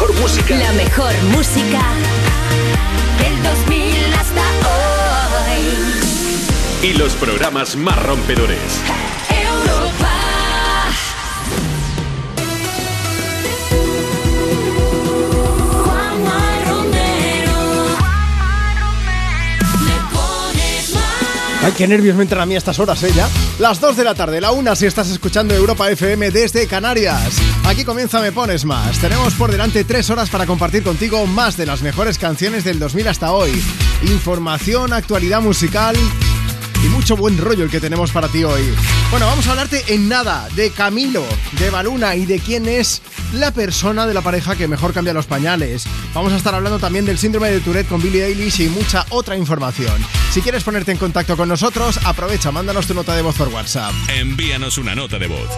mejor música. La mejor música del 2000 hasta hoy. Y los programas más rompedores. Europa. Ay, qué nervios me entran a mí a estas horas, ya. Las 2 de la tarde, la 1 si estás escuchando Europa FM desde Canarias. Aquí comienza Me Pones Más. Tenemos por delante 3 horas para compartir contigo más de las mejores canciones del 2000 hasta hoy. Información, actualidad musical y mucho buen rollo el que tenemos para ti hoy. Bueno, vamos a hablarte en nada de Camilo, de Baluna y de quién es la persona de la pareja que mejor cambia los pañales. Vamos a estar hablando también del síndrome de Tourette con Billie Eilish y mucha otra información. Si quieres ponerte en contacto con nosotros, aprovecha, mándanos tu nota de voz por WhatsApp. Envíanos una nota de voz.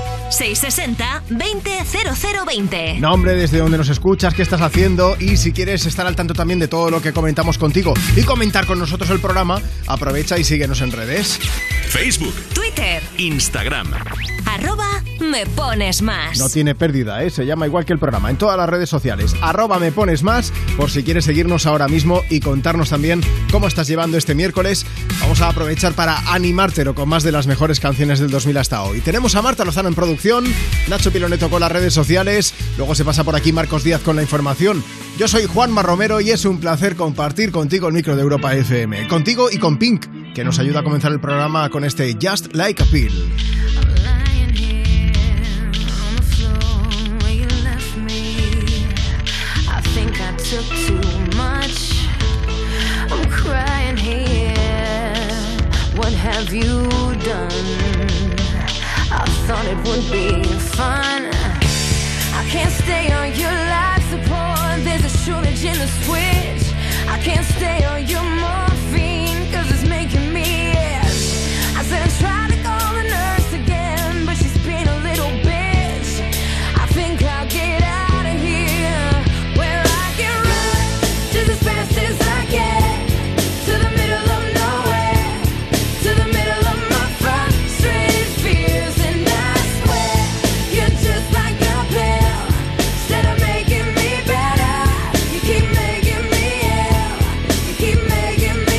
660-200020. Nombre, desde donde nos escuchas, qué estás haciendo y si quieres estar al tanto también de todo lo que comentamos contigo y comentar con nosotros el programa, aprovecha y síguenos en redes. Facebook, Twitter, Instagram. @meponesmas. No tiene pérdida, se llama igual que el programa. En todas las redes sociales, @meponesmas, por si quieres seguirnos ahora mismo y contarnos también cómo estás llevando este miércoles. Vamos a aprovechar para animártelo con más de las mejores canciones del 2000 hasta hoy. Tenemos a Marta Lozano en producción, Nacho Piloneto con las redes sociales, luego se pasa por aquí Marcos Díaz con la información. Yo soy Juanma Romero y es un placer compartir contigo el micro de Europa FM. Contigo y con Pink, que nos ayuda a comenzar el programa con este Just Like a Pill. Took too much. I'm crying here. What have you done? I thought it would be fun. I can't stay on your life support. There's a shortage in the switch. I can't stay on your morphine 'cause it's making me itch. I said I tried to call the nurse again, but she's been a little bitch. I think I'll get out of here. Just as fast as I can, to the middle of nowhere, to the middle of my frustrated fears. And I swear, you're just like a pill. Instead of making me better, you keep making me ill. You keep making me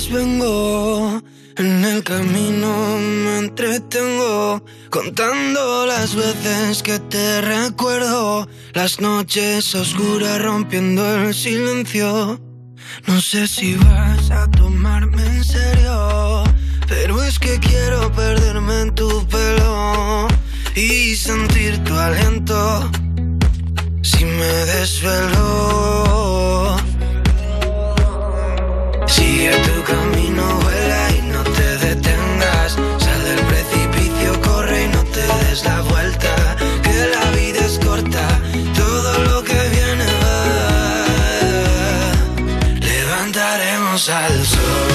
veces vengo, en el camino me entretengo, contando las veces que te recuerdo, las noches oscuras rompiendo el silencio. No sé si vas a tomarme en serio, pero es que quiero perderme en tu pelo y sentir tu aliento si me desvelo. Sigue tu camino, vuela y no te detengas. Sal del precipicio, corre y no te des la vuelta. Que la vida es corta, todo lo que viene va. Levantaremos al sol.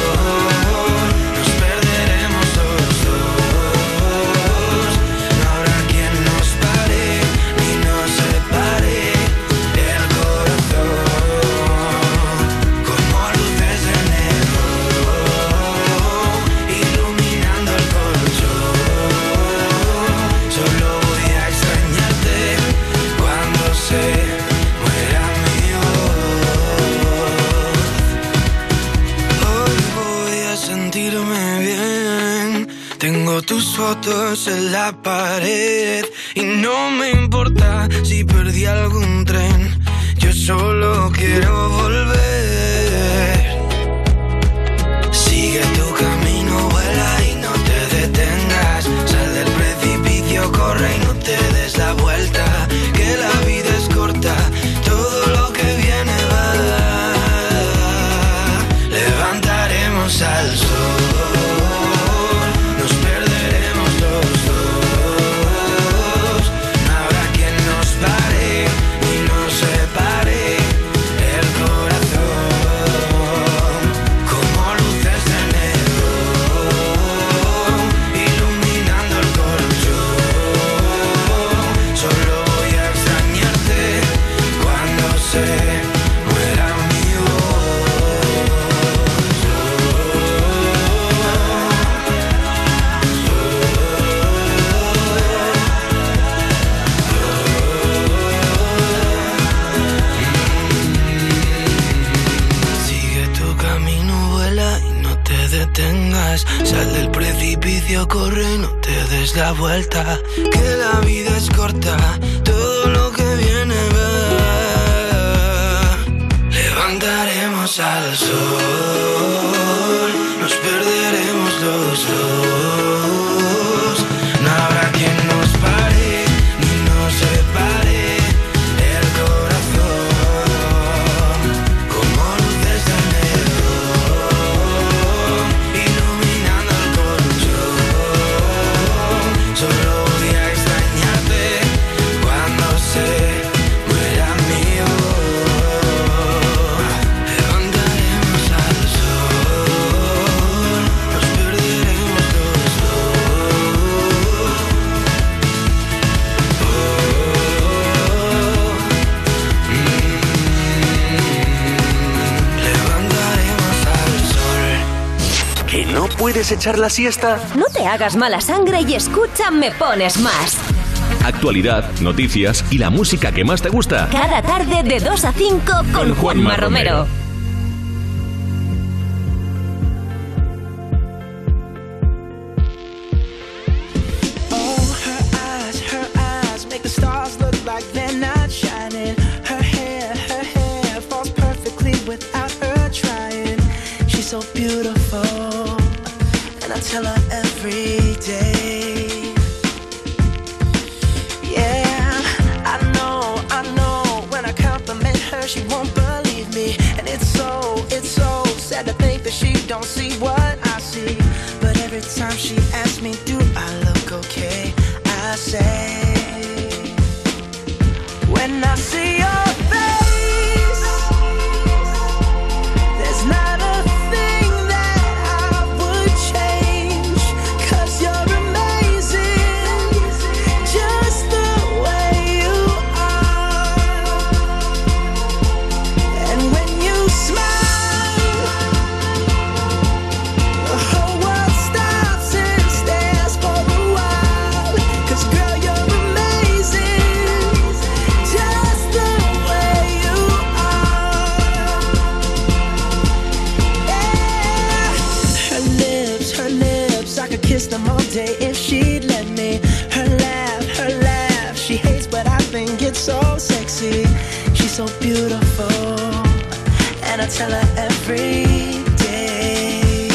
Tus fotos en la pared y no me importa si perdí algún tren. Yo solo quiero volver. Sigue tu camino, vuela y no te detengas. Sal del precipicio, corre y no te des la vuelta. Que la vida es corta, todo lo que viene va. Levantaremos al sol. Sal del precipicio, corre y no te des la vuelta. Que la vida es corta, todo lo que viene va. Levantaremos al sol, nos perderemos los dos. No habrá quien nos pare ni nos separe. El corazón como luces de neón, iluminando el colchón. Solo voy a extrañarte cuando se muera mi voz. Levantaremos al sol, nos perderemos los dos. Levantaremos al sol. ¿Que no puedes echar la siesta? No te hagas mala sangre y escucha Me Pones Más. Actualidad, noticias y la música que más te gusta. Cada tarde de 2 a 5 con Juanma Romero. Oh, her eyes make the stars look like they're not shining. Her hair falls perfectly without her trying. She's so beautiful, and I tell her every day. Yeah, I know, when I compliment her, she won't believe me. And it's so sad to think that she don't see what I see. But every time she asks me, do I look okay? I say, when I see your face, there's not a thing that I would change. 'Cause you're amazing, just the way you are. And when you smile, the whole world stops and stares. kiss them all day if she'd let me. Her laugh, she hates but I think it's so sexy. She's so beautiful, and I tell her every day.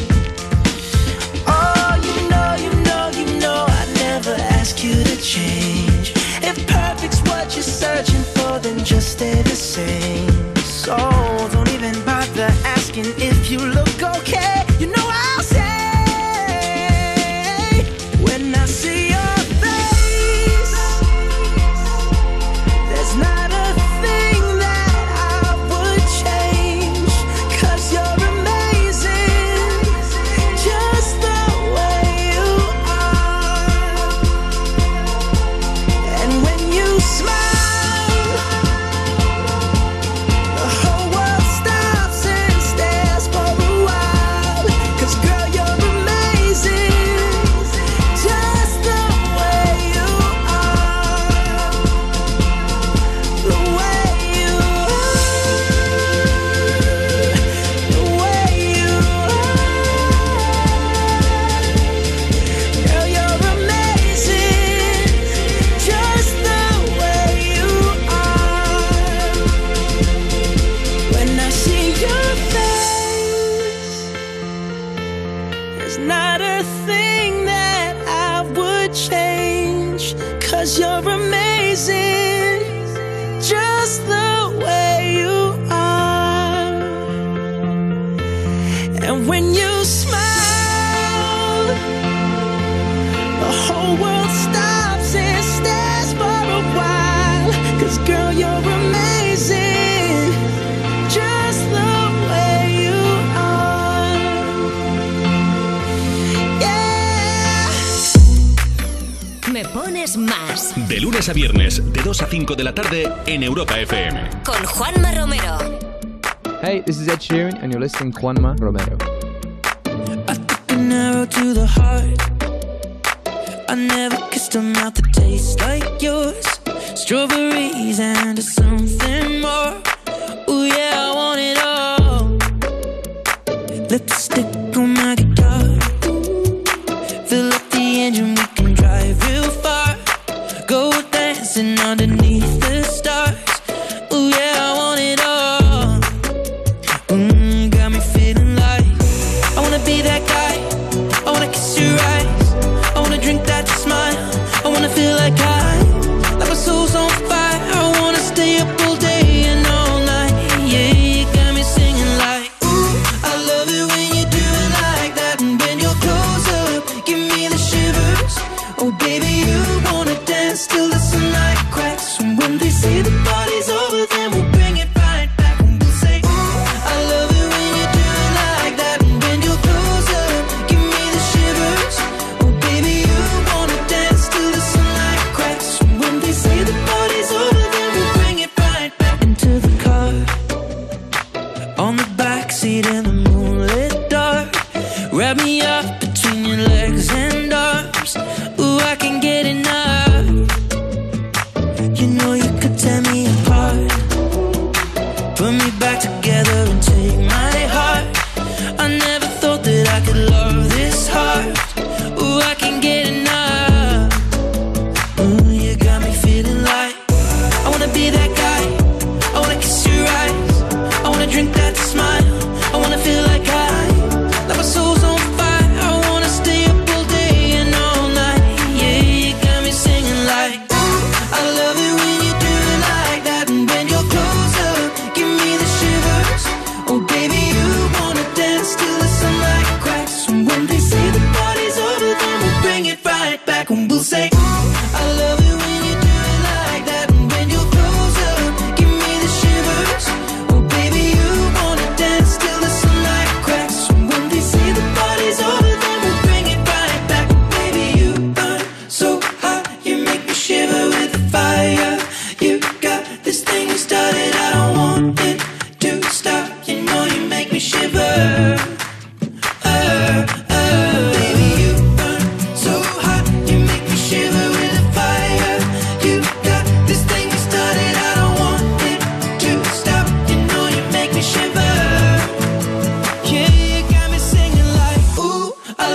Oh, you know, I never ask you to change. If perfect's what you're searching for, then just stay the same. So don't even bother asking if you look okay. You know I'll say, when I see your face, there's not a thing that I would change. 'Cause you're amazing, just the way you are. And when you smile, the whole world stops and stares for a while. 'Cause girl, you're amazing, just the way you are. The way you are. The way you are. Girl, you're amazing, just the way you are. When I see your face, there's not a thing that I would change. 'Cause you're amazing, just the way you are. And when you smile, the whole world stops and stares for a while. 'Cause girl, you're amazing, just the way you are. Yeah. Me Pones Más. De lunes a viernes, de 2 a 5 de la tarde en Europa FM. Con Juanma Romero. Hey, this is Ed Sheeran, and you're listening to Juanma Romero. An arrow to the heart. I never kissed a mouth that tastes like yours. Strawberries and something more. Ooh yeah, I want it all. Lipstick on my guitar. Fill up the engine, we can drive real far. Go dancing underneath the stars. Ooh yeah, I want it all. Got me feeling like I wanna be that guy. I wanna kiss your eyes. I wanna drink that smile. I wanna feel like my soul's on fire. I wanna stay up all day and all night. Yeah, you got me singing like, ooh, I love it when you do it like that. And when you're close up, give me the shivers. Oh baby, you wanna dance till the sunlight cracks. And when they say the party's over, then we'll bring it right back. And we'll say, ooh, I love it when you do it like that. And when you're close up, give me the shivers.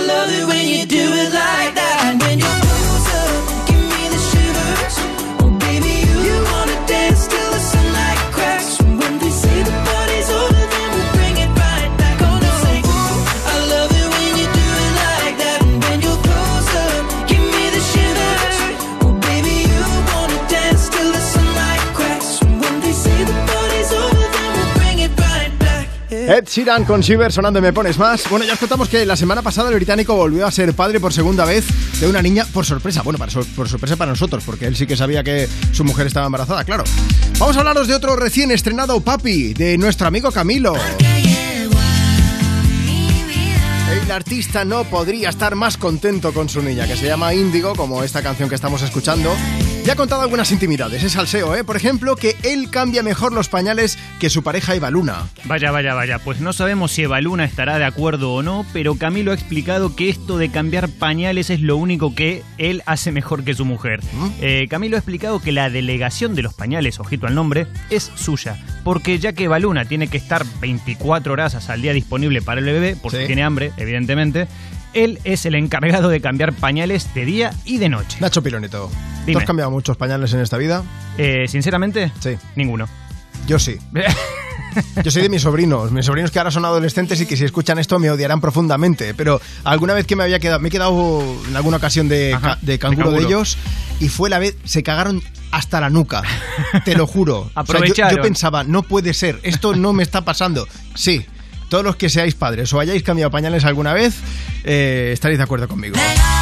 love it when you do it like that. When you're closer, give me the shivers. Oh baby, you wanna dance till the sunlight cracks. When they say the party's over, then we'll bring it right back. Oh no, say, ooh, I love it when you do it like that. When you're closer, give me the shivers. Oh baby, you wanna dance till the sunlight cracks. When they say the party's over, then we'll bring it right back. Ed Sheeran con Shiver sonando Me Pones Más. Bueno, ya os contamos que la semana pasada el británico volvió a ser padre por segunda vez de una niña por sorpresa. Bueno, por sorpresa para nosotros, porque él sí que sabía que su mujer estaba embarazada, claro. Vamos a hablaros de otro recién estrenado papi, de nuestro amigo Camilo. El artista no podría estar más contento con su niña, que se llama Índigo, como esta canción que estamos escuchando. Ya ha contado algunas intimidades, es salseo, Por ejemplo, que él cambia mejor los pañales que su pareja Eva Luna. Vaya, pues no sabemos si Eva Luna estará de acuerdo o no, pero Camilo ha explicado que esto de cambiar pañales es lo único que él hace mejor que su mujer. Camilo ha explicado que la delegación de los pañales, ojito al nombre, es suya, porque ya que Eva Luna tiene que estar 24 horas al día disponible para el bebé, porque Sí. tiene hambre, evidentemente, él es el encargado de cambiar pañales de día y de noche. Nacho Piloneto, ¿tú Dime. has cambiado muchos pañales en esta vida? Sinceramente, Sí. ninguno. Yo sí. Yo soy de mis sobrinos que ahora son adolescentes y que si escuchan esto me odiarán profundamente, pero alguna vez que me he quedado en alguna ocasión de canguro de ellos, y fue la vez, se cagaron hasta la nuca, te lo juro. O sea, Aprovecharon. yo pensaba, no puede ser, esto no me está pasando. Sí, todos los que seáis padres o hayáis cambiado pañales alguna vez, estaréis de acuerdo conmigo.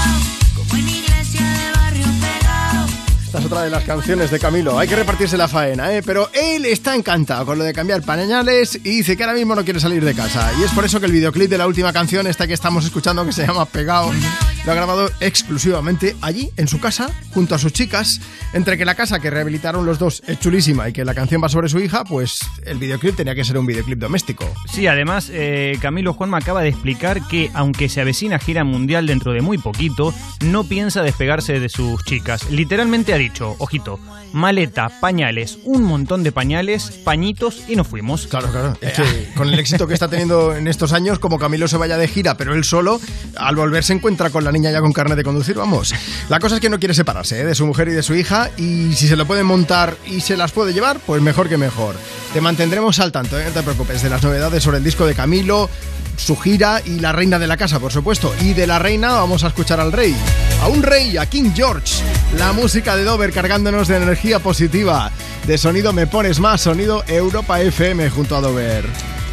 Esta es otra de las canciones de Camilo. Hay que repartirse la faena, pero él está encantado con lo de cambiar pañales y dice que ahora mismo no quiere salir de casa. Y es por eso que el videoclip de la última canción, esta que estamos escuchando, que se llama Pegao, lo ha grabado exclusivamente allí, en su casa, junto a sus chicas. Entre que la casa que rehabilitaron los dos es chulísima y que la canción va sobre su hija, pues el videoclip tenía que ser un videoclip doméstico. Sí, además, Camilo Juanma acaba de explicar que, aunque se avecina gira mundial dentro de muy poquito, no piensa despegarse de sus chicas. Literalmente ha dicho, ojito, maleta, pañales, un montón de pañales, pañitos y nos fuimos. Claro. Es que con el éxito que está teniendo en estos años, como Camilo se vaya de gira, pero él solo, al volver se encuentra con la niña ya con carnet de conducir, vamos. La cosa es que no quiere separarse de su mujer y de su hija, y si se lo pueden montar y se las puede llevar, pues mejor que mejor. Te mantendremos al tanto, no te preocupes, de las novedades sobre el disco de Camilo, su gira y la reina de la casa, por supuesto. Y de la reina vamos a escuchar al rey. A un rey, a King George. La música de Dover cargándonos de energía positiva. De sonido Me Pones Más, sonido Europa FM junto a Dover.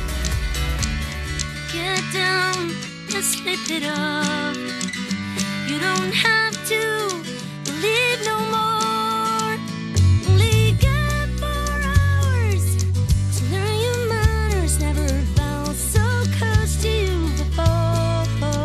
Get down and slip it up. You don't have to believe no more. Only got 4 hours to learn your manners. Never felt so close to you before.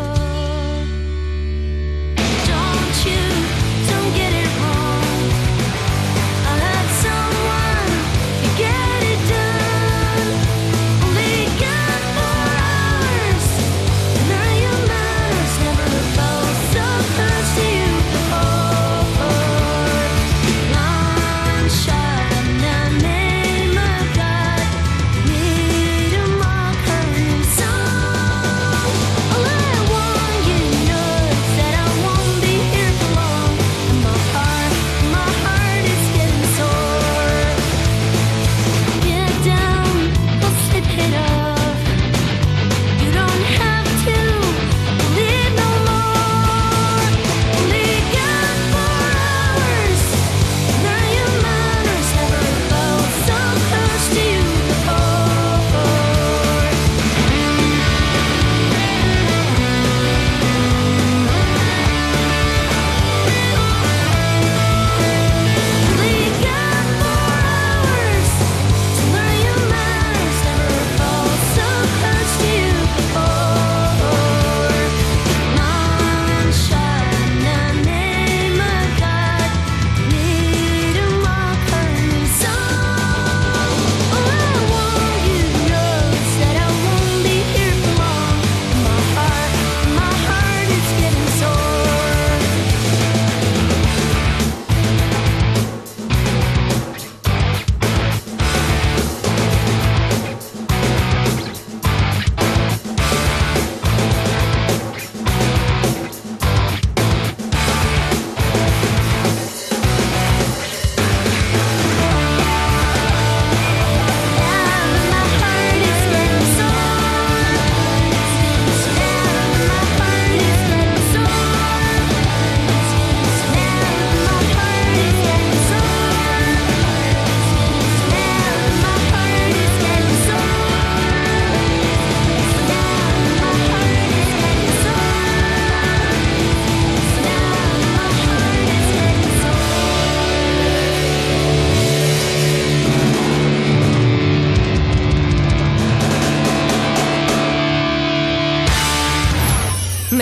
Don't get it wrong. I'll have someone to get it done. Only got 4 hours to learn your manners. Never felt so close to you before.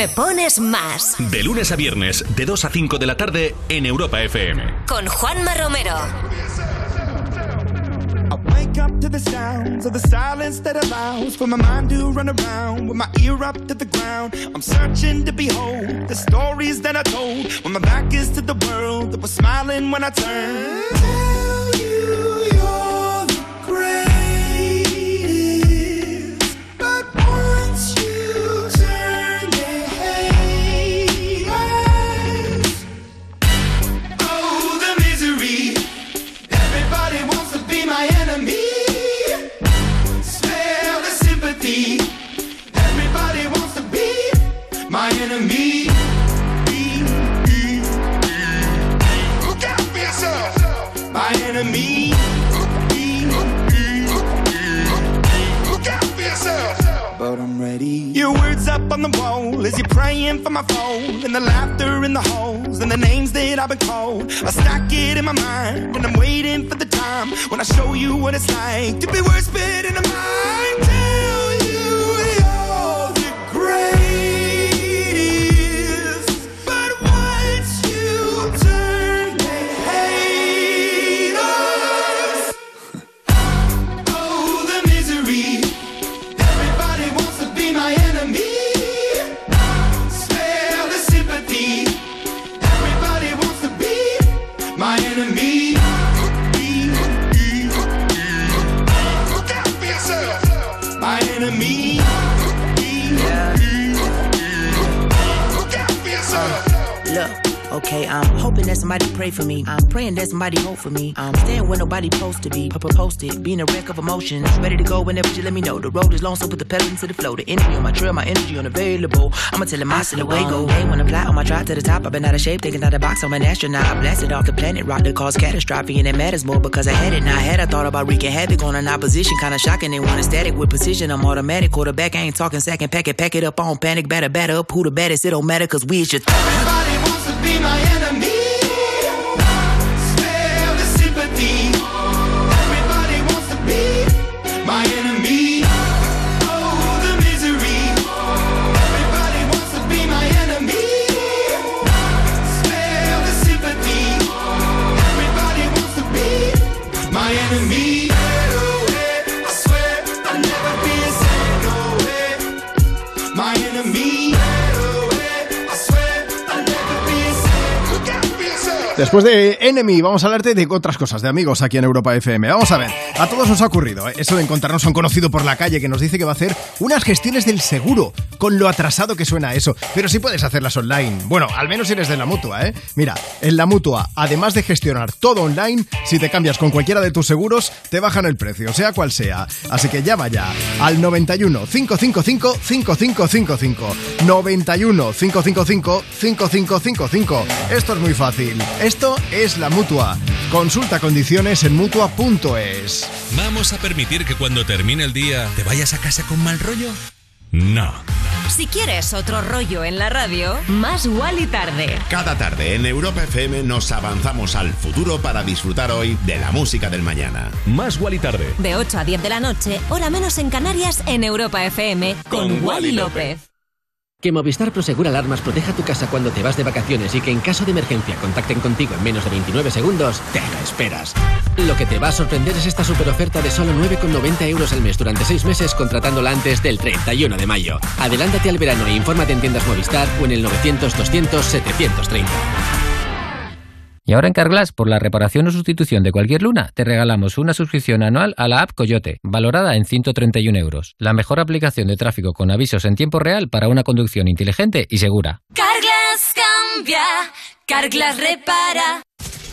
Me Pones Más. De lunes a viernes, de 2 a 5 de la tarde en Europa FM. Con Juanma Romero. I wake up to the sounds of the silence that allows for my mind to run around with my ear up to the ground. I'm searching to behold the stories that I told when my back is to the world that was smiling when I turned. Tell you you're the greatest, but once you turn they hate us. Oh, the misery. Everybody wants to be my enemy. Smell the sympathy. Everybody wants to be my enemy. Look out for yourself. My enemy. Look out for yourself. But I'm ready. Your words up on the wall as you're praying for my phone, and the laughter in the halls and the names that I've been called. I stack it in my mind and I'm waiting for the time when I show you what it's like to be worse fit in a mind. Tell you you're the greatest, but once you turn they hate us. Oh, the misery. Everybody wants to be my enemy. Spare the sympathy. Everybody wants to be my enemy. Look out for yourself. My enemy. Look out for yourself. Look, okay, I'm hoping that somebody pray for me. I'm praying that somebody hope for me. I'm staying where nobody supposed to be. Posted, being a wreck of emotions. Ready to go whenever you let me know. The road is long, so put the pedal into the flow. The enemy on my trail, my energy unavailable. I'ma tell him I still away go. Hey, when I fly on my drive to the top, I've been out of shape, thinking out the box. I'm an astronaut. I blasted off the planet, rock that caused catastrophe, and it matters more because I had it. Now I had I thought about wreaking havoc on an opposition, kinda shocking. They want a static with precision. I'm automatic, quarterback. I ain't talking second pack it up on panic, batter up. Who the baddest? It don't matter, cause we is just. Everybody wants to be my enemy. Spare the sympathy. Everybody wants to be my enemy. Oh, the misery. Everybody wants to be my enemy. Spare the sympathy. Everybody wants to be my enemy. I swear I'll never be the same. No way. My enemy. Después de Enemy, vamos a hablarte de otras cosas, de amigos aquí en Europa FM. Vamos a ver, a todos nos ha ocurrido, eso de encontrarnos a un conocido por la calle que nos dice que va a hacer unas gestiones del seguro, con lo atrasado que suena eso. Pero sí puedes hacerlas online. Bueno, al menos si eres de la Mutua, ¿eh? Mira, en la Mutua, además de gestionar todo online, si te cambias con cualquiera de tus seguros, te bajan el precio, sea cual sea. Así que llama ya al 91 555 5555. 91 555 5555. Esto es muy fácil. Esto es la Mutua. Consulta condiciones en Mutua.es. ¿Vamos a permitir que cuando termine el día te vayas a casa con mal rollo? No. Si quieres otro rollo en la radio, Más Wally Tarde. Cada tarde en Europa FM nos avanzamos al futuro para disfrutar hoy de la música del mañana. Más Wally Tarde. De 8 a 10 de la noche, hora menos en Canarias, en Europa FM, con Wally López. Que Movistar Prosegur Alarmas proteja tu casa cuando te vas de vacaciones y que en caso de emergencia contacten contigo en menos de 29 segundos, te lo esperas. Lo que te va a sorprender es esta superoferta de solo 9,90 euros al mes durante 6 meses contratándola antes del 31 de mayo. Adelántate al verano e infórmate en tiendas Movistar o en el 900 200 730. Y ahora en Carglass, por la reparación o sustitución de cualquier luna, te regalamos una suscripción anual a la app Coyote, valorada en 131 euros. La mejor aplicación de tráfico con avisos en tiempo real para una conducción inteligente y segura. Carglass cambia, Carglass repara.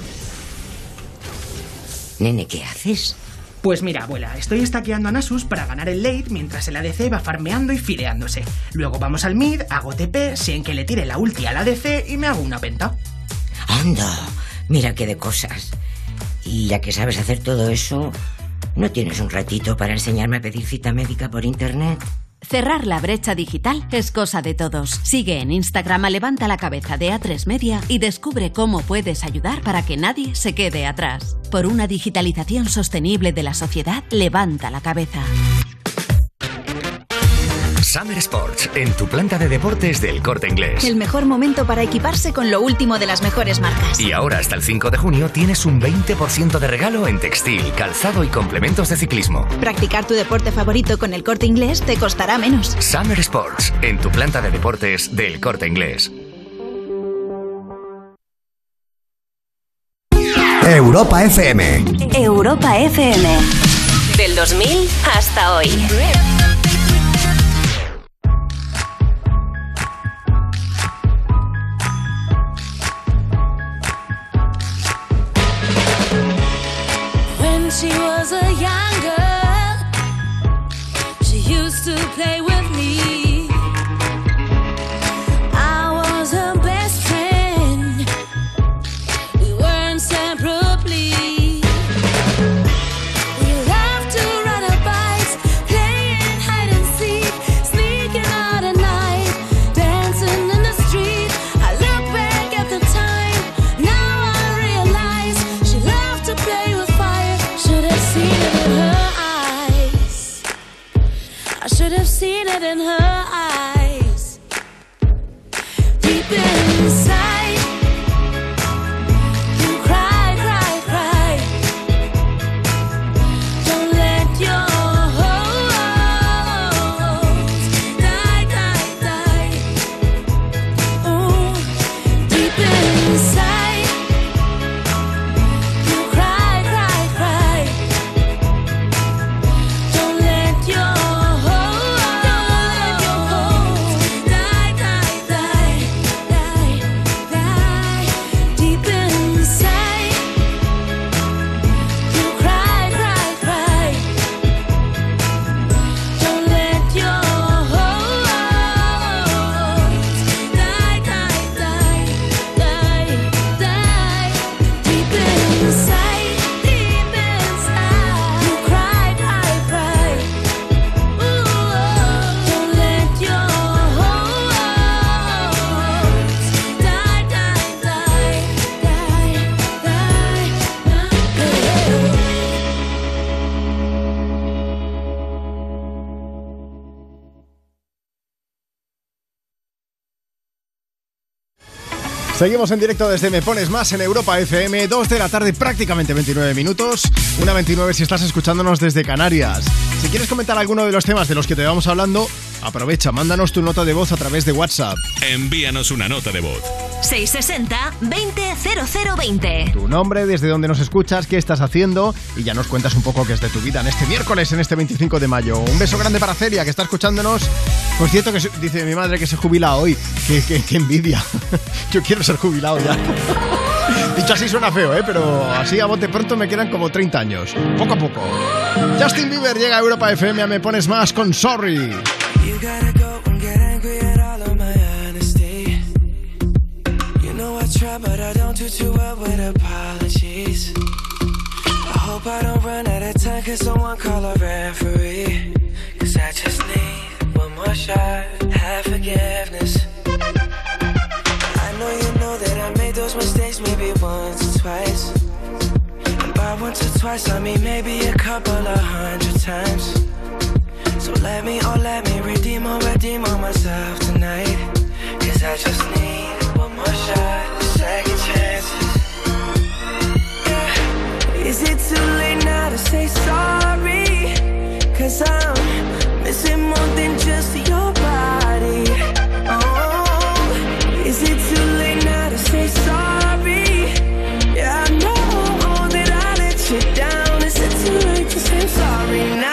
Nene, ¿qué haces? Pues mira, abuela, estoy estaqueando a Nasus para ganar el late mientras el ADC va farmeando y fileándose. Luego vamos al mid, hago TP, sé en que le tire la ulti al ADC y me hago una penta. ¡Anda! Mira qué de cosas. Y ya que sabes hacer todo eso, ¿no tienes un ratito para enseñarme a pedir cita médica por internet? Cerrar la brecha digital es cosa de todos. Sigue en Instagram a Levanta la Cabeza de A3 Media y descubre cómo puedes ayudar para que nadie se quede atrás. Por una digitalización sostenible de la sociedad, levanta la cabeza. Summer Sports, en tu planta de deportes del Corte Inglés. El mejor momento para equiparse con lo último de las mejores marcas. Y ahora hasta el 5 de junio tienes un 20% de regalo en textil, calzado y complementos de ciclismo. Practicar tu deporte favorito con el Corte Inglés te costará menos. Summer Sports, en tu planta de deportes del Corte Inglés. Europa FM. Europa FM. Del 2000 hasta hoy. When she was a young girl, she used to play with me. I was her best friend. We were inseparably. We loved to ride our bikes, playing hide and seek, sneaking out at night, dancing in the street. I look back at the time, now I realize she loved to play with fire. Should have seen it in her eyes. I should have seen it in her eyes. Deep inside, you cry, cry, cry. Don't let your hopes die, die, die. Ooh, deep inside, you cry, cry, cry. Don't let your hopes die, die, die, die, die. Deep inside, you cry, cry, cry. Don't let your hopes die, die, die, die, die. Deep inside, you cry, cry, cry. Ooh, don't let your hopes die, die, die, Seguimos en directo desde Me Pones Más en Europa FM, 2 de la tarde, prácticamente 29 minutos, 1:29 si estás escuchándonos desde Canarias. Si quieres comentar alguno de los temas de los que te vamos hablando, aprovecha, mándanos tu nota de voz a través de WhatsApp. Envíanos una nota de voz. 660-200020. Tu nombre, desde dónde nos escuchas, qué estás haciendo y ya nos cuentas un poco qué es de tu vida en este miércoles, en este 25 de mayo. Un beso grande para Celia, que está escuchándonos. Por cierto, que dice mi madre que se jubila hoy. Qué envidia. Yo quiero ser jubilado ya. Dicho así suena feo, pero así a bote pronto me quedan como 30 años. Poco a poco. Justin Bieber llega a Europa FM a Me Pones Más con Sorry. You gotta go and get angry at all of my honesty. You know I try, but I don't do too well with apologies. I hope I don't run out of time, cause someone call a referee. Cause I just need one more shot, have forgiveness. I know you know that I made those mistakes maybe once or twice. And by once or twice I mean maybe a couple of 100 times. So let me redeem all myself tonight. Cause I just need one more shot, second chances. Yeah. Is it too late now to say sorry? Cause I'm missing more than just your body. Oh, is it too late now to say sorry? Yeah, I know that I let you down. Is it too late to say sorry now?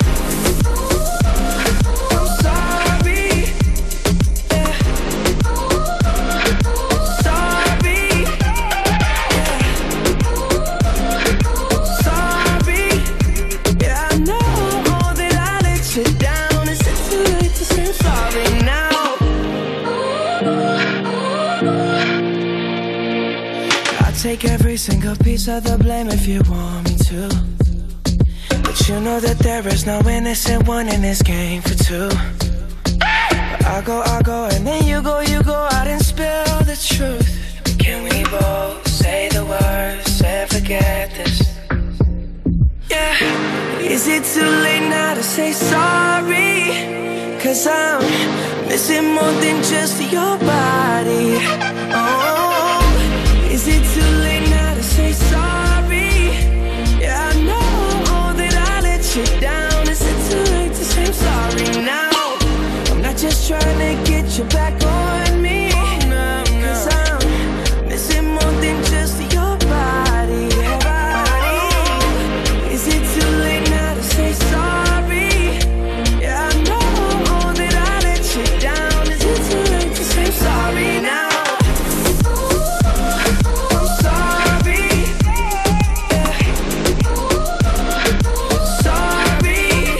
Take every single piece of the blame if you want me to. But you know that there is no innocent one in this game for two. But I go, and then you go out and spill the truth. Can we both say the words and forget this? Yeah. Is it too late now to say sorry? Cause I'm missing more than just your body. Oh, is it too late now to say sorry? Yeah, I know that I let you down. Is it too late to say I'm sorry now? I'm not just trying to get you back on me, 'cause I'm missing more than just your body. Is it too late now to say sorry? Yeah, I know that I let you down. Is it too late to say sorry now? I'm sorry. Sorry.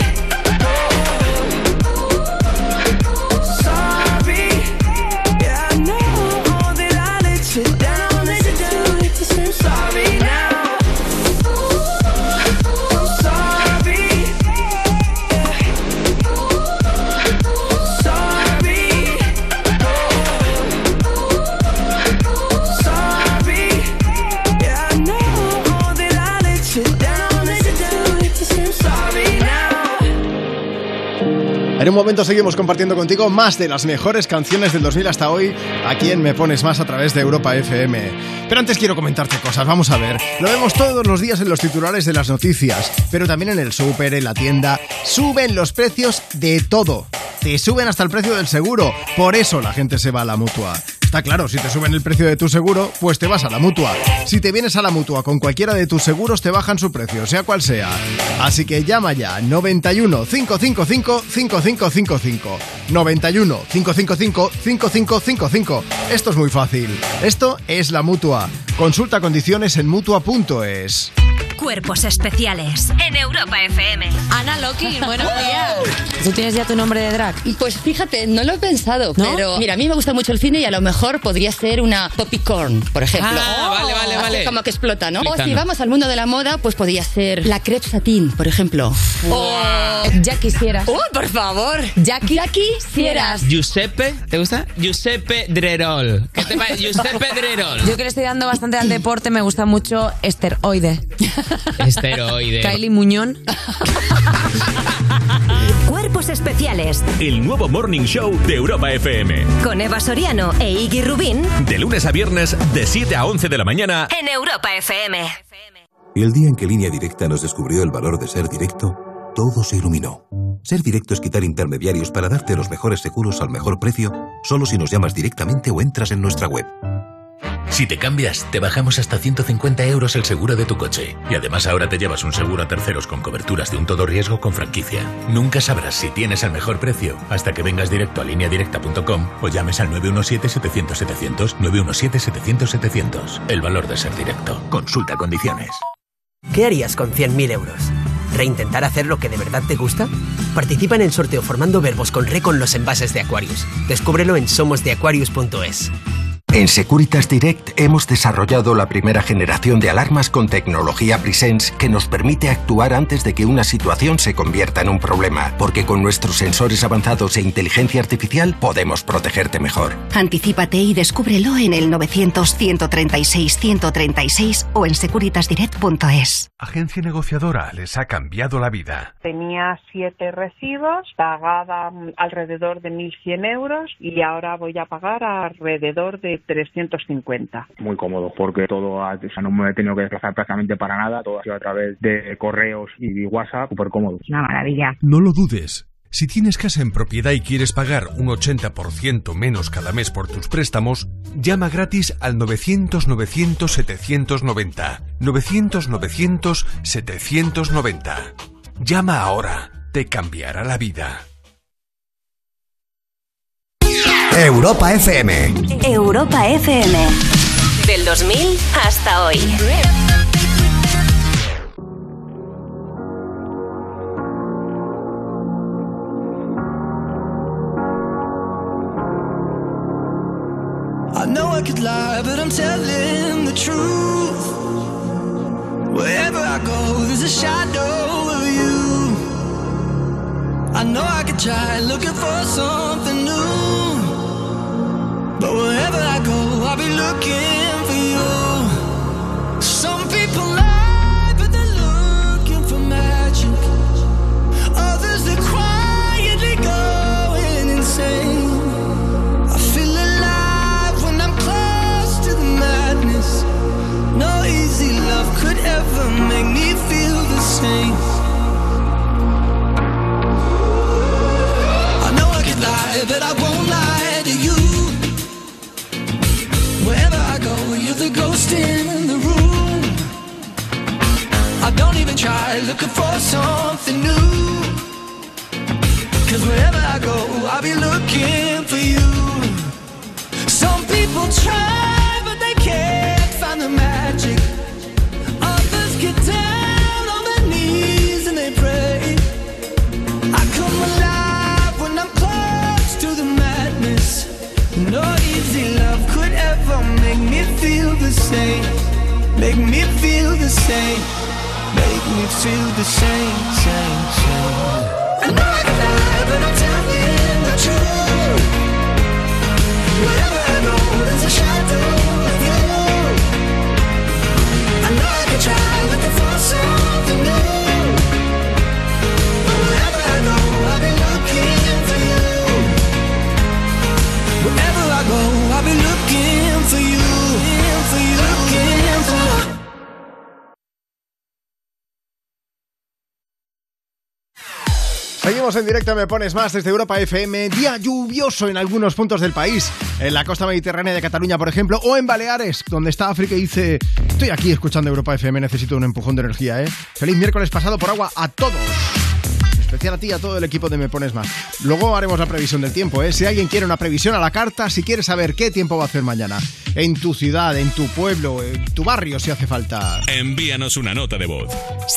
Sorry. Yeah, I know that I let you down. Is it too late to say sorry now? I'm sorry. Sorry. Sorry. Yeah, I know that I let you down. Is it too late to say sorry now? En un momento seguimos compartiendo contigo más de las mejores canciones del 2000 hasta hoy, aquí en Me Pones Más a través de Europa FM. Pero antes quiero comentarte cosas, vamos a ver. Lo vemos todos los días en los titulares de las noticias, pero también en el súper, en la tienda. Suben los precios de todo. Te suben hasta el precio del seguro. Por eso la gente se va a la Mutua. Está claro, si te suben el precio de tu seguro, pues te vas a la Mutua. Si te vienes a la Mutua con cualquiera de tus seguros, te bajan su precio, sea cual sea. Así que llama ya, 91 555 5555. 91 555 5555. Esto es muy fácil. Esto es la Mutua. Consulta condiciones en Mutua.es. Cuerpos especiales en Europa FM. Ana Loki, buenos días. ¿Tú tienes ya tu nombre de drag? Pues fíjate, no lo he pensado, ¿no? Pero mira, a mí me gusta mucho el cine y a lo mejor podría ser una Poppycorn, por ejemplo. Vale. Como que explota, ¿no? Flipando. O si vamos al mundo de la moda, pues podría ser la crepe satín, por ejemplo. O ya quisieras. Por favor. Ya quisieras. Giuseppe, ¿te gusta? Giuseppe Drerol. ¿Qué te parece? Giuseppe Drerol. Yo que le estoy dando bastante al deporte, me gusta mucho Esteroide. Esteroide. Kylie Muñón. Cuerpos especiales El nuevo Morning Show de Europa FM. con Eva Soriano e Iggy Rubín De lunes a viernes, de 7 a 11 de la mañana. en Europa FM. Y el día en que Línea Directa nos descubrió el valor de ser directo, todo se iluminó. Ser directo es quitar intermediarios para darte los mejores seguros al mejor precio, solo si nos llamas directamente o entras en nuestra web. Si te cambias, te bajamos hasta 150 euros el seguro de tu coche. Y además ahora te llevas un seguro a terceros con coberturas de un todo riesgo con franquicia. Nunca sabrás si tienes el mejor precio hasta que vengas directo a lineadirecta.com o llames al 917-700-700, 917-700-700. El valor de ser directo. Consulta condiciones. ¿Qué harías con 100.000 euros? ¿Reintentar hacer lo que de verdad te gusta? Participa en el sorteo formando verbos con re con los envases de Aquarius. Descúbrelo en somosdeaquarius.es. En Securitas Direct hemos desarrollado la primera generación de alarmas con tecnología Presence que nos permite actuar antes de que una situación se convierta en un problema, porque con nuestros sensores avanzados e inteligencia artificial podemos protegerte mejor. Anticípate y descúbrelo en el 900-136-136 o en securitasdirect.es. Agencia negociadora les ha cambiado la vida. Tenía 7 recibos, pagaba alrededor de 1.100 euros y ahora voy a pagar alrededor de 350. Muy cómodo porque todo, no me he tenido que desplazar prácticamente para nada, todo ha sido a través de correos y WhatsApp, súper cómodo. Una maravilla. No lo dudes. Si tienes casa en propiedad y quieres pagar un 80% menos cada mes por tus préstamos, llama gratis al 900-900-790. 900-900-790. Llama ahora. Te cambiará la vida. Europa FM. Europa FM. Del 2000 hasta hoy. I know I could lie, but I'm telling the truth. Wherever I go, there's a shadow of you. I know I could try looking for something new, but wherever I go, I'll be looking for you. Some people lie, but they're looking for magic. Others, they're quietly going insane. ghost in the room. I don't even try looking for something new. 'Cause wherever I go, I'll be looking for you. Some people try, but they can't find the magic. Others get down on their knees and they pray. I come alive when I'm close to the madness. No easy love could ever make me feel the same. Make me feel the same. Make me feel the same, same, same. I know I can lie, but I'm telling the truth. Wherever I go, there's a shadow of you. I know I can try looking for something new. But wherever I go, I'll be looking for you. Wherever I go, I'll be looking for you. For you, looking for you. Seguimos en directo, Me Pones Más desde Europa FM. Día lluvioso en algunos puntos del país. En la costa mediterránea de Cataluña, por ejemplo, o en Baleares, donde está África y dice: estoy aquí escuchando Europa FM, necesito un empujón de energía, ¿eh? Feliz miércoles pasado por agua a todos. Especial a ti y a todo el equipo de Me Pones Más. Luego haremos la previsión del tiempo, ¿eh? Si alguien quiere una previsión a la carta, si quieres saber qué tiempo va a hacer mañana, en tu ciudad, en tu pueblo, en tu barrio, si hace falta, envíanos una nota de voz.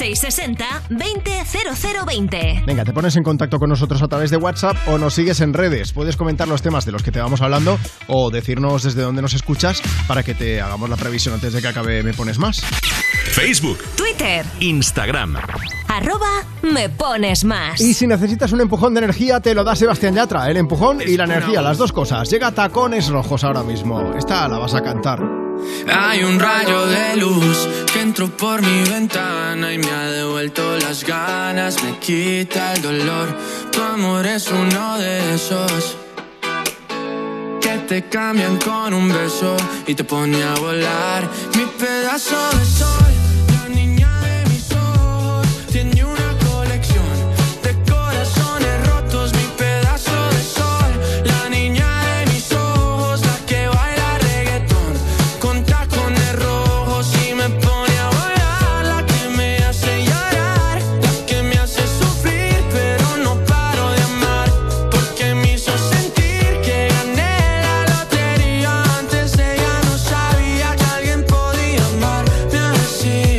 660-200020. Venga, te pones en contacto con nosotros a través de WhatsApp o nos sigues en redes. Puedes comentar los temas de los que te vamos hablando o decirnos desde dónde nos escuchas para que te hagamos la previsión antes de que acabe Me Pones Más. Facebook, Twitter, Instagram, @Me Pones Más. Y si necesitas un empujón de energía, te lo da Sebastián Yatra. El empujón y la energía, las dos cosas. Llega Tacones Rojos ahora mismo. Esta la vas a cantar. Hay un rayo de luz que entró por mi ventana y me ha devuelto las ganas, me quita el dolor. Tu amor es uno de esos que te cambian con un beso y te pone a volar. Mi pedazo de sol, la niña de mis ojos, tiene una colección de corazones rotos. Mi pedazo de sol, la niña de mis ojos, la que baila reggaetón con tacones rojos y me pone a volar. La que me hace llorar, la que me hace sufrir, pero no paro de amar, porque me hizo sentir que gané la lotería. Antes ella no sabía que alguien podía amarme así.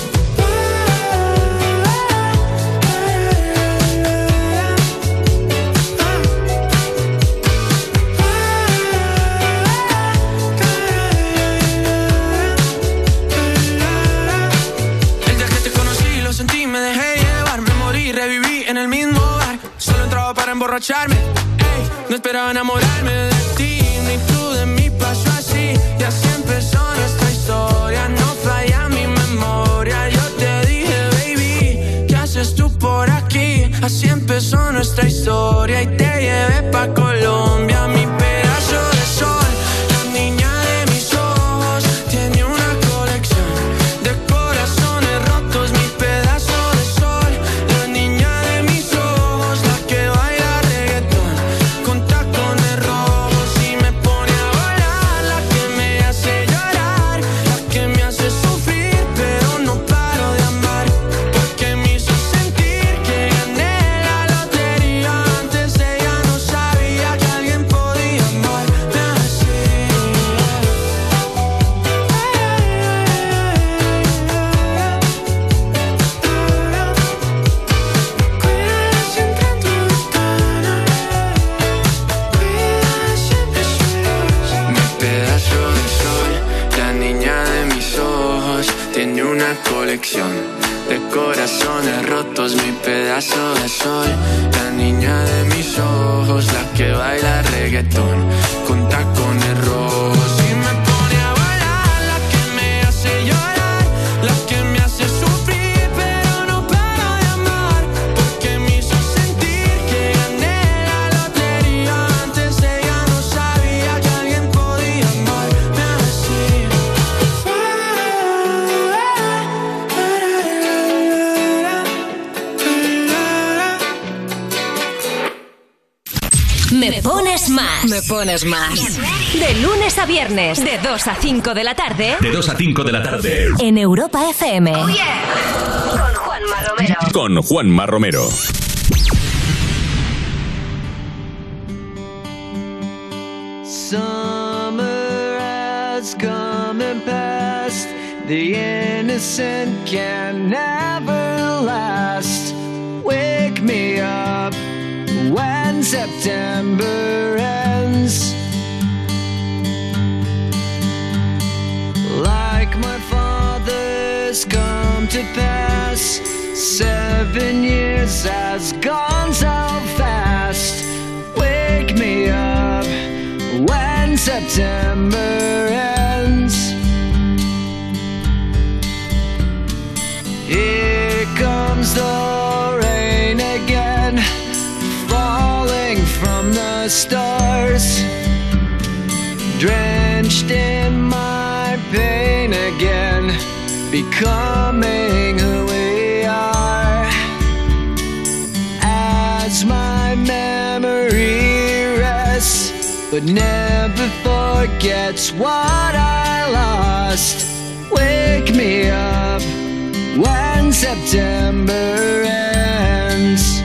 El día que te conocí lo sentí, me dejé llevar, me morí, reviví en el mismo bar. Solo entraba para emborracharme, ey, no esperaba enamorarme de ti, ni tú de mí, pasó así. Y así empezó nuestra historia, no falla mi memoria. Yo te dije, baby, ¿qué haces tú por aquí? Así empezó nuestra historia y te llevé pa' Colombia. Mi pedazo de sol, la niña de mis ojos, tiene una colección de corazones rotos. Mi pedazo de sol, la niña de mis ojos, la que baila reggaetón con tacones rojos y me pone a volar. La que me hace llorar, la que me hace sufrir, pero no paro de amar, porque me hizo sentir que gané la lotería. Antes ella no sabía que alguien podía amarme así. Cuidas entre tu ventana, cuidas siempre su luz. Mi pedazo de sol, la niña de mis ojos, tiene una colección de corazones rotos. Mi pedazo de sol, la niña de mis ojos, la que baila reggaetón con tacones rojos y me pone a volar. La que me hace llorar, la que me hace sufrir, pero no paro de amar, porque me hizo sentir que gané la lotería. Antes ella no sabía que alguien podía amarme así. Me Pones más. Me pones más. De lunes a viernes, de 2 a 5 de la tarde. De 2 a 5 de la tarde. En Europa FM. Oh, yeah. Con Juanma Romero. Con Juanma Romero. Summer has come and passed. The innocent can never last. Wake me up when September ends. Like my father's come to pass. 7 years has gone so fast. Wake me up when September ends. Here comes the rain again, falling from the stars, drenched in my pain again, becoming who we are. As my memory rests, but never forgets what I lost. Wake me up when September ends.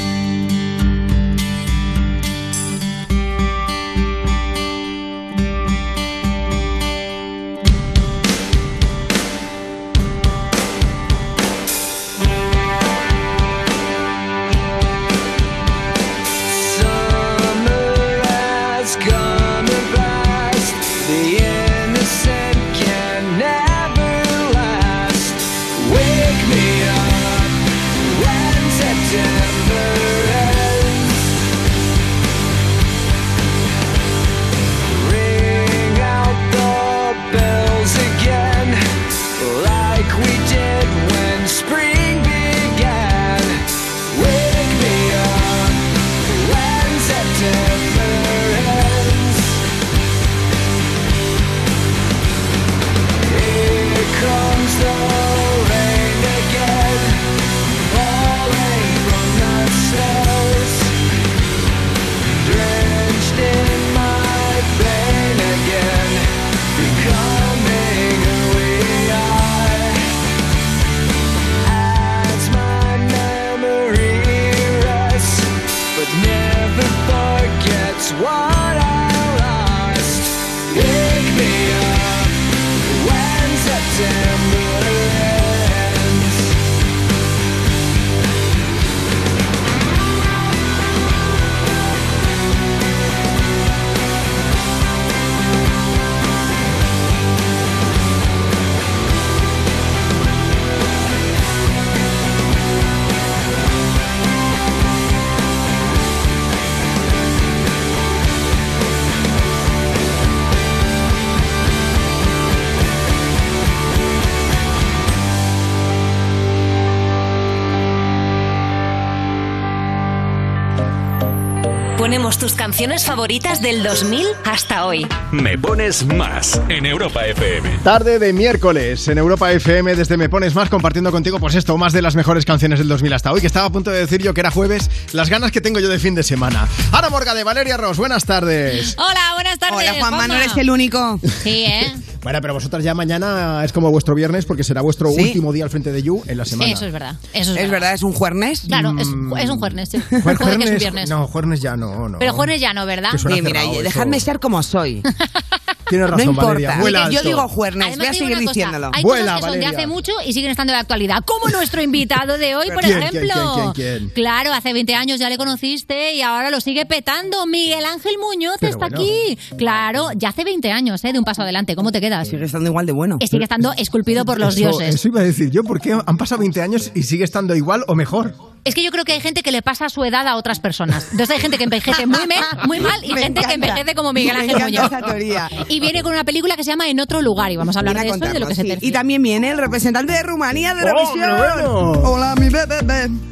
Ponemos tus canciones favoritas del 2000 hasta hoy. Me pones más en Europa FM. Tarde de miércoles en Europa FM, desde Me Pones Más, compartiendo contigo pues esto, más de las mejores canciones del 2000 hasta hoy, que estaba a punto de decir yo que era jueves, las ganas que tengo yo de fin de semana. Ana Morga de Valeria Ross, buenas tardes. Hola, buenas tardes. Hola, Juanma, no eres el único. Sí, ¿eh? Bueno, pero vosotras ya mañana es como vuestro viernes, porque será vuestro último día al frente de You en la semana. Eso es verdad. Eso ¿Es verdad? ¿Es un jueves? Claro, es un jueves, sí. Puede que es un viernes. No, jueves ya no. Pero jueves ya no, ¿verdad? Sí, mira, dejadme ser como soy. Tienes razón, no importa. Valeria, vuela alto. Yo digo jueves, además, voy a seguir diciéndolo. Hay cosas que son de hace mucho y siguen estando de actualidad. Como nuestro invitado de hoy, por ejemplo. ¿Quién? Claro, hace 20 años ya le conociste y ahora lo sigue petando. Miguel Ángel Muñoz está aquí. Claro, ya hace 20 años, de un paso adelante. ¿Cómo te quedas? Sigue estando igual de bueno. Sigue estando esculpido por los dioses. Eso iba a decir yo, ¿por qué han pasado 20 años y sigue estando igual o mejor? Es que yo creo que hay gente que le pasa su edad a otras personas. Entonces hay gente que envejece muy mal y gente que envejece como Miguel Ángel Muñoz. Esa teoría. Y viene con una película que se llama En otro lugar y vamos a hablar de eso y de lo que se tercia. Y también viene el representante de Rumanía de Eurovisión. Bueno. Hola, mi bebé.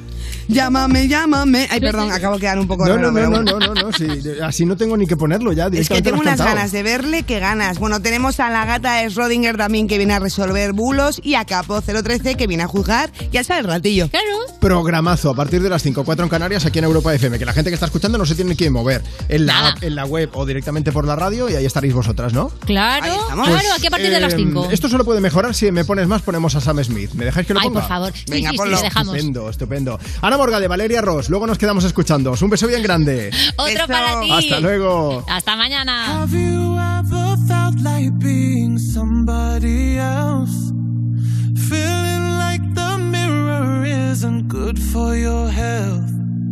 Llámame, llámame. Ay, perdón, acabo de quedar un poco raro. No, sí, así no tengo ni que ponerlo ya. Es que tengo unas ganas de verle, que ganas. Bueno, tenemos a la gata de Schrödinger también, que viene a resolver bulos, y a Capo 013, que viene a juzgar, ya sabe, el ratillo. Claro. Programazo a partir de las 5, 4 en Canarias, aquí en Europa FM, que la gente que está escuchando no se tiene que mover en la app, en la web o directamente por la radio, y ahí estaréis vosotras, ¿no? Claro, aquí a partir de las 5. Esto solo puede mejorar si Me Pones Más, ponemos a Sam Smith. ¿Me dejáis que lo ponga? Por favor. Venga, sí, ponlo. dejamos. Estupendo. Ana Morgade, Valeria Ross, luego nos quedamos escuchando. Un beso bien grande. Otro para ti. Hasta luego. Hasta mañana. Have you ever felt like being somebody else? Feeling like the mirror isn't good for your health.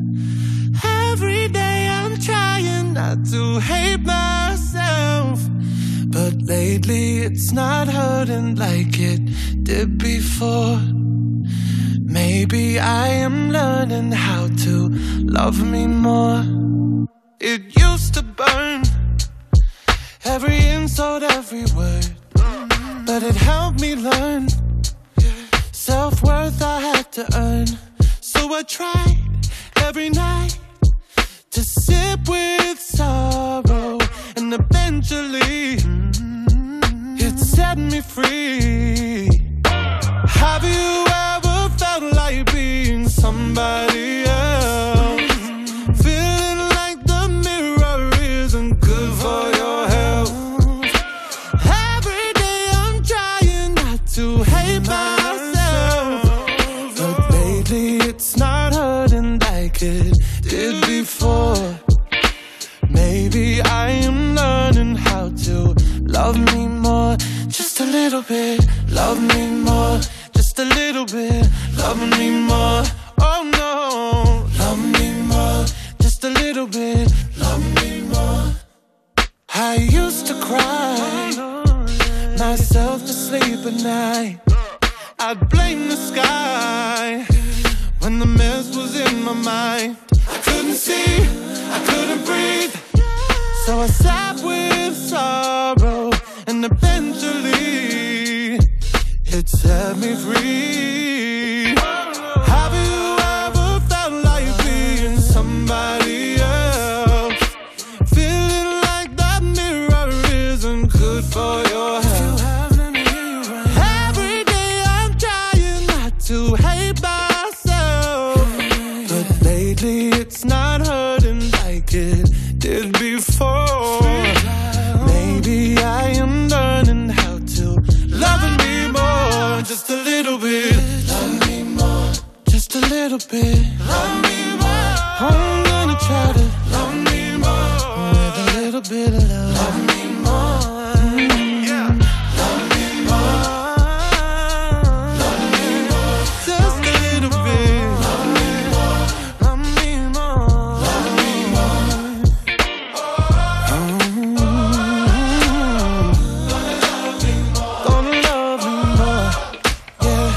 Every day I'm trying not to hate myself, but lately it's not hurting like it did before. Maybe I am learning how to love me more. It used to burn, every insult, every word, but it helped me learn self-worth I had to earn. So I tried every night to sip with sorrow, and eventually it set me free. Have you ever felt like being somebody else? Feeling like the mirror isn't good for your health. Every day I'm trying not to hate myself, but lately it's not hurting like it did before. Maybe I am learning how to love me more. Just a little bit, love me more. Just a little bit, love me more. Oh no, love me more. Just a little bit, love me more. I used to cry myself to sleep at night. I'd blame the sky when the mess was in my mind. I couldn't see, I couldn't breathe, so I sat with sorrow, and eventually it set me free. Have you ever felt like being somebody else? Feeling like that mirror isn't good for your health. Every day I'm trying not to hate myself, but lately it's not hurting like it did before. Maybe I am learning how to love me more. Just a little bit, love me more. Just a little bit, love me more. I'm gonna try to love me more with a little bit of love. Love me more, yeah. Love me more, love me more. Just a little bit, love me more, love me more, love me more. Gonna love me more, yeah.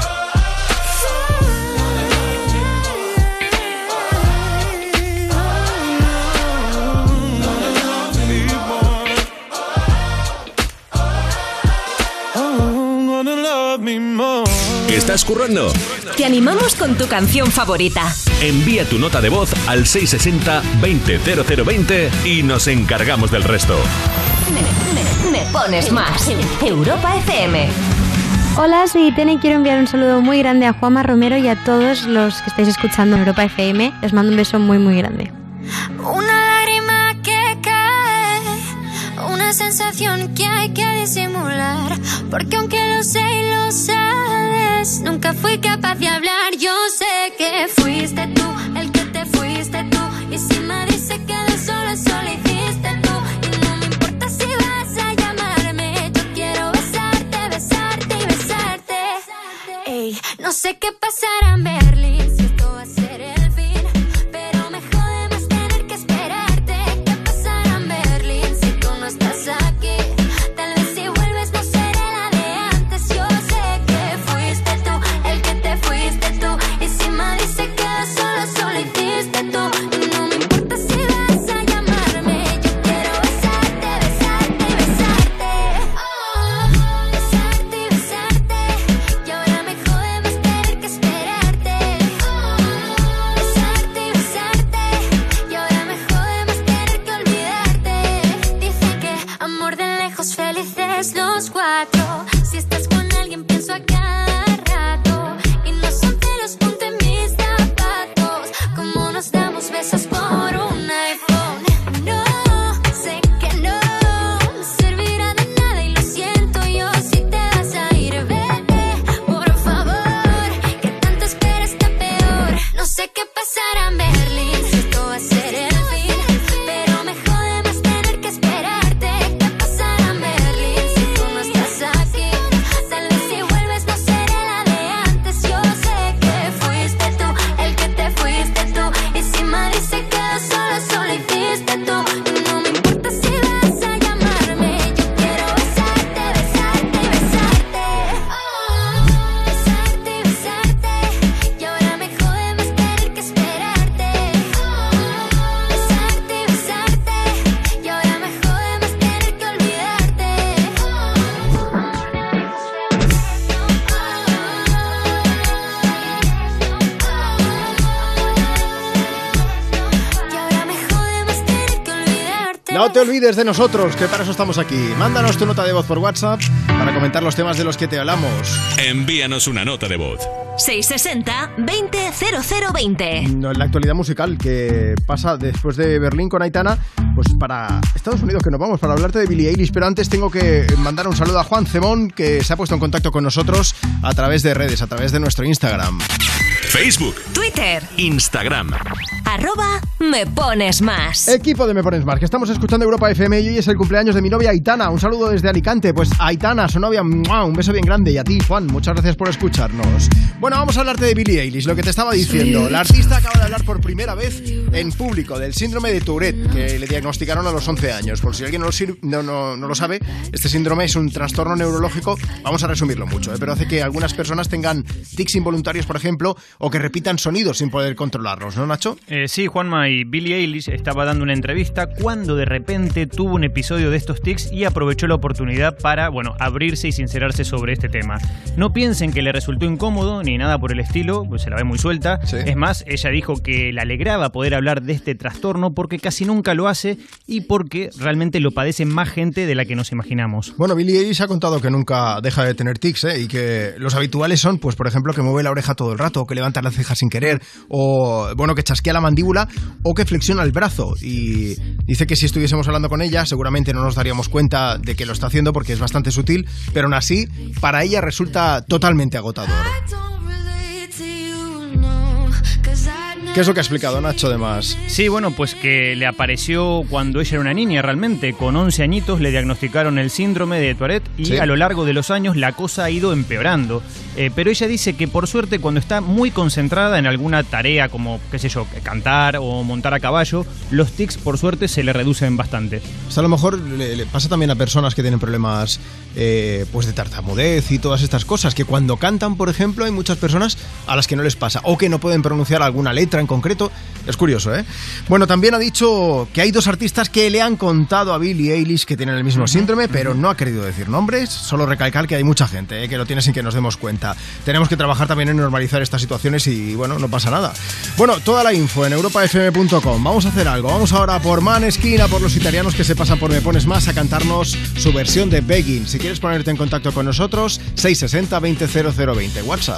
Gonna love me more. ¿Estás currando? Te animamos con tu canción favorita. Envía tu nota de voz al 660-200020 y nos encargamos del resto. Me Pones Más. Europa FM. Hola, soy Itene y quiero enviar un saludo muy grande a Juanma Romero y a todos los que estáis escuchando en Europa FM. Les mando un beso muy, muy grande. Una lágrima que cae, una sensación que hay que disimular, porque aunque lo sé y lo sabes, nunca fui capaz de hablar. Yo sé que fuiste tú el que te fuiste tú, y si me dice que de solo hiciste tú, y no me importa si vas a llamarme, yo quiero besarte, besarte y besarte. Ey, no sé qué pasará en Berlín, si esto va a ser el fin, pero me jode más tener que esperarte. ¿Qué pasará en Berlín si tú no estás aquí? Tal vez si vuelves no seré la de antes. Yo sé que fuiste tú el que te fuiste tú, y si me dice que solo hiciste tú, y no me importa si vas a llamarme, yo quiero besarte, besarte y besarte. Besarte y besarte, y ahora me jode más tener que esperarte. tres, los cuatro. Si estás con alguien pienso a cada rato. Y no son celos, ponte mis zapatos. Como nos damos besos por un iPhone. No, sé que no me servirá de nada y lo siento yo si te vas a ir, bebé. Por favor, que tanto esperas está peor. No sé qué pasará en Berlín, si esto va a ser el fin. Pero me jode más tener que esperarte. ¿Qué pasará en Berlín si tú no estás aquí? Tal vez si vuelves no seré la de antes. Yo sé que fuiste tú, el que te fuiste tú. Y si Madrid se quedó solo hiciste tú. No me importa si vas a llamarme. Yo quiero besarte, besarte y besarte. Besarte y besarte. Y ahora me jode más tener que esperarte. Besarte y besarte. Y ahora me jode más tener que olvidarte. Y ahora me jode más tener que olvidarte. No te olvides de nosotros, que para eso estamos aquí. Mándanos tu nota de voz por WhatsApp para comentar los temas de los que te hablamos. Envíanos una nota de voz. 660-200020. En la actualidad musical que pasa después de Berlín con Aitana, pues para Estados Unidos que nos vamos, para hablarte de Billie Eilish, pero antes tengo que mandar un saludo a Juan Cemón, que se ha puesto en contacto con nosotros a través de redes, a través de nuestro Instagram. Facebook, Twitter, Instagram. @Me Pones Más. Equipo de Me Pones Más, que estamos escuchando Europa FM y hoy es el cumpleaños de mi novia Aitana. Un saludo desde Alicante. Pues Aitana, su novia, ¡mua! Un beso bien grande. Y a ti, Juan, muchas gracias por escucharnos. Bueno, vamos a hablarte de Billie Eilish, lo que te estaba diciendo. La artista acaba de hablar por primera vez en público del síndrome de Tourette, que le diagnosticaron a los 11 años. Por si alguien no lo sabe, este síndrome es un trastorno neurológico, vamos a resumirlo mucho, pero hace que algunas personas tengan tics involuntarios, por ejemplo, o que repitan sonidos sin poder controlarlos, ¿no, Nacho? Sí, Juanma, y Billie Eilish estaba dando una entrevista cuando de repente tuvo un episodio de estos tics y aprovechó la oportunidad para, abrirse y sincerarse sobre este tema. No piensen que le resultó incómodo ni nada por el estilo, pues se la ve muy suelta. Sí. Es más, ella dijo que le alegraba poder hablar de este trastorno porque casi nunca lo hace y porque realmente lo padece más gente de la que nos imaginamos. Bueno, Billie Eilish ha contado que nunca deja de tener tics, y que los habituales son, pues por ejemplo, que mueve la oreja todo el rato, o que levanta la ceja sin querer, o que chasquea la mandíbula, o que flexiona el brazo. Y dice que si estuviésemos hablando con ella seguramente no nos daríamos cuenta de que lo está haciendo porque es bastante sutil, pero aún así para ella resulta totalmente agotador. ¿Qué es lo que ha explicado Nacho además? Sí, pues que le apareció cuando ella era una niña realmente. Con 11 añitos le diagnosticaron el síndrome de Tourette y ¿sí? A lo largo de los años la cosa ha ido empeorando. Pero ella dice que por suerte cuando está muy concentrada en alguna tarea como, cantar o montar a caballo, los tics por suerte se le reducen bastante. Esto a lo mejor le pasa también a personas que tienen problemas pues de tartamudez y todas estas cosas, que cuando cantan, por ejemplo, hay muchas personas a las que no les pasa, o que no pueden pronunciar alguna letra en concreto. Es curioso, ¿eh? Bueno, también ha dicho que hay dos artistas que le han contado a Billie Eilish que tienen el mismo síndrome, pero no ha querido decir nombres, solo recalcar que hay mucha gente que lo tiene sin que nos demos cuenta. Tenemos que trabajar también en normalizar estas situaciones y, no pasa nada. Bueno, toda la info en europafm.com. Vamos a hacer algo. Vamos ahora por Maneskin, a por los italianos que se pasan por Me Pones Más a cantarnos su versión de Begging. Si quieres ponerte en contacto con nosotros, 660-200020. WhatsApp.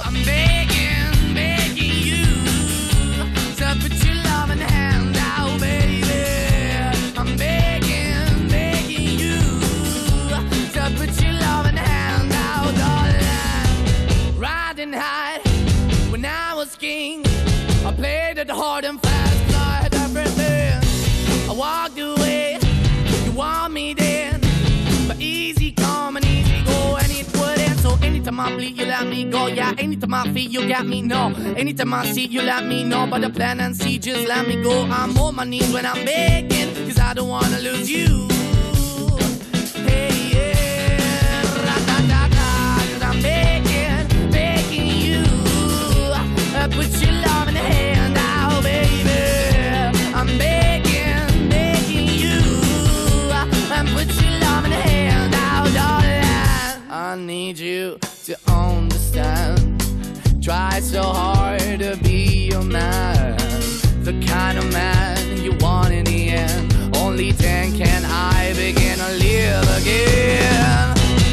I played it hard and fast, 'cause I had everything. I walked away, you want me then, but easy come and easy go, and it wouldn't. So anytime I bleed, you let me go. Yeah, anytime I feel, you got me, no. Anytime I see, you let me know. But the plan and see, just let me go. I'm on my knees when I'm begging, 'cause I don't wanna lose you. Hey, yeah, ra-da-da-da, 'cause I'm begging, begging you. Put your love in the hand now, baby. I'm begging, begging you. And put your love in the hand now, darling. I need you to understand. Try so hard to be your man, the kind of man you want in the end. Only then can I begin to live again.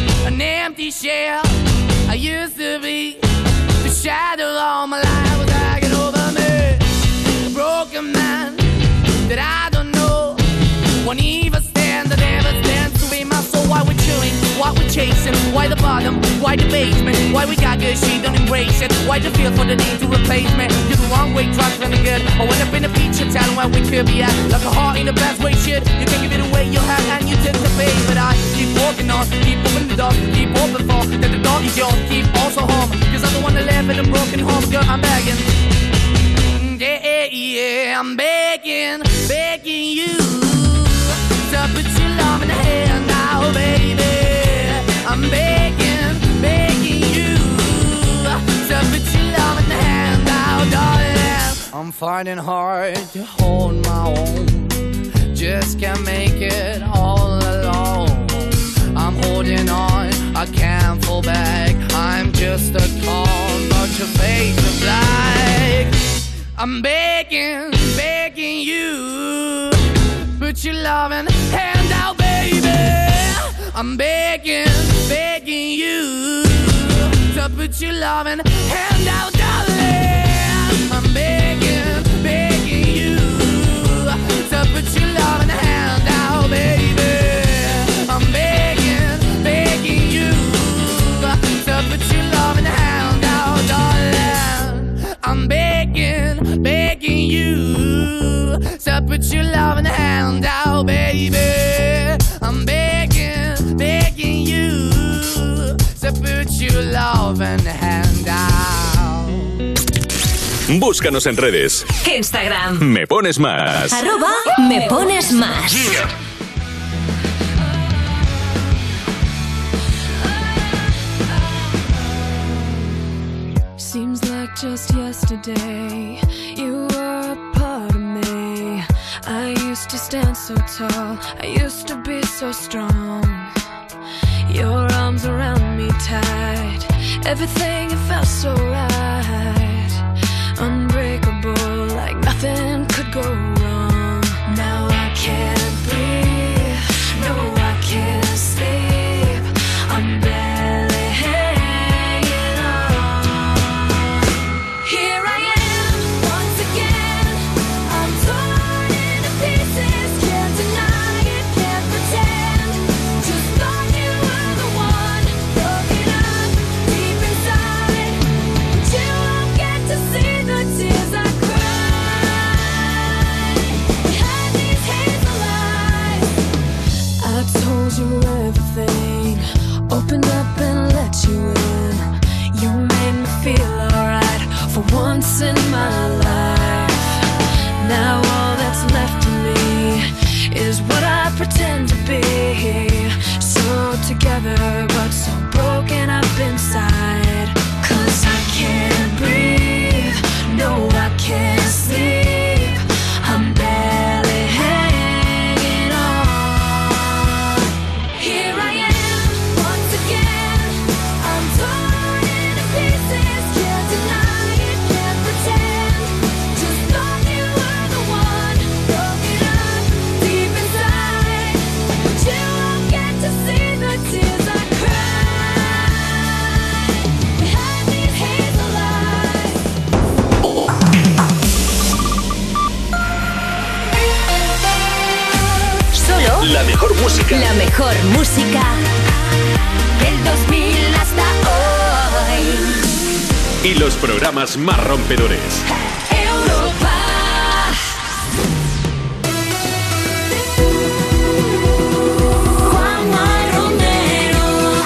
yeah. I used to be the shadow all my life was hanging over me. A broken man that I don't know. Won't even stand, I never stand to be my soul. Why we chewing, why we chasing, why the bottom, why the basement, why we got good, she don't embrace it. Why the feel for the need to replace me? You're the wrong way, trying to good. I went up in a feature town where we could be at. Like a heart in the best way, shit. You can give it away, you have, and you tend to pay. But I keep walking on, keep moving the door, keep open for that the door is yours, keep also home. Cause I'm the one that live in a broken home, girl, I'm begging. Yeah, yeah, I'm begging, begging you to put your love in the hand now, baby. I'm begging, begging you to put your love in the hand now, darling. I'm finding hard to hold my own. Just can't make it all alone. I'm holding on, I can't fall back. I'm just a call, but your face is black. I'm begging, begging you, put your loving hand out, baby. I'm begging, begging you to put your loving hand out, darling. I'm begging, begging you to put your loving hand out, baby. I'm begging, begging you to put your loving hand out, darling. I'm begging, begging you to put your loving hand out, baby. I'm begging, begging you to put your loving hand out. Búscanos en redes. Instagram. Me Pones Más. @Me Pones Más. Seems like just yesterday you were a part of me. I used to stand so tall, I used to be so strong. Your arms around me tight, everything it felt so right. Unbreakable, like nothing could go wrong. Now I can't breathe, no I can't sleep. I'm barely hanging on. Here I am, once again. I'm torn into pieces. Can't deny it, can't pretend. Just thought you were the one. Broken up deep inside, but you won't get to see the tears I cried behind these hazel eyes. I told you everything, opened up and let you in. You made me feel alright for once in my life. Now all that's left of me is what I pretend to be. So together but so broken up inside. 'Cause I can't breathe, no I can't sleep. I'm barely hanging on. Here I am, once again. I'm torn into pieces. Can't deny it, can't pretend. Just thought you were the one. Broken up deep inside, but you won't get to see the tears I cried behind these hazel eyes. Solo La mejor música. la mejor música del 2000 hasta hoy. Y los programas más rompedores. Europa. Juanma Romero.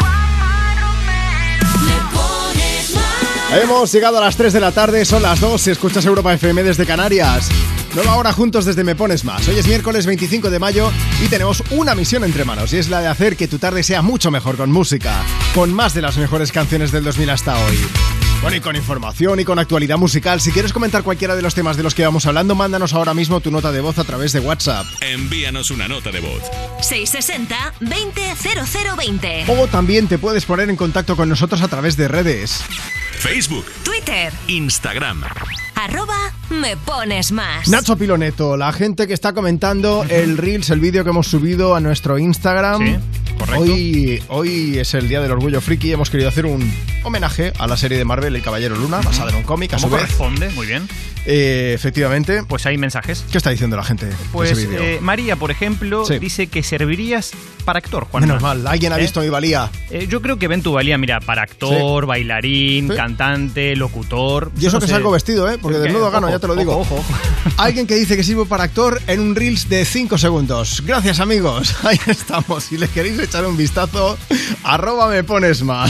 Le Pones Más. Hemos llegado a las 3 de la tarde, son las 2 si escuchas Europa FM desde Canarias. Nueva hora juntos desde Me Pones Más. Hoy es miércoles 25 de mayo y tenemos una misión entre manos, y es la de hacer que tu tarde sea mucho mejor con música, con más de las mejores canciones del 2000 hasta hoy. Bueno, y con información y con actualidad musical. Si quieres comentar cualquiera de los temas de los que vamos hablando, mándanos ahora mismo tu nota de voz a través de WhatsApp. Envíanos una nota de voz. 660 20 0020. O también te puedes poner en contacto con nosotros a través de redes. Facebook, Twitter, Instagram. @Me Pones Más. Nacho Piloneto, la gente que está comentando el Reels, el vídeo que hemos subido a nuestro Instagram. Sí. Correcto. Hoy es el Día del Orgullo Friki. Hemos querido hacer un homenaje a la serie de Marvel, El Caballero Luna, basada en un cómic, a su vez. Corresponde, muy bien. Efectivamente. Pues hay mensajes. ¿Qué está diciendo la gente? Pues María, por ejemplo, dice que servirías para actor, Juan. Menos mal, alguien ha visto mi valía. Yo creo que ven tu valía, mira, para actor, bailarín, cantante, locutor. Y eso no que salgo vestido, porque desnudo gano, ya te lo digo. Ojo. Alguien que dice que sirvo para actor en un Reels de 5 segundos. Gracias, amigos. Ahí estamos. Si les queréis echar un vistazo, @me pones más.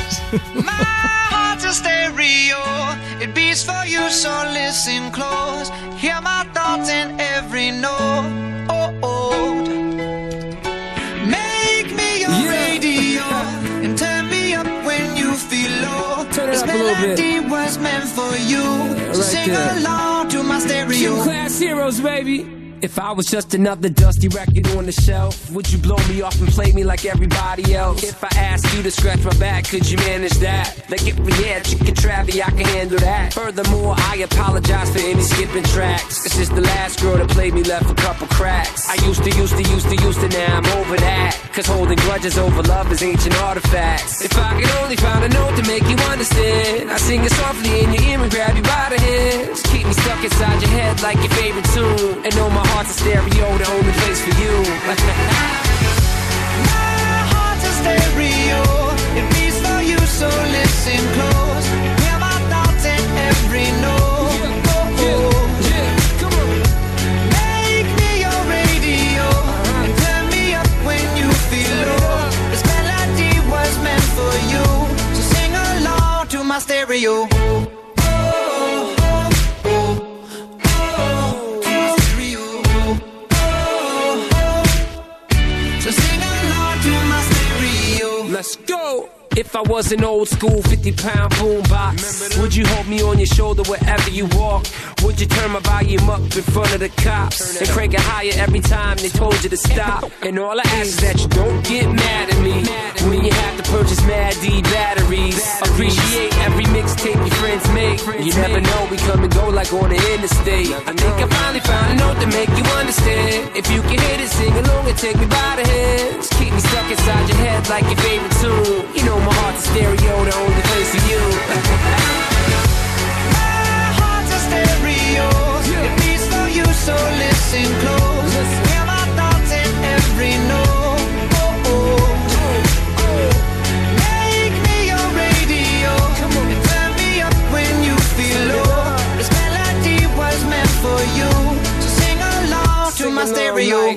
Stereo, it beats for you, so listen close. Hear my thoughts in every note. Make me your radio and turn me up when you feel low. Turn it this up a little bit. melody was meant for you. So sing along to my stereo. Gym Class Heroes, baby. If I was just another dusty record on the shelf, would you blow me off and play me like everybody else? If I asked you to scratch my back, could you manage that? Like if we had chicken Travie, I can handle that. Furthermore, I apologize for any skipping tracks. This is the last girl that played me left a couple cracks. I used to, now I'm over that. Cause holding grudges over love is ancient artifacts. If I could only find a note to make you understand, I sing it softly in your ear and grab you by the hands. Keep me stuck inside your head like your favorite tune. And know my heart's a stereo, the only place for you. My heart's a stereo, it beats for you, so listen close. Hear my thoughts in every note. Come on. Make me your radio and turn me up when you feel low. This melody was meant for you, so sing along to my stereo. Let's go! If I was an old school 50-pound boombox, would you hold me on your shoulder wherever you walk? Would you turn my volume up in front of the cops and crank it higher every time they told you to stop? And all I ask is that you don't get mad at me when you have to purchase Mad D batteries. Appreciate every mixtape your friends make. You never know, we come and go like on the interstate. I think I finally found a note to make you understand. If you can hit it, sing along and take me by the hands. Keep me stuck inside your head like your favorite tune. You know my heart's a stereo, the only place for you. My heart's a stereo, it beats for you, so listen close. Hear my thoughts in every note. Make me your radio and turn me up when you feel low. This melody was meant for you, so sing along to my stereo.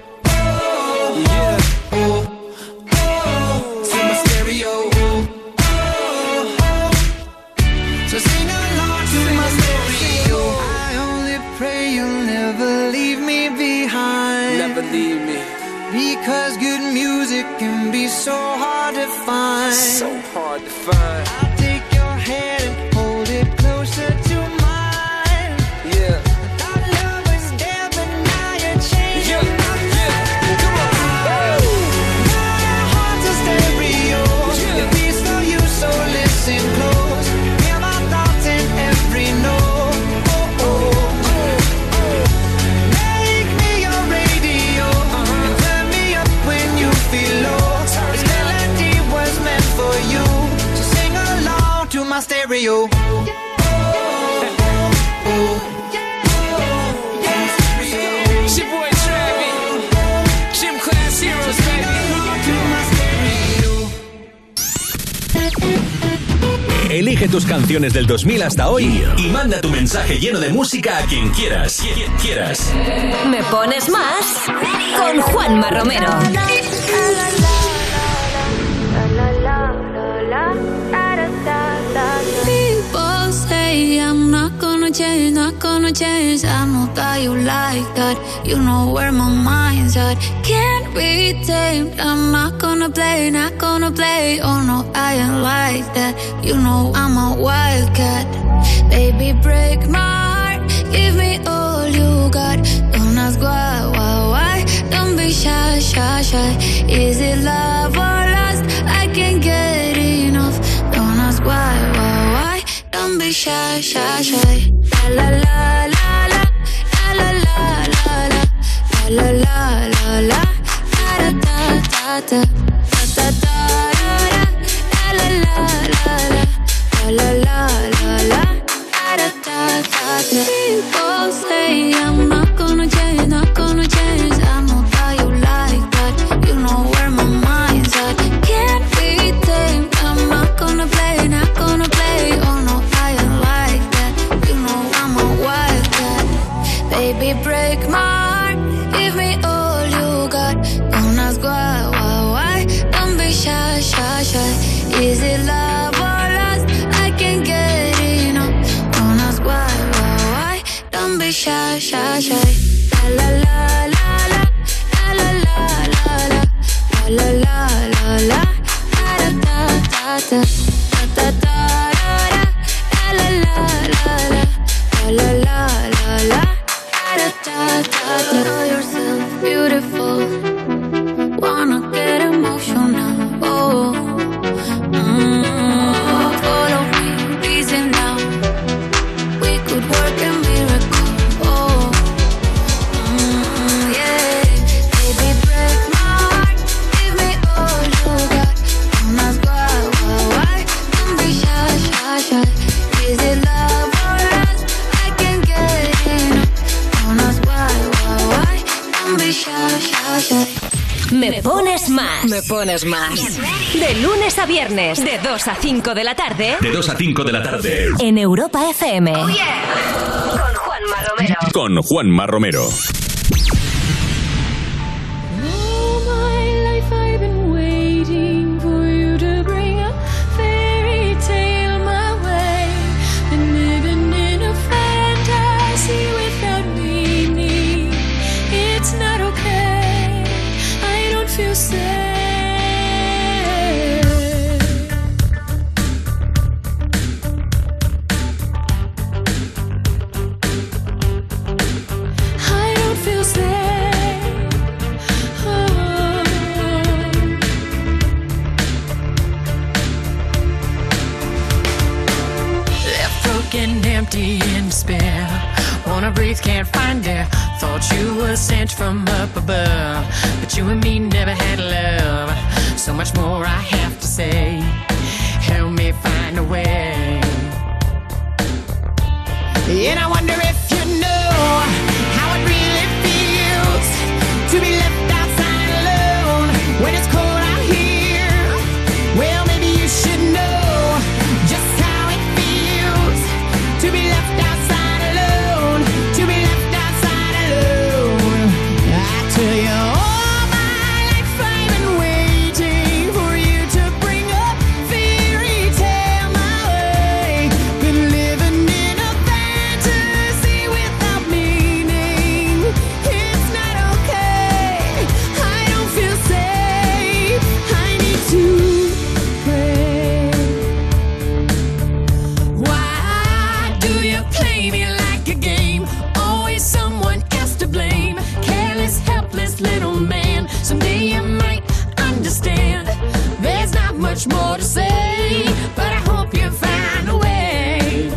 So sing along to my stereo. I only pray you'll never leave me behind. Never leave me. Because good music can be so hard to find. So hard to find. I'll take your hand and hold it closer to mine. Yeah. I thought love was there, but now you're changing my mind. Come on. My heart's a stereo. It beats for you, so listen close. Hear my thoughts in every note. Make me your radio and turn me up when you feel low. This melody was meant for you, so sing along to my stereo. It's your boy Travie. Gym Class Heroes, baby. Elige tus canciones del 2000 hasta hoy y manda tu mensaje lleno de música a quien quieras. Me pones más con Juanma Romero. People say I'm not gonna change, not gonna change. I know that you like that. You know where my mind's at. Can't be tamed. I'm not gonna play, not gonna play. Oh no, I ain't like that. You know I'm a wildcat. Baby, break my heart. Give me all you got. Don't ask why. Don't be shy. Is it love or lust? I can't get enough. Don't ask why. Don't be shy. La la la la la la la la la la la la la da da da da. Is it love or lust? I can't get enough. Don't ask why? Don't be shy, shy, shy. La la la la la la la la la la la la da da da da da da da la la la la la la la la da da da. Know yourself beautiful. Wanna get emotional. Oh. Follow me, reason now. We could work a miracle. Oh, yeah. Baby, break my heart. Give me all you got. Don't ask why? Don't be shy, shy, shy. Is it love or lust? I can't get enough. Don't ask why? Don't be shy, shy, shy. Me Pones Más. Me Pones Más. De lunes a viernes, de 2 a 5 de la tarde. De 2 a 5 de la tarde. En Europa FM. Oh, yeah. Con Juanma Romero. Con Juanma Romero. All my life I've been waiting for you to bring a fairy tale my way. Been living in a fantasy without meaning. It's not okay. I don't feel safe. I don't feel safe. Oh. Left broken, empty, in despair. Wanna breathe, can't find air. Thought you were sent from up above, but you and me never had love. So much more I have to say. Help me find a way. And I wonder if you know how it really feels to be left outside alone when it's cold out here. Well, maybe you should know just how it feels to be left outside alone, to be left outside alone. I tell you, all my life I've been waiting for you to bring a fairy tale my way. Been living in a fantasy without meaning. It's not okay. I don't feel safe. I need to pray. Why do you play me like a game? Always someone else to blame. Careless, helpless little man. Someday you might understand. There's not much more to say, but I hope you find a way.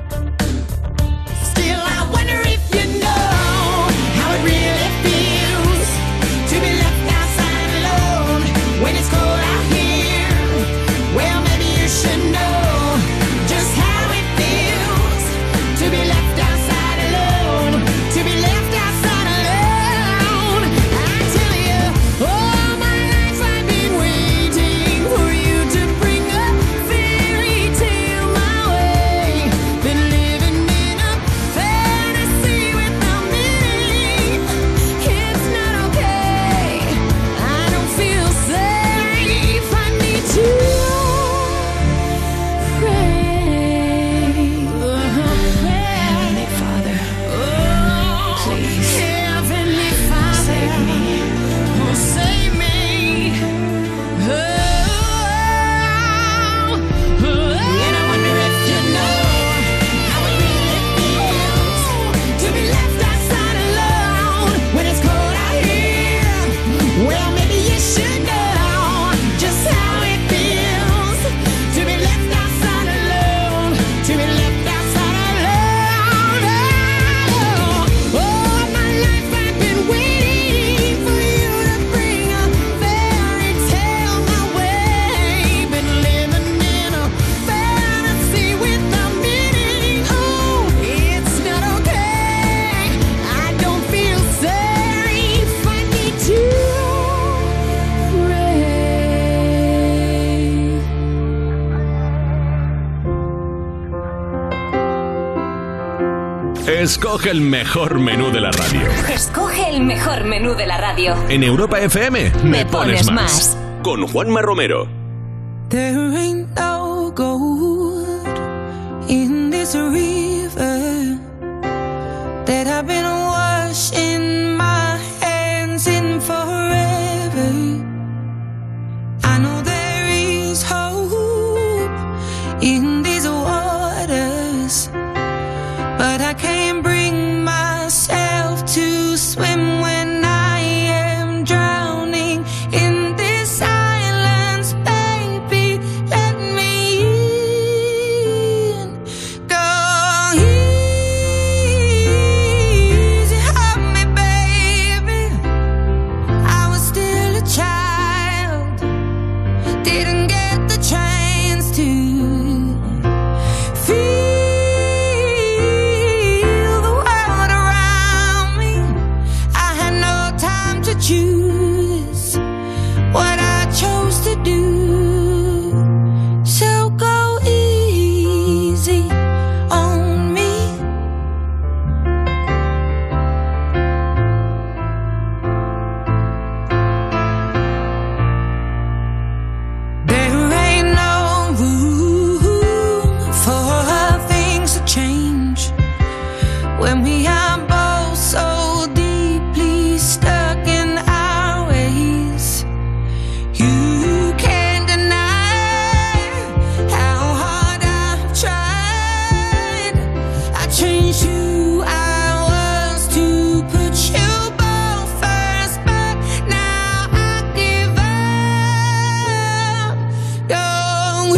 Still, I wonder if you know how it really feels to be left outside alone when it's cold out here. Well, maybe you should know just how it feels to be left outside alone, to be left outside alone. I tell you, all my life I've been waiting for you to bring a fairy tale my way. Been living in a fantasy without meaning. It's not okay. I don't feel safe. I need to pray. Heavenly Father, please, Heavenly Father, save me. Oh, save me. And I wonder if you know how it really feels to be left outside alone when it's cold out here. Well, maybe you should know just how it feels to be left outside alone, to be left outside alone. All my life I've been waiting for you to bring a fairy tale my way. Been living in a fantasy without meaning. Oh, it's not okay. I don't feel safe. I need to pray. Escoge el mejor menú de la radio. Escoge el mejor menú de la radio. En Europa FM Me Pones Más. Con Juanma Romero. There ain't no gold in this river that I've been washing my hands in forever. I know there is hope in these waters, but I can't bring myself to swim when I am drowning in this silence. Baby, let me in. Go easy on me, baby. I was still a child, didn't get the chance to feel the world around me. I had no time to choose what I chose to do. So go easy on me. There ain't no room for things to change when we are both so deeply stuck in our ways. You can't deny how hard I've tried. I changed who I was to put you both first, but now I give up. Go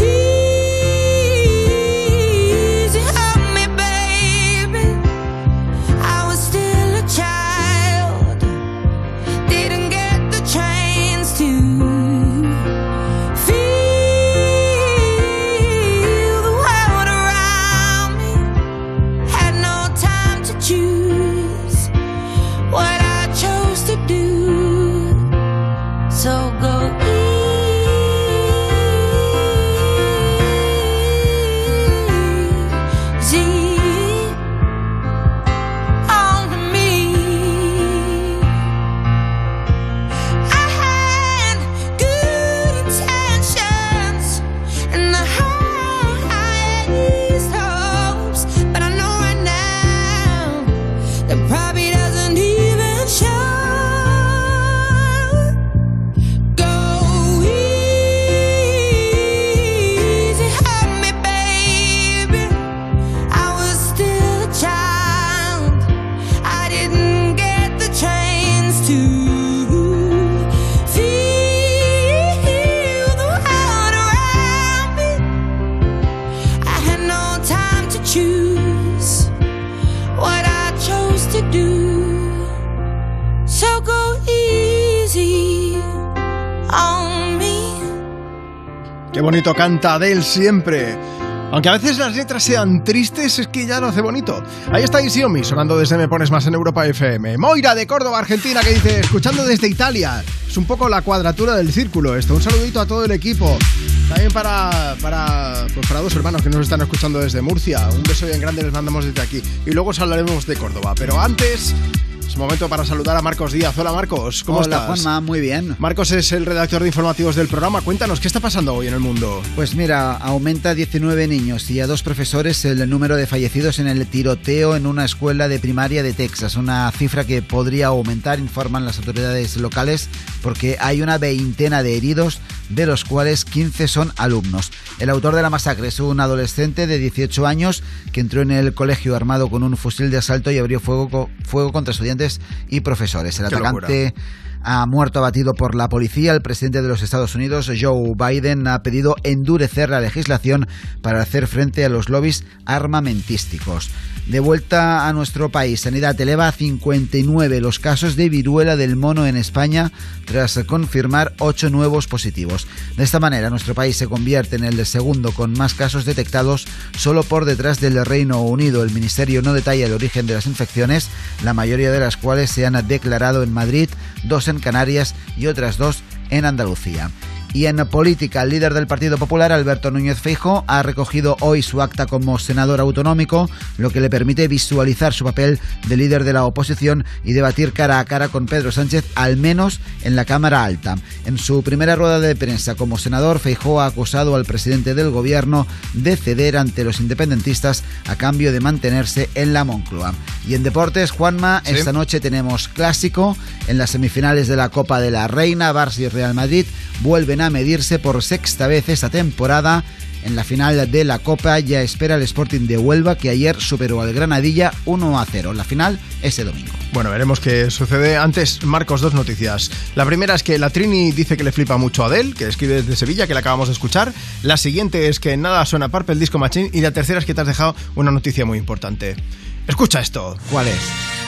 easy on me, baby. I was still a child, didn't get the chance to feel the world around me. Had no time to choose what I chose to do. So go easy on me. I had good intentions and the highest hopes, but I know right now that probably doesn't even show. Go easy on me, baby. I was still a child, I didn't get the chance to feel the world around me. I had no time to choose what I chose to do. So go easy on me. Qué bonito canta Adele siempre. Aunque a veces las letras sean tristes, es que ya lo hace bonito. Ahí está Isiomi, sonando desde Me Pones Más en Europa FM. Moira, de Córdoba, Argentina, que dice, escuchando desde Italia. Es un poco la cuadratura del círculo esto. Un saludito a todo el equipo. También para dos hermanos que nos están escuchando desde Murcia. Un beso bien grande les mandamos desde aquí. Y luego os hablaremos de Córdoba. Pero antes... es momento para saludar a Marcos Díaz. Hola Marcos, ¿cómo estás? Hola Juanma, muy bien. Marcos es el redactor de informativos del programa. Cuéntanos, ¿qué está pasando hoy en el mundo? Pues mira, aumenta a 19 niños y a 2 profesores el número de fallecidos en el tiroteo en una escuela de primaria de Texas. Una cifra que podría aumentar, informan las autoridades locales, porque hay una veintena de heridos, de los cuales 15 son alumnos. El autor de la masacre es un adolescente de 18 años que entró en el colegio armado con un fusil de asalto y abrió fuego contra estudiantes y profesores. El atacante ha muerto abatido por la policía. El presidente de los Estados Unidos, Joe Biden, ha pedido endurecer la legislación para hacer frente a los lobbies armamentísticos. De vuelta a nuestro país, Sanidad eleva a 59 los casos de viruela del mono en España tras confirmar 8 nuevos positivos. De esta manera, nuestro país se convierte en el segundo con más casos detectados, solo por detrás del Reino Unido. El Ministerio no detalla el origen de las infecciones, la mayoría de las cuales se han declarado en Madrid, 2 en Canarias y otras 2 en Andalucía. Y en política, el líder del Partido Popular, Alberto Núñez Feijóo, ha recogido hoy su acta como senador autonómico, lo que le permite visualizar su papel de líder de la oposición y debatir cara a cara con Pedro Sánchez, al menos en la Cámara Alta. En su primera rueda de prensa como senador, Feijóo ha acusado al presidente del gobierno de ceder ante los independentistas a cambio de mantenerse en la Moncloa. Y en deportes, Juanma, Sí. Esta noche tenemos clásico. En las semifinales de la Copa de la Reina, Barça y Real Madrid vuelven a medirse por sexta vez esta temporada. En la final de la Copa ya espera el Sporting de Huelva, que ayer superó al Granadilla 1-0. La final ese domingo. Bueno, veremos qué sucede. Antes, Marcos, dos noticias. La primera es que la Trini dice que le flipa mucho a Adele, que escribe desde Sevilla, que la acabamos de escuchar. La siguiente es que nada suena Purple Disco Machine. Y la tercera es que te has dejado una noticia muy importante. Escucha esto. ¿Cuál es?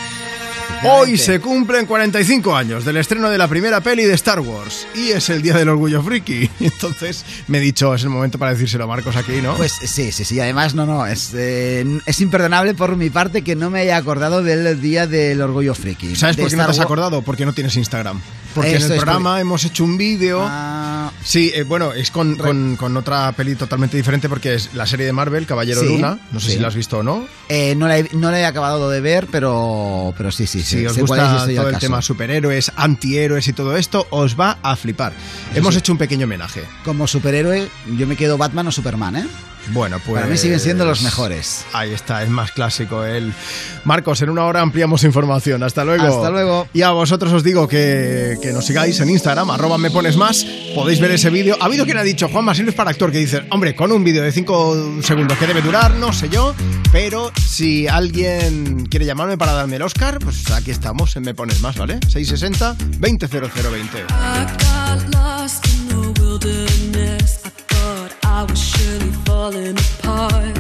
Hoy se cumplen 45 años del estreno de la primera peli de Star Wars y es el Día del Orgullo Friki. Entonces me he dicho, es el momento para decírselo a Marcos aquí, ¿no? Pues sí. Además, es imperdonable por mi parte que no me haya acordado del Día del Orgullo Friki. ¿Sabes por qué no te has Star Wars. acordado? Porque no tienes Instagram. Porque Eso en el es programa porque- hemos hecho un vídeo. Sí, bueno, es con otra peli totalmente diferente porque es la serie de Marvel, Caballero Sí, Luna. No sé sí. si la has visto o no. No la he acabado de ver, pero sí. Si os sé cuál es y gusta estoy todo al el caso. tema superhéroes, antihéroes y todo esto, os va a flipar. Hemos hecho un pequeño homenaje. Como superhéroe, yo me quedo Batman o Superman, ¿eh? Bueno, pues... Para mí siguen siendo los mejores. Ahí está, es más clásico él. Marcos, en una hora ampliamos información. Hasta luego. Hasta luego. Y a vosotros os digo que nos sigáis en Instagram, @meponesmas. Podéis ver ese vídeo. Ha habido quien ha dicho, Juanma, si no es para actor, que dice, hombre, con un vídeo de 5 segundos que debe durar, no sé yo, pero si alguien quiere llamarme para darme el Oscar, pues aquí estamos en Me Pones Más, ¿vale? 660 20 0020. I got lost in the wilderness. I thought I was surely falling apart.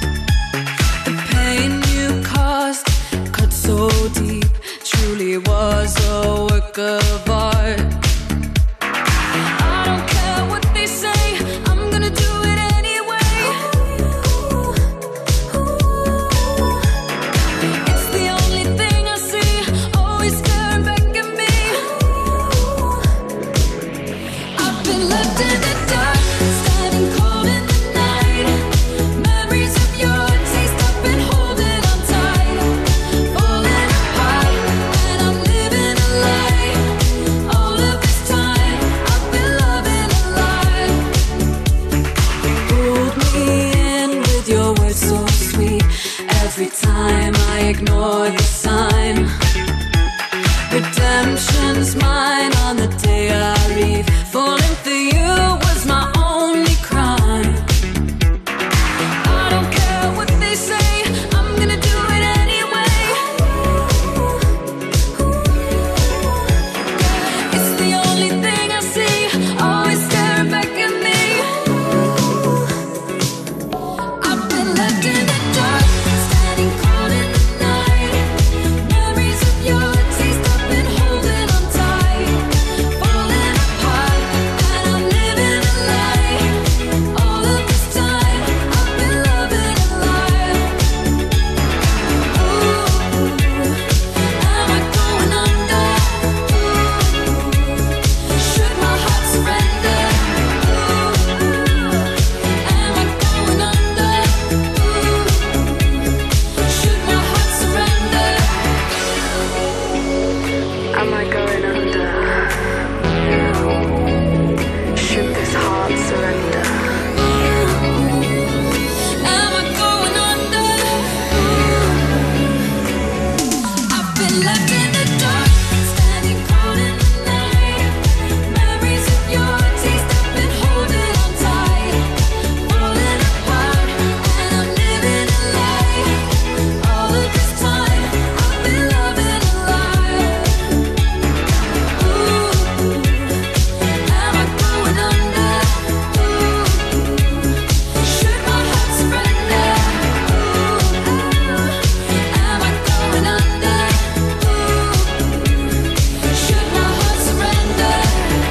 The pain you caused cut so deep, truly was a work of art. I don't care what they say, I'm gonna do it anyway. It's the only thing I see, always staring back at me. I've been left in the dark, standing cold in the night. Memories of your taste, I've been holding on tight. Falling apart, and I'm living a lie. All of this time, I've been loving a lie. Pulled me in with your words so sweet. Every time I ignore the sign. Redemption's mine on the day I leave. Falling for you was my only crime. I don't care what they say, I'm gonna do it anyway. It's the only thing I see, always staring back at me. I've been left in the dark, standing cold in the night. Memories of your taste, I've been holding on tight. Falling apart, and I'm living a lie. All of this time, I've been loving a lie. Ooh, am I going under? Should my heart surrender? Am I going under? Should my heart surrender? Am I going under? Should this heart surrender? Am I going under? I've been left in the dark, standing cold in the night. Memories of your taste, I've been holding on tight. Falling apart, and I'm living a lie. All of this time, I've been loving a lie. Ooh, am I going under? Should my heart surrender? Am I going under? Should my heart surrender?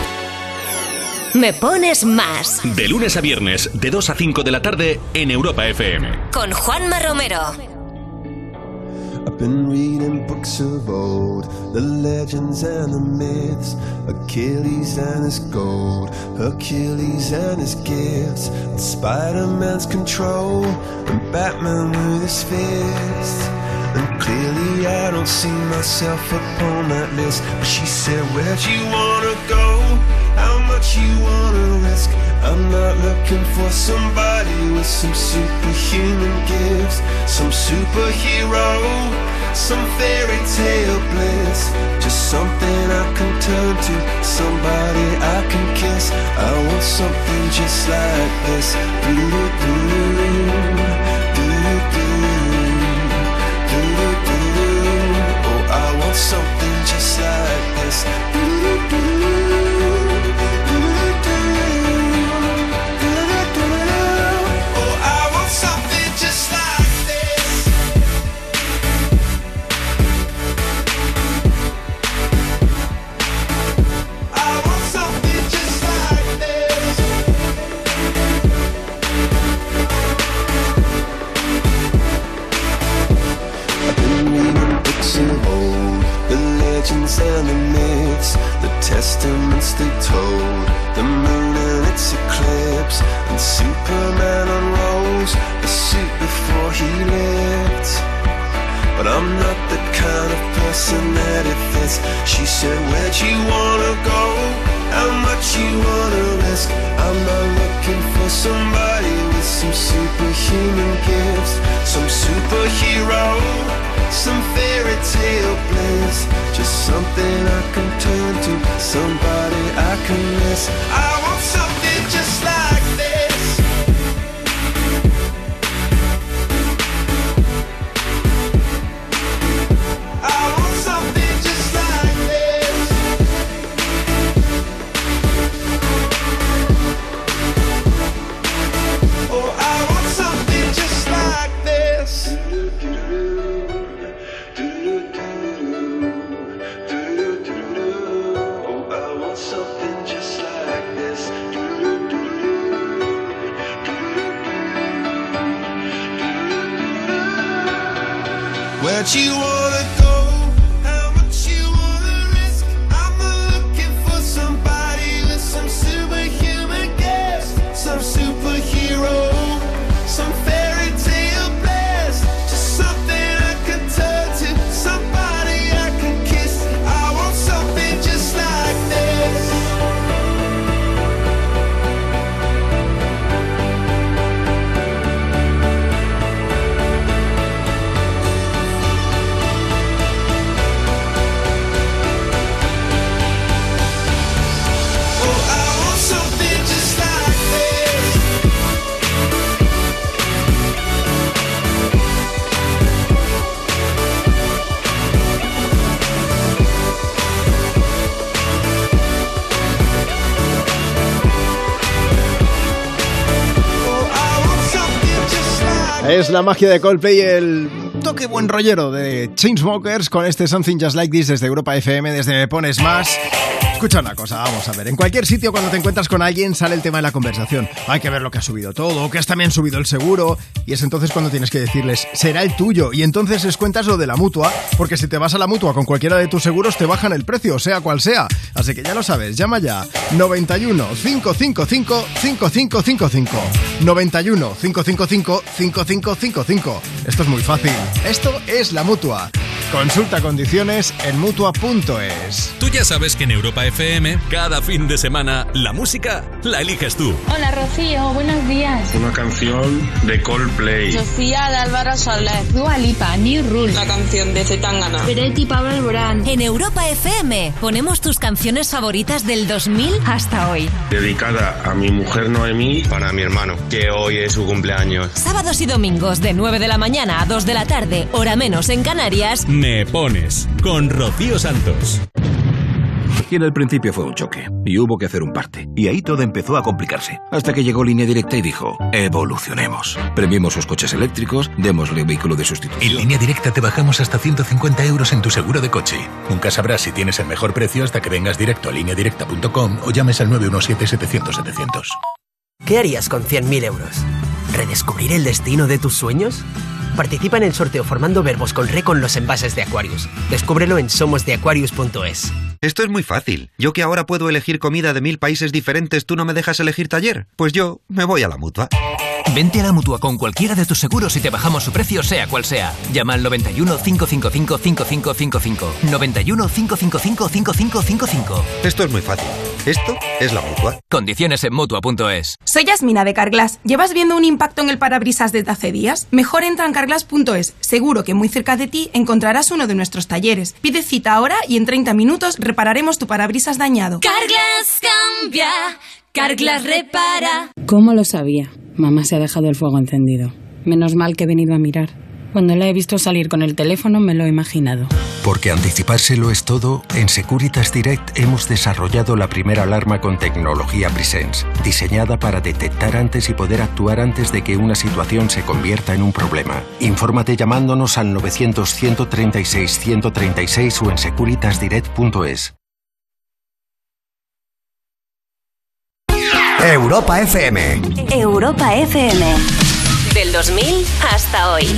Me Pones Más. De lunes a viernes, de 2 a 5 de la tarde, en Europa FM. Con Juanma Romero. I've been reading books of old, the legends and the myths, Achilles and his gold, Hercules and his gifts, and Spider-Man's control, and Batman with his fists. And clearly I don't see myself upon that list. But she said, where'd you wanna go? How much you wanna risk? I'm not looking for somebody with some superhuman gifts, some superhero, some fairy tale bliss. Just something I can turn to, somebody I can kiss. I want something just like this. Oh, I want something just like this. And the myths, the testaments they told, the moon and its eclipse, and Superman unrolls the suit before he lived. But I'm not the kind of person that it fits. She said, where'd you wanna go? How much you wanna risk? I'm not looking for somebody with some superhuman gifts, some superhero, some fairy tale bliss. Just something I can turn to, somebody I can miss. I want something just like this. I want something just like this. Oh, I want something just like this. Where'd you wanna go? How much you wanna risk? I'm not looking for somebody with some superhuman gifts, some superhero, some fairy tale bliss. Just something I can turn to, somebody I can kiss. I want something just like this. Es la magia de Coldplay, el toque buen rollero de Chainsmokers con este Something Just Like This desde Europa FM, desde Me Pones Más. Escucha una cosa, vamos a ver. En cualquier sitio cuando te encuentras con alguien sale el tema de la conversación. Hay que ver lo que ha subido todo, que has también subido el seguro. Y es entonces cuando tienes que decirles, será el tuyo. Y entonces les cuentas lo de la mutua, porque si te vas a la mutua con cualquiera de tus seguros te bajan el precio, sea cual sea. Así que ya lo sabes, llama ya. 91 555 5555. 91 555 5555. Esto es muy fácil. Esto es la mutua. Consulta condiciones en mutua.es. Tú ya sabes que en Europa FM, cada fin de semana, la música la eliges tú. Hola Rocío, buenos días. Una canción de Coldplay. Sofía de Álvaro Soler. Dua Lipa, New Rule. La canción de Zetangana. Peretti, Pablo Alborán. En Europa FM ponemos tus canciones favoritas del 2000 hasta hoy. Dedicada a mi mujer Noemí, para mi hermano, que hoy es su cumpleaños. Sábados y domingos de 9 de la mañana a 2 de la tarde, hora menos en Canarias. Me Pones, con Rocío Santos. Y en el principio fue un choque, y hubo que hacer un parte. Y ahí todo empezó a complicarse. Hasta que llegó Línea Directa y dijo, evolucionemos. Premiemos sus coches eléctricos, démosle vehículo de sustitución. En Línea Directa te bajamos hasta 150 euros en tu seguro de coche. Nunca sabrás si tienes el mejor precio hasta que vengas directo a lineadirecta.com o llames al 917-700-700. ¿Qué harías con 100.000 euros? ¿Redescubrir el destino de tus sueños? Participa en el sorteo formando verbos con re con los envases de Aquarius. Descúbrelo en somosdeaquarius.es. Esto es muy fácil. Yo que ahora puedo elegir comida de 1000 países diferentes, ¿tú no me dejas elegir taller? Pues yo me voy a la Mutua. Vente a la Mutua con cualquiera de tus seguros y te bajamos su precio sea cual sea. Llama al 91 555 5555. 91 555 5555. Esto es muy fácil. Esto es la Mutua. Condiciones en Mutua.es. Soy Yasmina de Carglass. ¿Llevas viendo un impacto en el parabrisas desde hace días? Mejor entra en carglass.es. Seguro que muy cerca de ti encontrarás uno de nuestros talleres. Pide cita ahora y en 30 minutos repararemos tu parabrisas dañado. Carglass cambia, Carglass repara. ¿Cómo lo sabía? Mamá se ha dejado el fuego encendido. Menos mal que he venido a mirar. Cuando la he visto salir con el teléfono me lo he imaginado. Porque anticipárselo es todo, en Securitas Direct hemos desarrollado la primera alarma con tecnología Presence, diseñada para detectar antes y poder actuar antes de que una situación se convierta en un problema. Infórmate llamándonos al 900-136-136 o en securitasdirect.es. Europa FM. Europa FM. Del 2000 hasta hoy.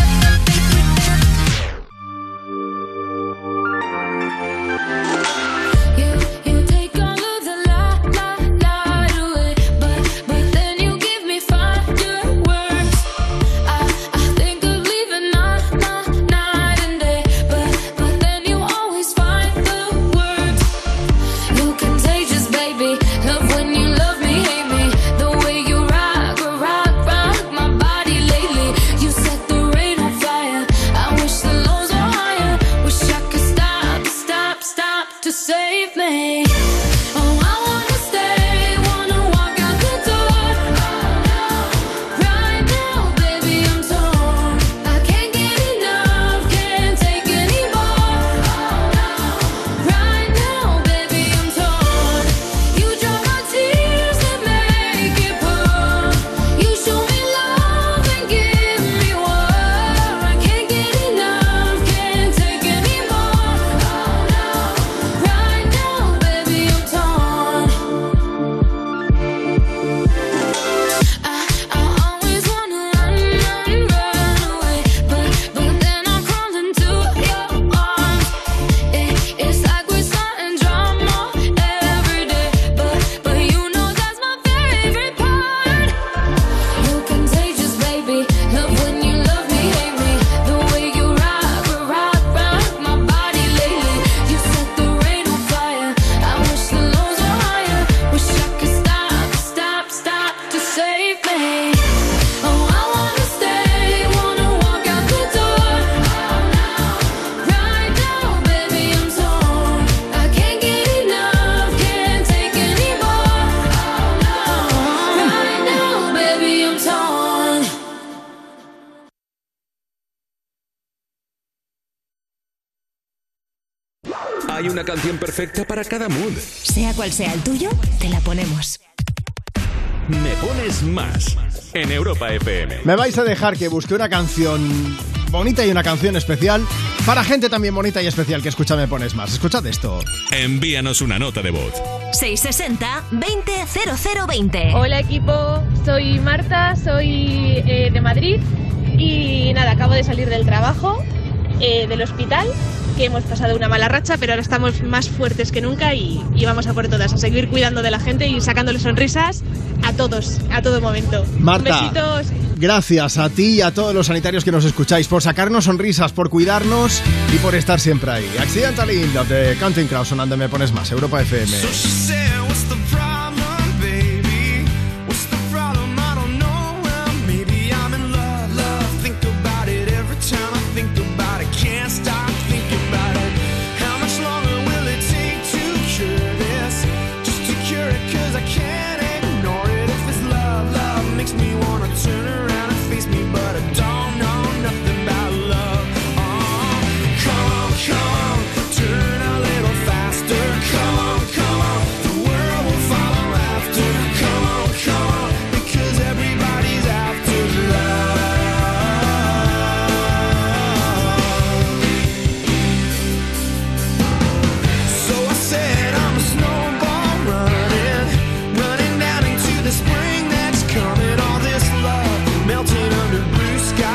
Hay una canción perfecta para cada mood. Sea cual sea el tuyo, te la ponemos. Me Pones Más en Europa FM. Me vais a dejar que busque una canción bonita y una canción especial para gente también bonita y especial que escucha Me Pones Más. Escuchad esto. Envíanos una nota de voz. 660-200020. Hola equipo, soy Marta, soy de Madrid y nada, acabo de salir del trabajo, del hospital, que hemos pasado una mala racha, pero ahora estamos más fuertes que nunca y vamos a por todas, a seguir cuidando de la gente y sacándole sonrisas a todos, a todo momento. Marta, besitos. Gracias a ti y a todos los sanitarios que nos escucháis por sacarnos sonrisas, por cuidarnos y por estar siempre ahí. Accidental In Love de Counting Crows sonando Me Pones Más, Europa FM. Sky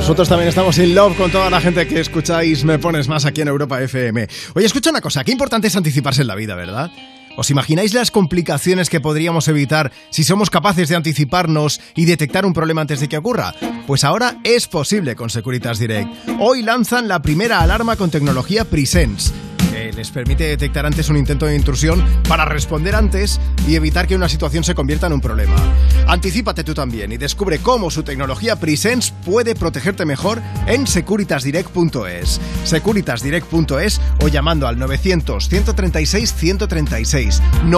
Nosotros también estamos in love con toda la gente que escucháis Me Pones Más aquí en Europa FM. Oye, escucha una cosa, qué importante es anticiparse en la vida, ¿verdad? ¿Os imagináis las complicaciones que podríamos evitar si somos capaces de anticiparnos y detectar un problema antes de que ocurra? Pues ahora es posible con Securitas Direct. Hoy lanzan la primera alarma con tecnología Presence, que les permite detectar antes un intento de intrusión para responder antes y evitar que una situación se convierta en un problema. Anticípate tú también y descubre cómo su tecnología Presence puede protegerte mejor en securitasdirect.es. Securitasdirect.es o llamando al 900-136-136.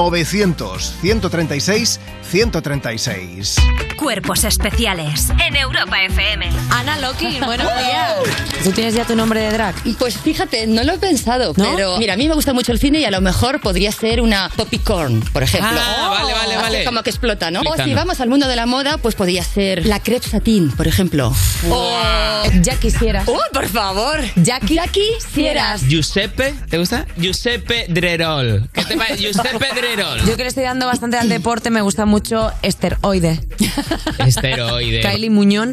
900-136-136. Cuerpos especiales en Europa FM. Ana Loki, buenos días. ¿Tú tienes ya tu nombre de drag? Pues fíjate, no lo he pensado, ¿no? Pero mira, a mí me gusta mucho el cine y a lo mejor podría ser una Poppycorn, por ejemplo. Vale. Así como que explota, ¿no? Flitando. O si vamos al mundo de la moda, pues podría ser la crepe satín, por ejemplo. O Ya quisieras. por favor. Ya quisieras. Giuseppe, ¿te gusta? Giuseppe Drerol. ¿Qué te parece? Giuseppe Drerol. Yo que le estoy dando bastante al deporte, me gusta mucho Esteroide. Esteroide. Kylie Muñón.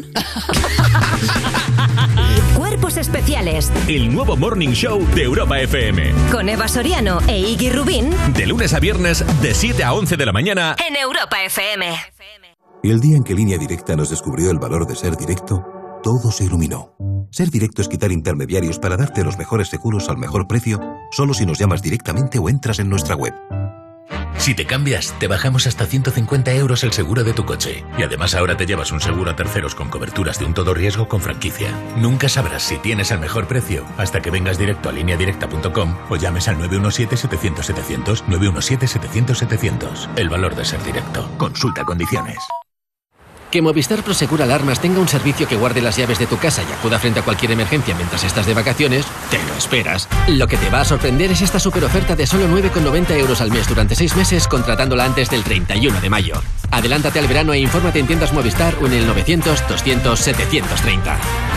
Cuerpos especiales El nuevo Morning Show de Europa FM. con Eva Soriano e Iggy Rubín De lunes a viernes, de 7 a 11 de la mañana. en Europa FM. El día en que Línea Directa nos descubrió el valor de ser directo, todo se iluminó. Ser directo es quitar intermediarios para darte los mejores seguros al mejor precio, solo si nos llamas directamente o entras en nuestra web. Si te cambias, te bajamos hasta 150 euros el seguro de tu coche. Y además ahora te llevas un seguro a terceros con coberturas de un todo riesgo con franquicia. Nunca sabrás si tienes el mejor precio hasta que vengas directo a lineadirecta.com o llames al 917-700-700, 917-700-700. El valor de ser directo. Consulta condiciones. Que Movistar Prosegur Alarmas tenga un servicio que guarde las llaves de tu casa y acuda frente a cualquier emergencia mientras estás de vacaciones, te lo esperas. Lo que te va a sorprender es esta super oferta de solo 9,90 euros al mes durante 6 meses contratándola antes del 31 de mayo. Adelántate al verano e infórmate en tiendas Movistar o en el 900-200-730.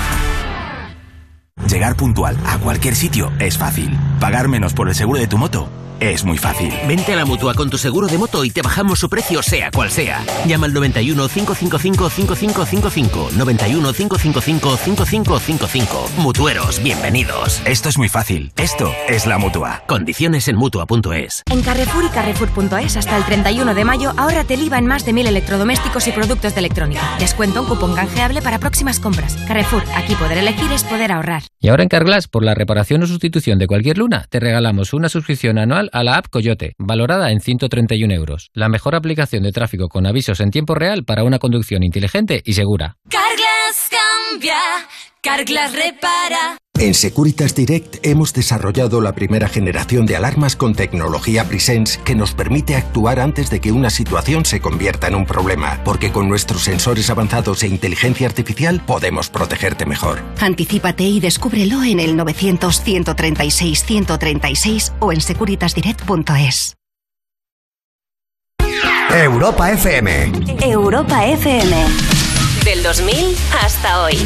Llegar puntual a cualquier sitio es fácil. Pagar menos por el seguro de tu moto es muy fácil. Vente a la Mutua con tu seguro de moto y te bajamos su precio sea cual sea. Llama al 91 555 5555. 91 555 5555. Mutueros, bienvenidos. Esto es muy fácil. Esto es la Mutua. Condiciones en Mutua.es. En Carrefour y Carrefour.es hasta el 31 de mayo ahórrate el IVA en más de 1000 electrodomésticos y productos de electrónica. Descuento un cupón canjeable para próximas compras. Carrefour, aquí poder elegir es poder ahorrar. Y ahora en Carglass, por la reparación o sustitución de cualquier luna, te regalamos una suscripción anual a la app Coyote, valorada en 131 euros. La mejor aplicación de tráfico con avisos en tiempo real para una conducción inteligente y segura. Carglass cambia, Carglass repara. En Securitas Direct hemos desarrollado la primera generación de alarmas con tecnología Presence que nos permite actuar antes de que una situación se convierta en un problema, porque con nuestros sensores avanzados e inteligencia artificial podemos protegerte mejor. Anticípate y descúbrelo en el 900-136-136 o en securitasdirect.es. Europa FM. Europa FM. Del 2000 hasta hoy.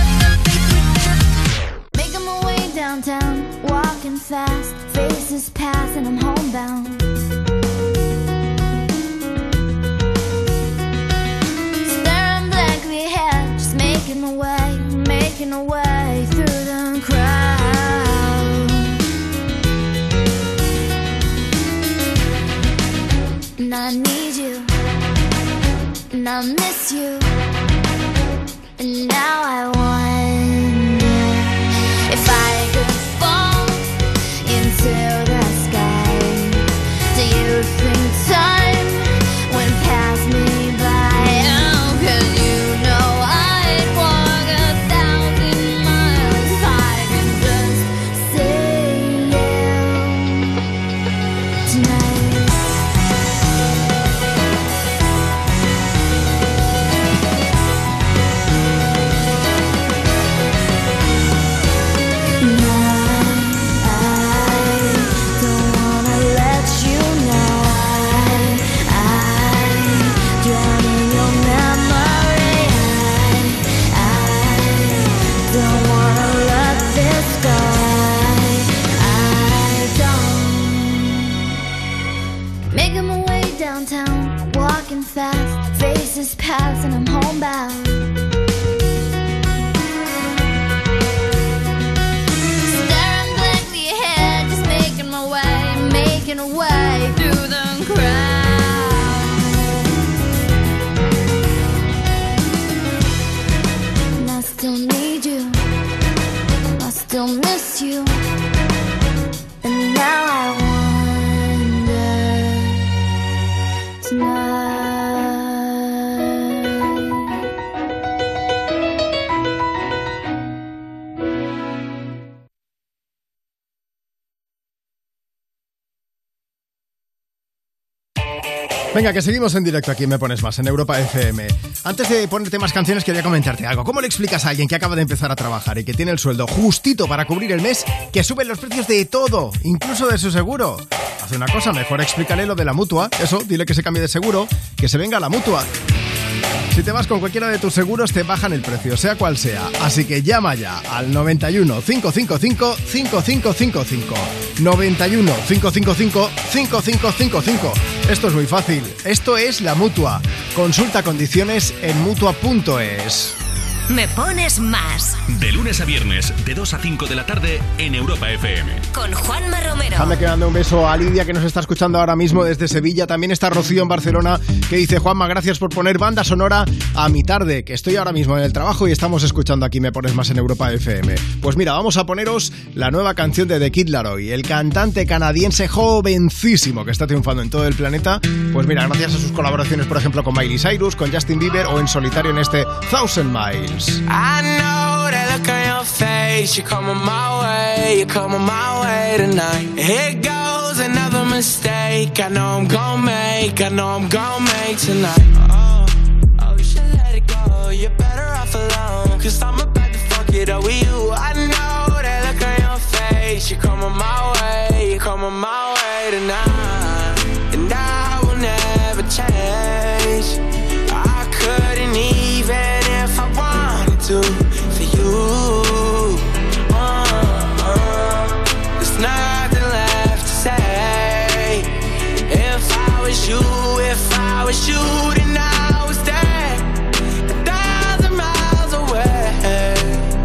Making my way downtown, walking fast, faces pass and I'm homebound. Staring blankly ahead, just making my way through the crowd. And I need you, and I miss you, and now I wonder if I could fall into the sky. Do you think time went past me by? Oh, 'cause you know I'd walk 1,000 miles if I could just see you tonight. Making my way downtown, walking fast, faces pass and I'm homebound. making her way through the crowd. And I still need you, I still miss you, and now I wonder tonight. Venga, que seguimos en directo aquí en Me Pones Más, en Europa FM. Antes de ponerte más canciones, quería comentarte algo. ¿Cómo le explicas a alguien que acaba de empezar a trabajar y que tiene el sueldo justito para cubrir el mes que suben los precios de todo, incluso de su seguro? Hace una cosa, mejor explícale lo de la Mutua. Eso, dile que se cambie de seguro, que se venga a la Mutua. Si te vas con cualquiera de tus seguros, te bajan el precio, sea cual sea. Así que llama ya al 91 555 5555. 91 555 5555. Esto es muy fácil. Esto es la Mutua. Consulta condiciones en Mutua.es. Me Pones Más. De lunes a viernes, de 2 a 5 de la tarde, en Europa FM. Con Juanma Romero. Déjame que mande un beso a Lidia, que nos está escuchando ahora mismo desde Sevilla. También está Rocío en Barcelona, que dice: Juanma, gracias por poner banda sonora a mi tarde, que estoy ahora mismo en el trabajo y estamos escuchando aquí Me Pones Más en Europa FM. Pues mira, vamos a poneros la nueva canción de The Kid Laroi, el cantante canadiense jovencísimo que está triunfando en todo el planeta. Pues mira, gracias a sus colaboraciones, por ejemplo, con Miley Cyrus, con Justin Bieber o en solitario en este 1000 Miles. I know that look on your face. You're coming my way, you're coming my way tonight. Here goes another mistake. I know I'm gonna make, I know I'm gonna make tonight. Oh, you should let it go. You're better off alone, 'cause I'm about to fuck it up with you. I know that look on your face. You're coming my way, you're coming my way tonight. And I will never change. I couldn't even if I wanted to for you. There's nothing left to say. If I was you, then I was there 1,000 miles away.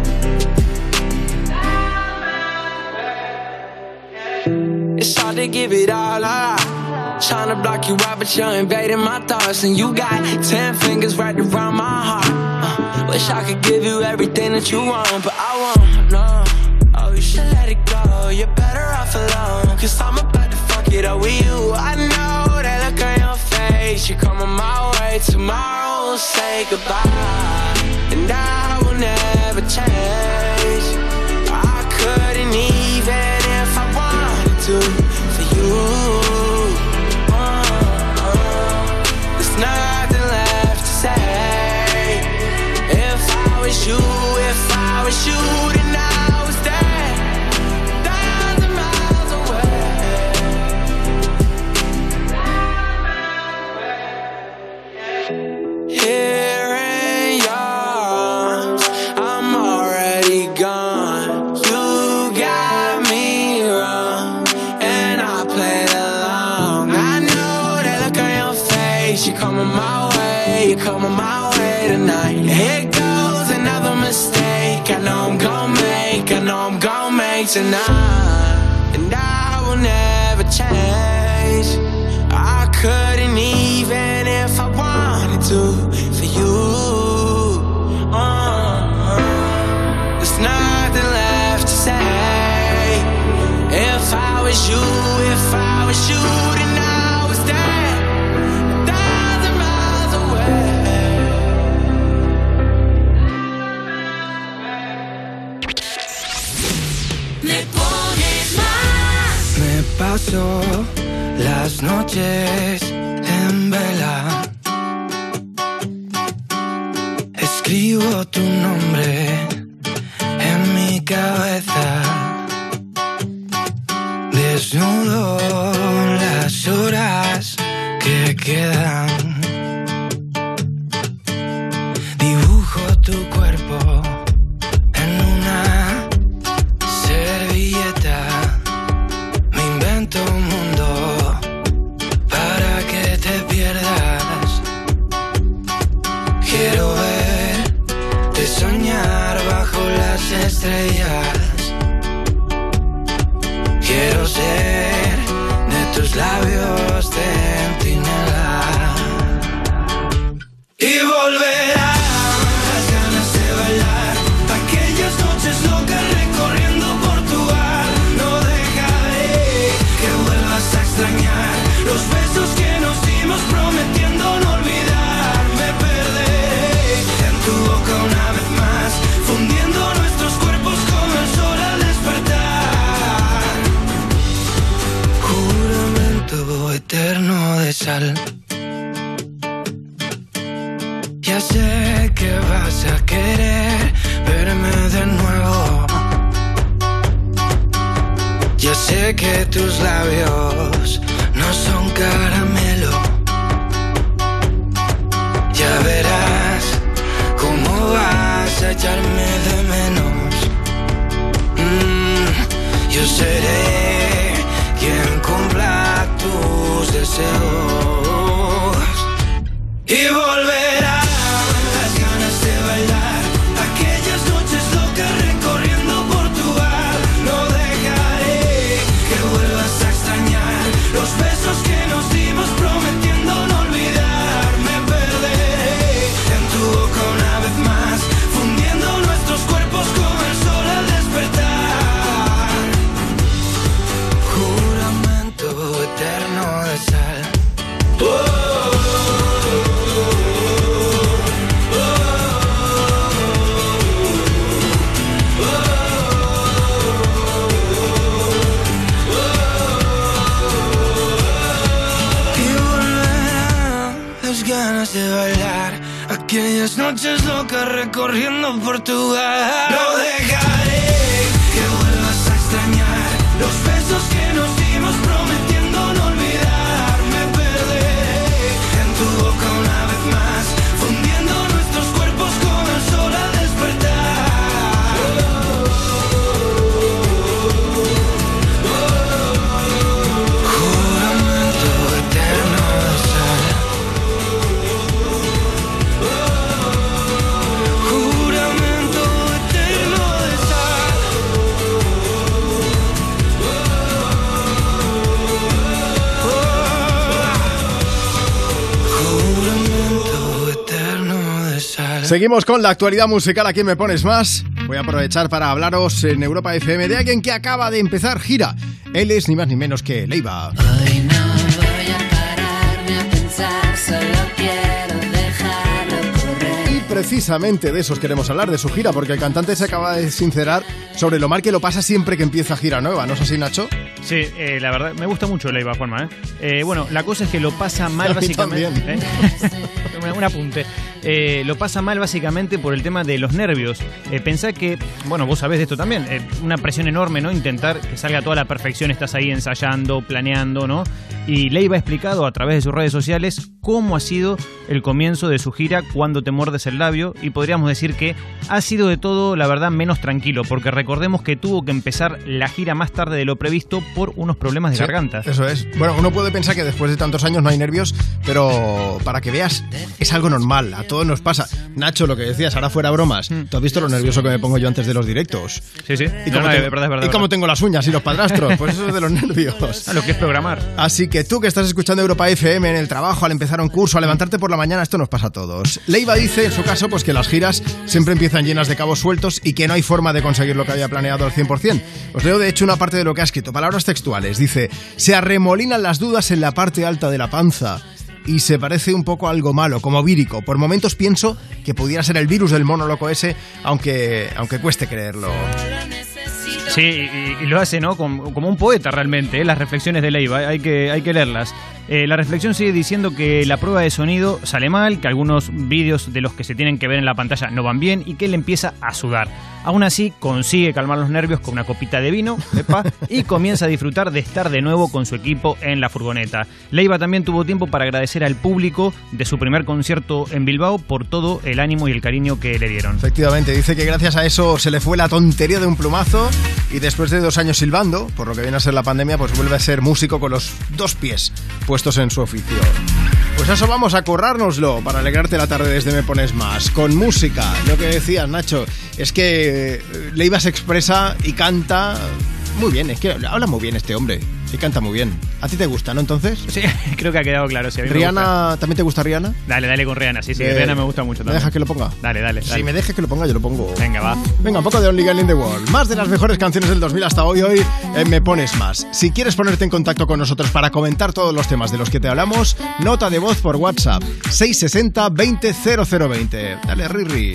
It's hard to give it all up. Trying to block you out, but you're invading my thoughts. And you got 10 fingers right around my heart. Wish I could give you everything that you want, but I won't, no. Oh, you should let it go. You're better off alone, 'cause I'm about to fuck it up with you. I know that look on your face. You're coming my way. Tomorrow we'll say goodbye, and I will never change. I couldn't even if I wanted to for you. There's nothing left to say. If I was you, then I was there 1,000 miles away. Here in yours, I'm already gone. You got me wrong, and I played along. I know that look on your face. You're coming my way, you're coming my way tonight. Here goes another mistake. I know I'm gonna make, I know I'm gonna make tonight. And I will never change. I couldn't even if I wanted to for you. There's nothing left to say. If I was you, then I was there 1,000 miles away. Me Pones Más. Me paso las noches en vela. Escribo tu nombre en mi cabeza. Desnudo las horas que quedan. Dibujo tu cuerpo en una servilleta. Me invento un mundo para que te pierdas. Quiero verte soñar bajo las estrellas. Quiero ser de tus los besos que nos dimos prometiendo no olvidar. Me perderé en tu boca una vez más, fundiendo nuestros cuerpos como el sol al despertar. Juramento eterno de sal. Ya sé que vas a querer verme de nuevo. Ya sé que tus labios no son caramelo. Ya verás cómo vas a echarme de menos. Yo seré quien cumpla tus deseos. Y volverás las ganas de bailar, aquellas noches locas recorriendo Portugal. No dejaré que vuelvas a extrañar los besos que nos dimos prometiendo no olvidar. Me perderé en tu boca una vez más, fundiendo nuestros cuerpos como el sol al despertar. Juramento eterno de sal. Ganas de bailar, aquellas noches locas recorriendo Portugal. No dejaré que vuelvas a extrañar los besos que nos dimos prometiendo no olvidar. Me perderé en tu boca una vez más, fundiendo nuestros cuerpos como el sol al despertar. Juramento eterno de sal. Seguimos con la actualidad musical. ¿A quién me pones más? Voy a aprovechar para hablaros en Europa FM de alguien que acaba de empezar gira. Él es ni más ni menos que Leiva. Hoy no voy a pararme a pensar, solo quiero dejarlo correr. Y precisamente de esos queremos hablar, de su gira, porque el cantante se acaba de sincerar sobre lo mal que lo pasa siempre que empieza gira nueva, ¿no es así, Nacho? Sí, la verdad, me gusta mucho Leiva, Juanma. Bueno, la cosa es que lo pasa mal básicamente. Un apunte. Lo pasa mal básicamente por el tema de los nervios. Pensá que, bueno, vos sabés de esto también, una presión enorme, ¿no? Intentar que salga toda la perfección, estás ahí ensayando, planeando, ¿no? Y Leiva ha explicado a través de sus redes sociales cómo ha sido el comienzo de su gira Cuando te muerdes el labio, y podríamos decir que ha sido de todo, la verdad, menos tranquilo, porque recordemos que tuvo que empezar la gira más tarde de lo previsto por unos problemas de garganta. Eso es. Bueno, uno puede pensar que después de tantos años no hay nervios, pero para que veas, es algo normal, a todos nos pasa. Nacho, lo que decías, ahora fuera bromas, ¿tú has visto lo nervioso que me pongo yo antes de los directos? Sí, sí. Y cómo tengo las uñas y los padrastros, pues eso es de los nervios. A lo que es programar. Así que tú que estás escuchando Europa FM en el trabajo, al empezar un curso, al levantarte por la mañana, esto nos pasa a todos. Leiva dice, en su caso, pues que las giras siempre empiezan llenas de cabos sueltos y que no hay forma de conseguir lo que había planeado al 100%. Os leo de hecho una parte de lo que ha escrito, palabras textuales. Dice, se arremolinan las dudas en la parte alta de la panza y se parece un poco a algo malo, como vírico. Por momentos pienso que pudiera ser el virus del mono loco ese, aunque cueste creerlo. Sí, y lo hace, ¿no? Como un poeta realmente, las reflexiones de Leiva, hay que leerlas. La reflexión sigue diciendo que la prueba de sonido sale mal, que algunos vídeos de los que se tienen que ver en la pantalla no van bien y que él empieza a sudar. Aún así, consigue calmar los nervios con una copita de vino, y comienza a disfrutar de estar de nuevo con su equipo en la furgoneta. Leiva también tuvo tiempo para agradecer al público de su primer concierto en Bilbao por todo el ánimo y el cariño que le dieron. Efectivamente, dice que gracias a eso se le fue la tontería de un plumazo y después de 2 años silbando, por lo que viene a ser la pandemia, pues vuelve a ser músico con los 2 pies puestos en su oficio. Pues eso vamos a currárnoslo para alegrarte la tarde desde Me Pones Más, con música. Lo que decías, Nacho, es que Leiva se expresa y canta muy bien, es que habla muy bien este hombre. Y canta muy bien. ¿A ti te gusta, no, entonces? Sí, creo que ha quedado claro. Sí, a mí Rihanna, ¿también te gusta Rihanna? Dale con Rihanna, sí, Rihanna me gusta mucho ¿Me también. dejas que lo ponga? Dale. Si me dejas que lo ponga, yo lo pongo. Venga, va. Venga, un poco de Only Girl in the World. Más de las mejores canciones del 2000 hasta hoy. Hoy Me Pones Más. Si quieres ponerte en contacto con nosotros para comentar todos los temas de los que te hablamos, nota de voz por WhatsApp 660 20 0020. Dale, Riri.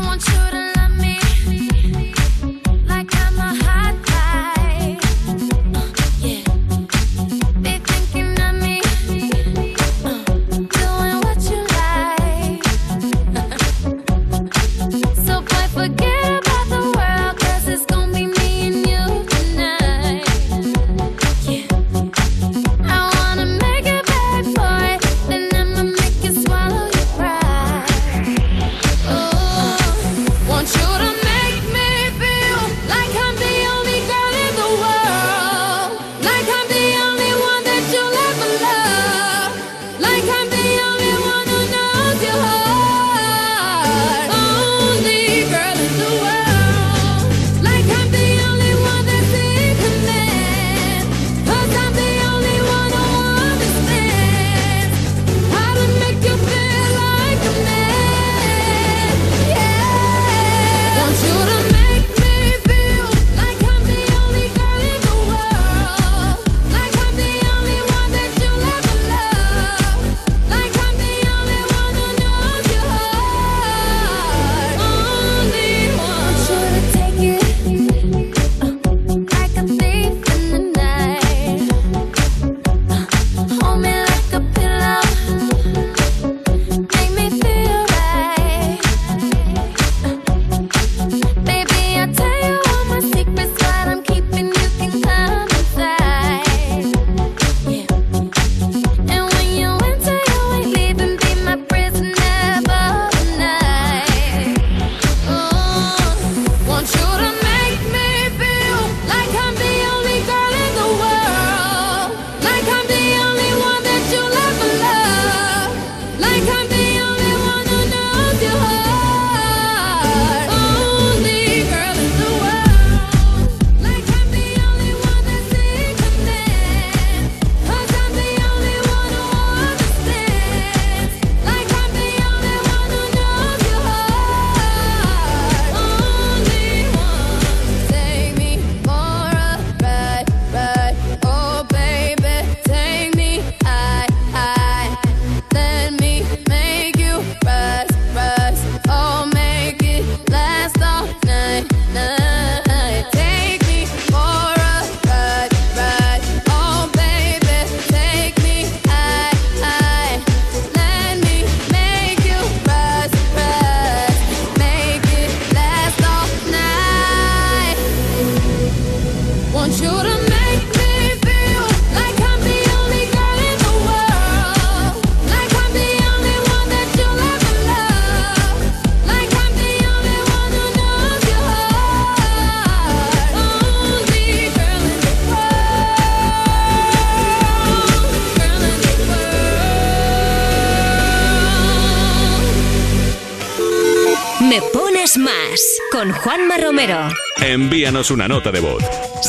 Me Pones Más con Juanma Romero. Envíanos una nota de voz.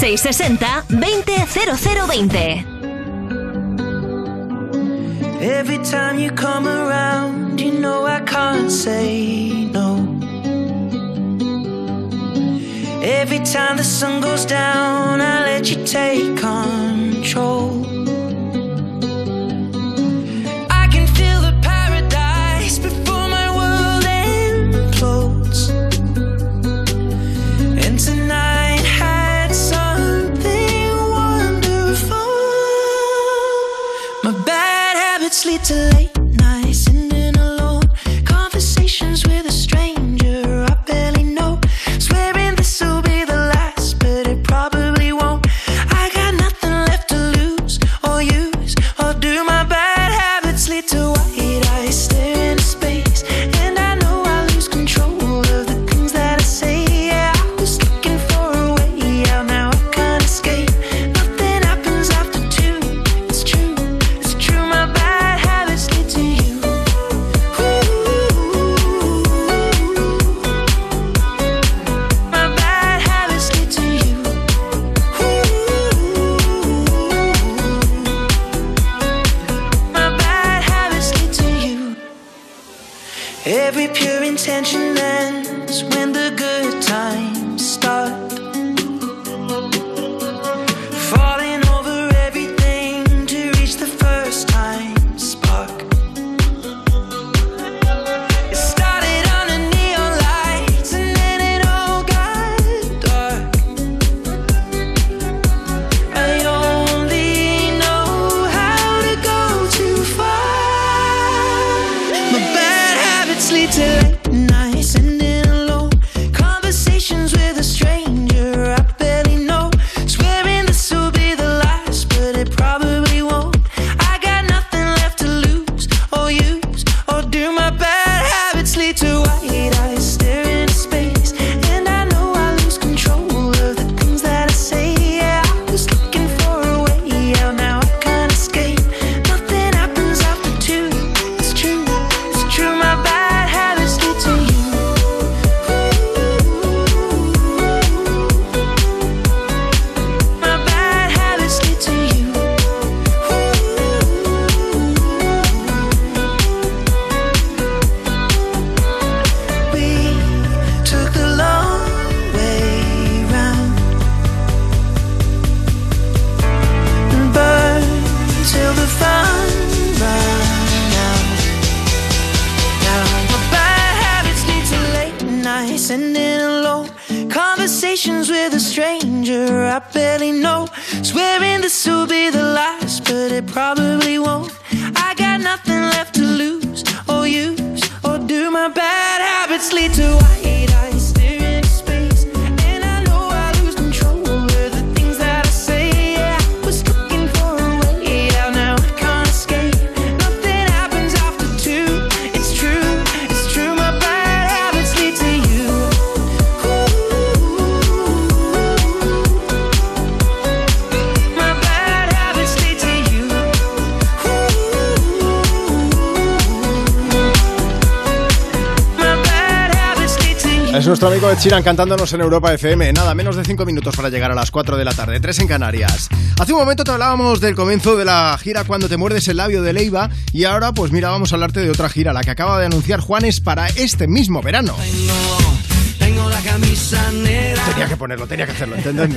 660 20 0020. Every time you come around, you know I can't say no. Every time the sun goes down, I let you take control. I can feel the paradise before my world implodes. And tonight had something wonderful. My bad habits lead to late nights, sitting alone, conversations with a stranger I barely know, swearing this will be the last, but it probably won't. I got nothing left to lose or use or do. My bad habits lead to white eyes staring into space, and I know I lose control of the things that I say. Yeah, I was looking for a way out, now I can't escape. Nothing happens after two. It's true, it's true. My bad habits lead to you. Every pure intention ends when the good times start. Falling over everything to reach the first time spark. It started under neon lights and then it all got dark. I only know how to go too far. My bad habits lead to late nights ending alone. Conversations with a stranger I barely know. Swearing this will be the last, but it probably won't. I got nothing left to lose or use or do. My bad habits lead to white eyes staring into space, and I know I lose control of the things that I say. Yeah, I was looking for a way out, now I can't escape. Nothing happens after two. It's true, it's true. My bad habits lead to you. My bad habits lead to you. We took the long way round and burned till the fun ran out. Now my bad habits lead to late nights ending alone. Conversations with a stranger I barely know. Swearing this will be the last, but it probably won't. I got nothing left to lose or use or do. My bad habits lead to white eyes staring into space, and I know I lose control of the things that I say. Yeah, I was looking for a way out, now I can't escape. Nothing happens after two. It's true, it's true. My bad habits lead to you. My bad habits lead to you. My bad habits lead to you. Es nuestro amigo Ed Sheeran cantándonos en Europa FM. Nada, menos de 5 minutos para llegar a las 4 de la tarde, 3 en Canarias. Hace un momento te hablábamos del comienzo de la gira Cuando te muerdes el labio de Leiva, y ahora pues mira, vamos a hablarte de otra gira, la que acaba de anunciar Juanes para este mismo verano. Tengo la camisa negra. Tenía que ponerlo, tenía que hacerlo, entendedme.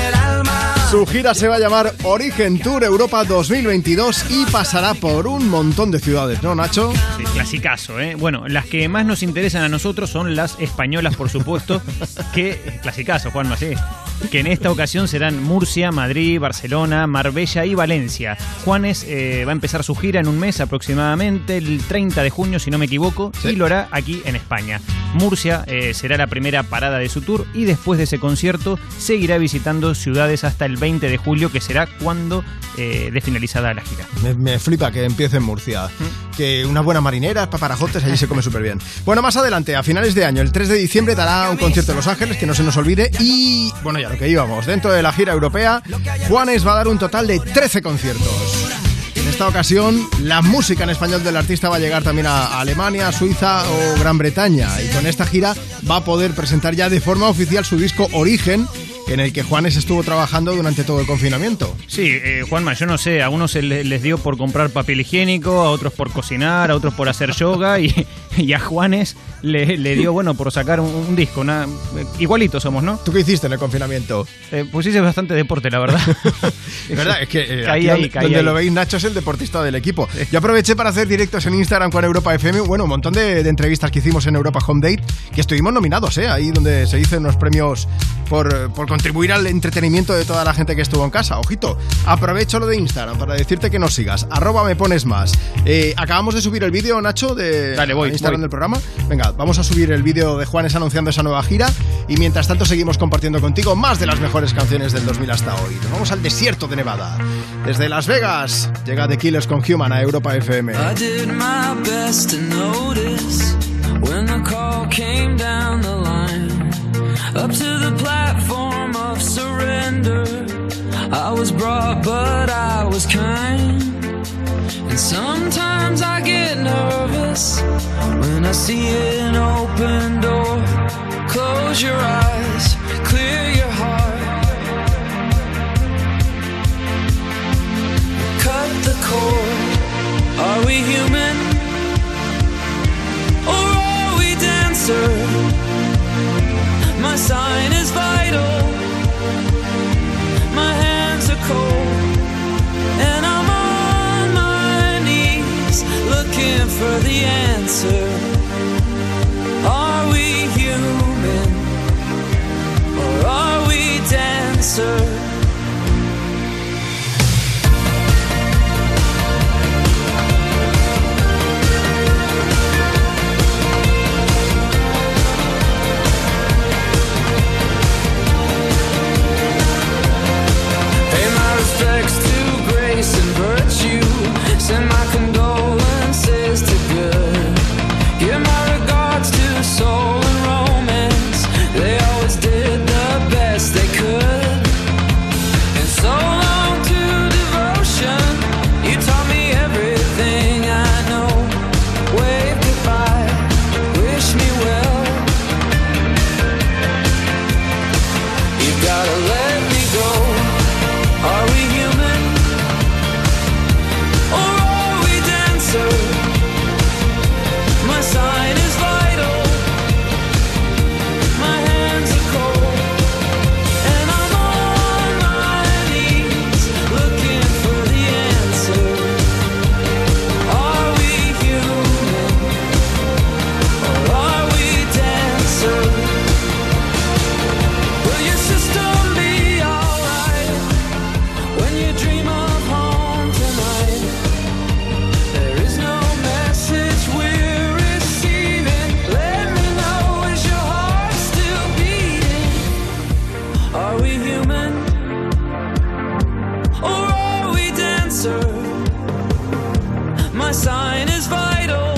Su gira se va a llamar Origen Tour Europa 2022 y pasará por un montón de ciudades, ¿no, Nacho? Sí, clasicazo, ¿eh? Bueno, las que más nos interesan a nosotros son las españolas, por supuesto, que, clasicazo, Juanma, sí, que en esta ocasión serán Murcia, Madrid, Barcelona, Marbella y Valencia. Juanes va a empezar su gira en un mes aproximadamente, el 30 de junio, si no me equivoco, ¿sí? Y lo hará aquí en España. Murcia será la primera parada de su tour y después de ese concierto seguirá visitando ciudades hasta el 20 de julio, que será cuando dé finalizada la gira. Me flipa que empiece en Murcia. Que unas buenas marineras, paparajotes, allí se come súper bien. Bueno, más adelante, a finales de año, el 3 de diciembre, dará un concierto en Los Ángeles, que no se nos olvide. Y, bueno, ya lo que íbamos, dentro de la gira europea, Juanes va a dar un total de 13 conciertos. En esta ocasión, la música en español del artista va a llegar también a Alemania, Suiza o Gran Bretaña. Y con esta gira va a poder presentar ya de forma oficial su disco Origen, en el que Juanes estuvo trabajando durante todo el confinamiento. Sí, Juanma, yo no sé, a unos les dio por comprar papel higiénico, a otros por cocinar, a otros por hacer yoga y a Juanes le dio, bueno, por sacar un disco. Igualitos somos, ¿no? ¿Tú qué hiciste en el confinamiento? Pues hice bastante deporte, la verdad. Es verdad, es que caí aquí ahí, donde lo veis, Nacho es el deportista del equipo. Yo aproveché para hacer directos en Instagram con Europa FM, bueno, un montón de entrevistas que hicimos en Europa Home Date, que estuvimos nominados, ahí donde se dicen unos premios por contribuir al entretenimiento de toda la gente que estuvo en casa. Ojito, aprovecho lo de Instagram para decirte que nos sigas, @meponesmas. Acabamos de subir el vídeo, Nacho, de Instagram del programa. Venga, vamos a subir el vídeo de Juanes anunciando esa nueva gira, y mientras tanto seguimos compartiendo contigo más de las mejores canciones del 2000 hasta hoy. Nos vamos al desierto de Nevada. Desde Las Vegas llega The Killers con Human a Europa FM. I did my best to notice when the call came down the line. Up to the platform of surrender, I was brought but I was kind. And sometimes I get nervous when I see an open door. Close your eyes, clear your heart, cut the cord. Are we human or for the answer. Are we human or are we dancer? Respects to grace and virtue. Send my condolences to good. Give my regards to soul and romance. They always did the best they could. And so long to devotion. You taught me everything I know. Wave goodbye, wish me well. You gotta let me go. Are we human or are we dancer? My sign is vital. My hands are cold and I'm on my knees looking for the answer. Are we human or are we dancer? Will your system be alright? When you dream of home tonight, there is no message we're receiving. Let me know, is your heart still beating? Are we human or are we dancer? My sign is vital.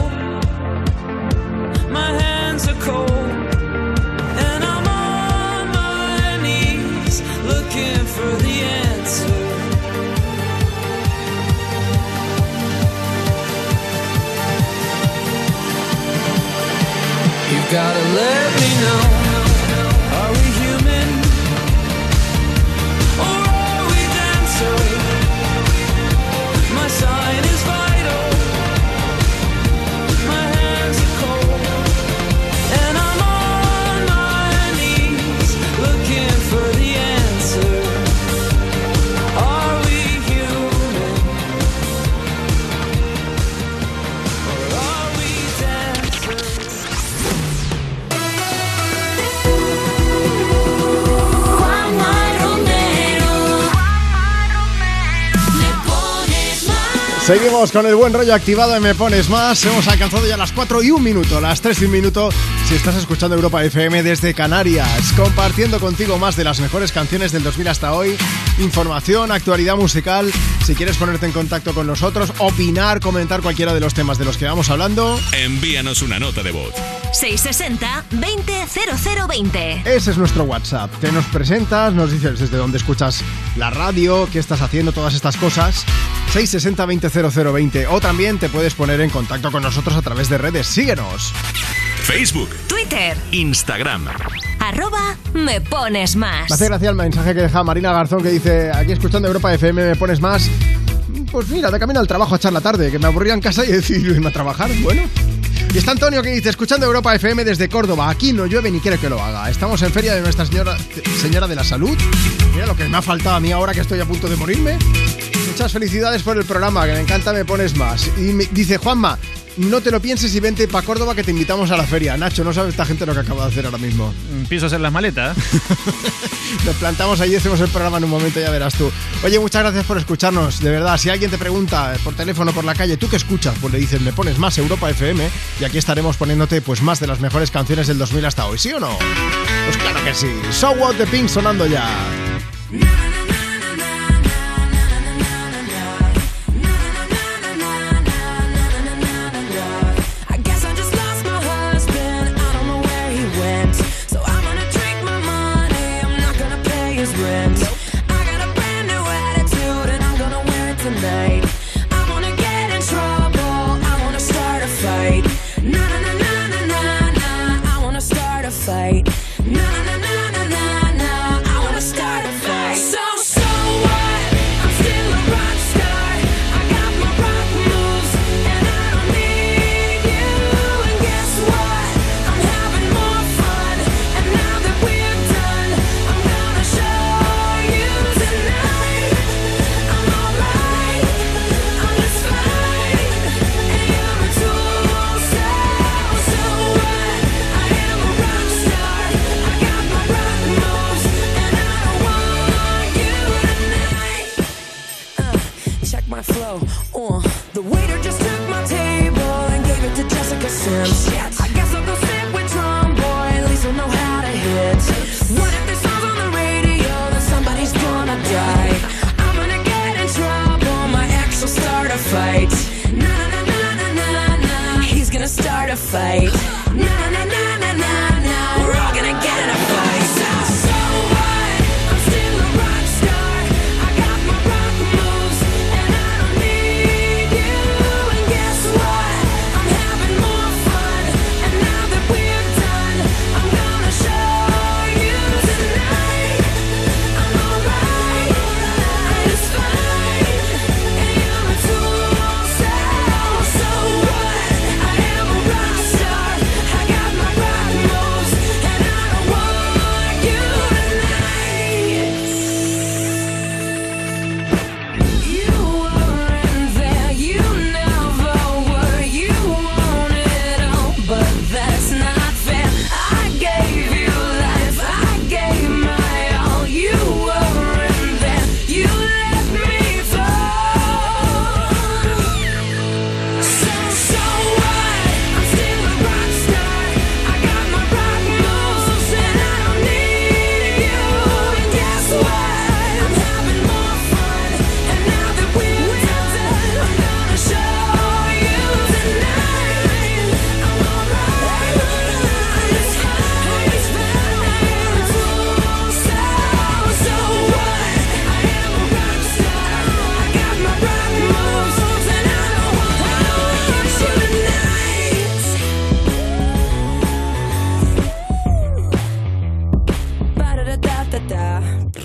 My hands are cold and I'm on my knees looking for the answer. You've gotta let me know. Are we human or are we dancer? My sign is vital. My hands are cold and I'm on my knees looking for the answer. Are we human or are we dancers? Seguimos con el buen rollo activado en Me Pones Más. Hemos alcanzado ya las 4 y 1 minuto, las 3 y 1 minuto, si estás escuchando Europa FM desde Canarias, compartiendo contigo más de las mejores canciones del 2000 hasta hoy, información, actualidad musical. Si quieres ponerte en contacto con nosotros, opinar, comentar cualquiera de los temas de los que vamos hablando, envíanos una nota de voz. 660-200020. ese es nuestro WhatsApp. Te nos presentas, nos dices desde dónde escuchas la radio, qué estás haciendo, todas estas cosas. 660-200020. O también te puedes poner en contacto con nosotros a través de redes. Síguenos. Facebook, Twitter, Instagram. @Me Pones Más. Me hace gracia el mensaje que deja Marina Garzón, que dice: aquí escuchando Europa FM, Me Pones Más. Pues mira, de camino al trabajo a echar la tarde, que me aburría en casa y decir irme a trabajar. Bueno. Y está Antonio, que dice: escuchando Europa FM desde Córdoba. Aquí no llueve ni quiere que lo haga. Estamos en feria de Nuestra Señora de la Salud. Mira lo que me ha faltado a mí ahora que estoy a punto de morirme. Muchas felicidades por el programa, que me encanta Me Pones Más. Y me dice Juanma: no te lo pienses y vente para Córdoba, que te invitamos a la feria. Nacho, no sabe esta gente lo que acaba de hacer ahora mismo. Empiezo a hacer las maletas. Nos plantamos ahí y hacemos el programa en un momento, ya verás tú. Oye, muchas gracias por escucharnos, de verdad. Si alguien te pregunta por teléfono, por la calle, ¿tú qué escuchas? Pues le dices: Me Pones Más, Europa FM, y aquí estaremos poniéndote pues más de las mejores canciones del 2000 hasta hoy, ¿sí o no? Pues claro que sí. So What the Pink sonando ya. Rent. I got a brand new attitude and I'm gonna wear it tonight. I wanna get in trouble, I wanna start a fight. Na na na na na na na, I wanna start a fight. Na na na na na na, I wanna start a fight. So Jessica Sims. I guess I'll go sit with drum boy, at least I know how to hit. What if this song's on the radio, then somebody's gonna die? I'm gonna get in trouble, my ex will start a fight. Na na na na na na, he's gonna start a fight. Na na na na na na, we're all gonna get in a fight. So what? I'm still a rock star. I got my rock moves, and I don't need you. And guess what? I'm having more fun. And now that we're done, I'm gonna show you tonight. I'm alright, it's fine. And you're a tool, so what? I am a rock star. I got my rock moves, and I don't want you tonight. You weren't there, you never were. You want it all, but that's not fair. I gave you life, I gave my all. You weren't there, you let me fall. So what? I'm still a rock star. I got my rock moves, and I don't need you. And guess what? I'm having more fun. And now that we're done, I'm gonna show you tonight. I'm alright, it's fine, it's fine. So what? I am a rock star. I got my rock moves, and I don't want you tonight. Ba-da-da-da-da-da.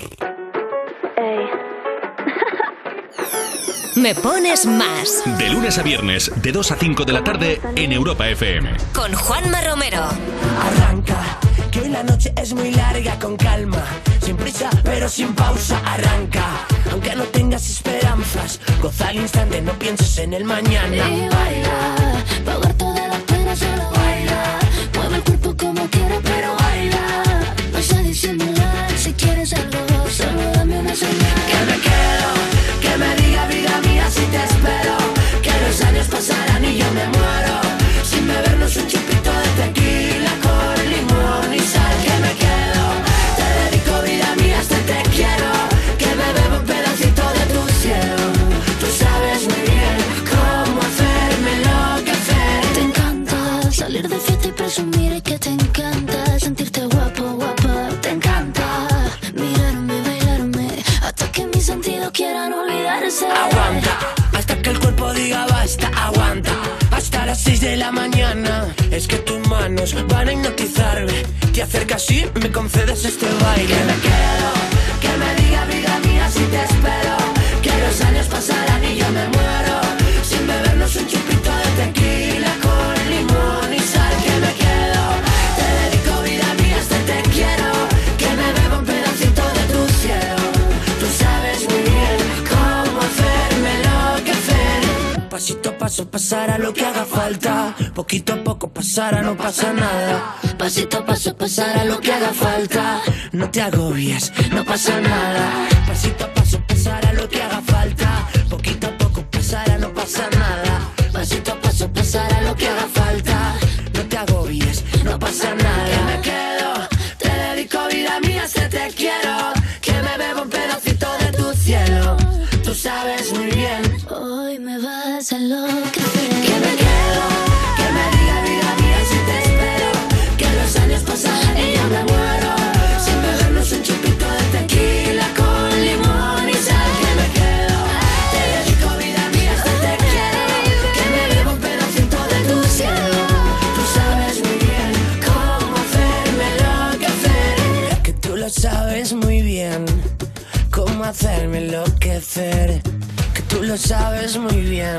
Me Pones Más. De lunes a viernes, de 2 a 5 de la tarde, en Europa FM. Con Juanma Romero. Arranca, que hoy la noche es muy larga, con calma, sin prisa pero sin pausa, arranca. Aunque no tengas esperanzas, goza al instante, no pienses en el mañana. Y baila, pa' ahogar todas las penas, solo baila. Mueve el cuerpo como quieras, pero baila. No sé disimular, si quieres algo, solo dame una señal. Que me quedo, que me diga vida mía si te espero. Que los años pasarán y yo me muero, sin bebernos un chupito de tequila con limón y sal. Que me quedo, te dedico vida mía, este te quiero. Que me bebo un pedacito de tu cielo. Tú sabes muy bien cómo hacerme enloquecer. Te encanta salir de fiesta y presumir que te encanta sentirte guapo, guapa. Te encanta mirarme, bailarme, hasta que mis sentidos quieran olvidarse. Aguanta, hasta que el cuerpo diga basta, aguanta. Hasta las 6 de la mañana, es que tus manos van a hipnotizarme. Te acercas y me concedes este baile. Que me quedo, que me diga vida mía si te espero. Que los años pasarán y yo me muero, sin bebernos un chupito de tequila con limón y sal. Que me quedo, te dedico vida mía, este te quiero. Que me bebo un pedacito de tu cielo. Tú sabes muy bien cómo hacerme enloquecer. Pasito a paso pasará lo que haga falta. Poquito a poco pasará, no pasa nada. Pasito a paso pasará lo que haga falta. No te agobies, no pasa nada. Pasito a paso pasará lo que haga falta. Poquito a poco pasará, no pasa nada. Pasito a paso pasará lo que haga falta. No te agobies, no pasa nada. Que me quedo, te dedico vida mía, este te quiero. Que me bebo un pedacito de tu cielo. Tú sabes muy bien. Hoy me vas a enloquecer. Que me quedo, que me diga vida mía si te espero. Que los años pasarán y yo me muero, sin bebernos un chupito de tequila con limón y sal. Que me quedo, te dedico vida mía, este te quiero. Que me bebo un pedacito de tu cielo. Tú sabes muy bien cómo hacerme enloquecer. Que tú lo sabes muy bien cómo hacerme enloquecer. Que tú lo sabes muy bien.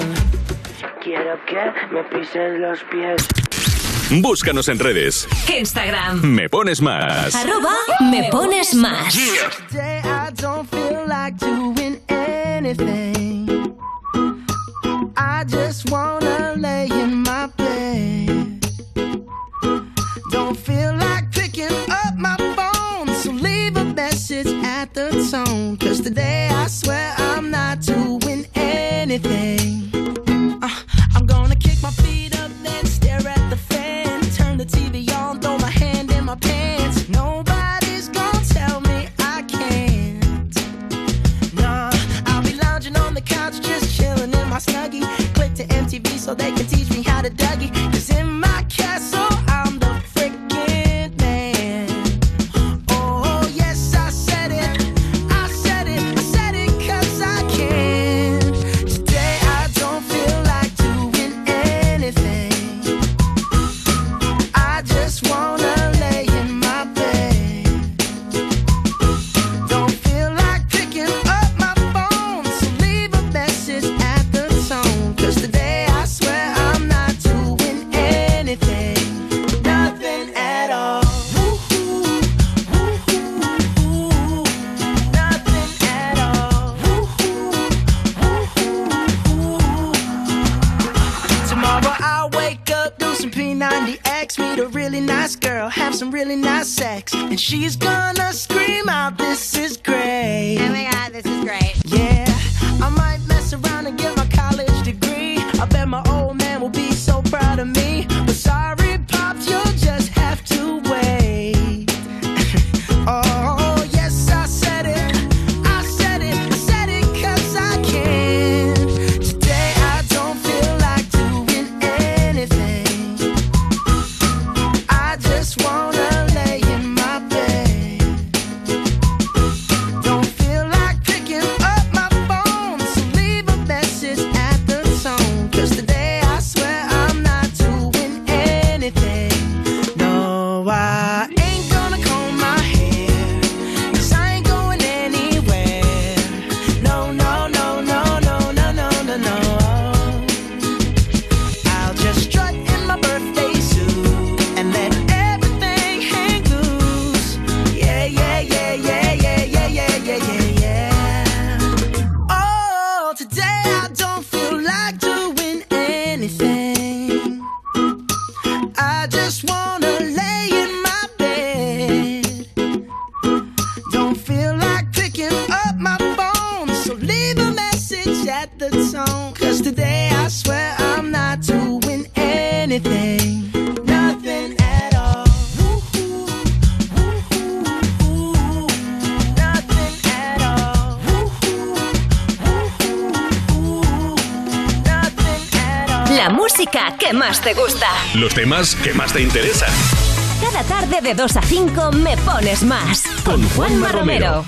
Quiero que me pises los pies. Búscanos en redes. Instagram. Me Pones Más. @Me Pones Más. Today I don't feel like doing anything. I just wanna lay in my bed. Don't feel like picking up my phone, so leave a message at the tone. 'Cause today I swear I'm not doing anything. I'm gonna kick my feet up, then stare and teach me how to Dougie. 'Cause in my castle, I'm the freaking man. Oh, yes, I said it. I said it. I said it 'cause I can. Today I don't feel like doing anything. I just wanna lay in my bed. Don't feel like picking up my phone, so leave a message at the tone. 'Cause today I swear I'm not doing anything, nothing at all. Woo-hoo, woo-hoo, woo-hoo, nothing at all. Woo-hoo, woo-hoo, woo-hoo. Tomorrow I'll wake up, do some P90X, meet a really nice girl, have some really nice sex, and she's gonna scream out, "This is great." Oh my God, this is great. Yeah, I might mess around and get my college degree. I bet my old man will be so proud of me. But sorry, Pops, you'll just have to wait. Oh, yes, I said it. I said it. I said it 'cause I can. Today I don't feel like doing anything. I just wanna lay in my bed. Don't feel like picking up my phone, so leave a message at the tone. 'Cause today I swear I'm not doing anything. No, I ain't gonna comb my hair, 'cause I ain't going anywhere. No, no, no, no, no, no, no, no, no. I'll just strut in my birthday suit and let everything hang loose. Yeah, yeah, yeah, yeah, yeah, yeah, yeah, yeah, yeah, yeah. Oh, today I don't feel like doing anything. I just wanna lay in my bed. Don't feel like picking up my phone, so leave a message at the tone. 'Cause today I swear I'm not doing anything, nothing at all. Woo-hoo, woo-hoo, woo-hoo, nothing at all. Woo-hoo, woo-hoo, woo-hoo, nothing at all. La música que más te gusta. Los temas que más te interesan. Cada tarde de 2 a 5 me pones más. Con Juanma Romero.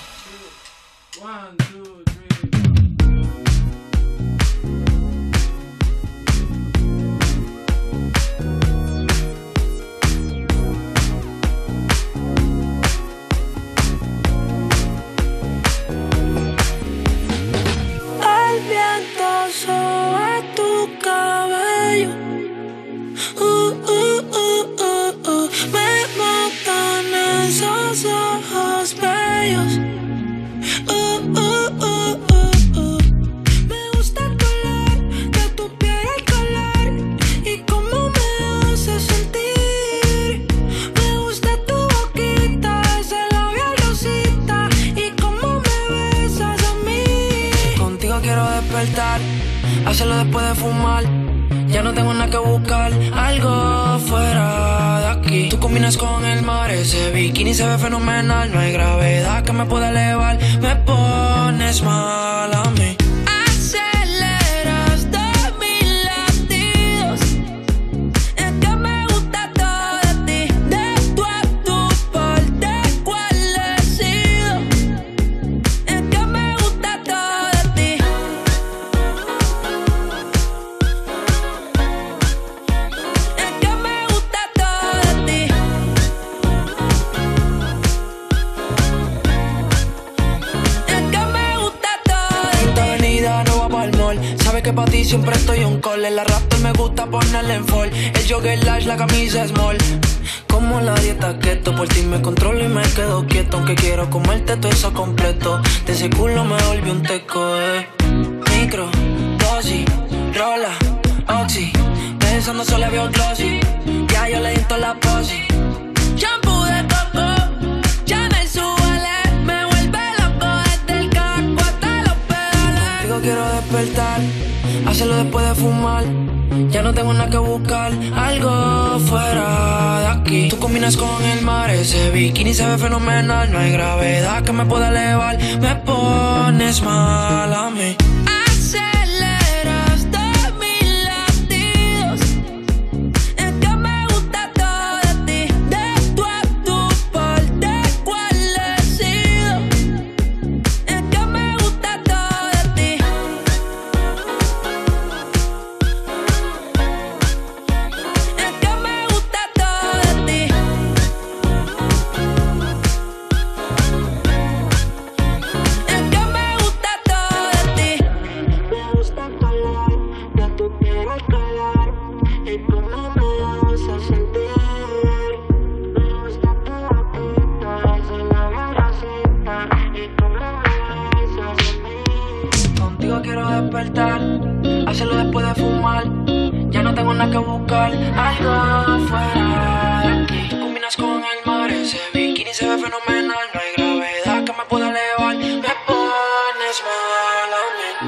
El viento sobre tu cabello. Me matan esos ojos bellos. Me gusta el color de tu piel, el color y cómo me hace sentir. Me gusta tu boquita, ese labial rosita y cómo me besas a mí. Contigo quiero despertar, hacerlo después de fumar. Ya no tengo nada que buscar, algo fuera de aquí. Tú combinas con el mar, ese bikini se ve fenomenal. No hay gravedad que me pueda elevar, me pones mal a mí. Aceleras de mis latidos. Es que me gusta todo de ti, de tu a tu parte cuál he sido. Es que me gusta todo de ti. Es que me gusta todo de ti. Es que me gusta todo de ti. Esta avenida no va pa'l mall. Sabes que pa' ti siempre estoy on call. En la raptor me gusta ponerle en fall. El jogger large, la camisa small. Como la dieta keto, por ti me controlo y me quedo quieto. Aunque quiero comerte todo eso completo. De ese culo me volví un teco, Micro, dosis, rola, oxi. Pensando solo veo glossy. Ya yo le di toda la posi. Shampoo de coco, Chanel Suele, me vuelve loco desde el casco hasta los pedales. Contigo quiero despertar, hacerlo después de fumar. Ya no tengo nada que buscar, algo fuera de aquí. Tú combinas con el mar, ese bikini se ve fenomenal. No hay gravedad que me pueda elevar, me pones mal a mí. Aceleras de mis latidos. despertar, hacerlo después de fumar. Ya no tengo nada que buscar, algo afuera de aquí. Combinas con el mar, ese bikini se ve fenomenal. No hay gravedad que me pueda elevar, me pones mal a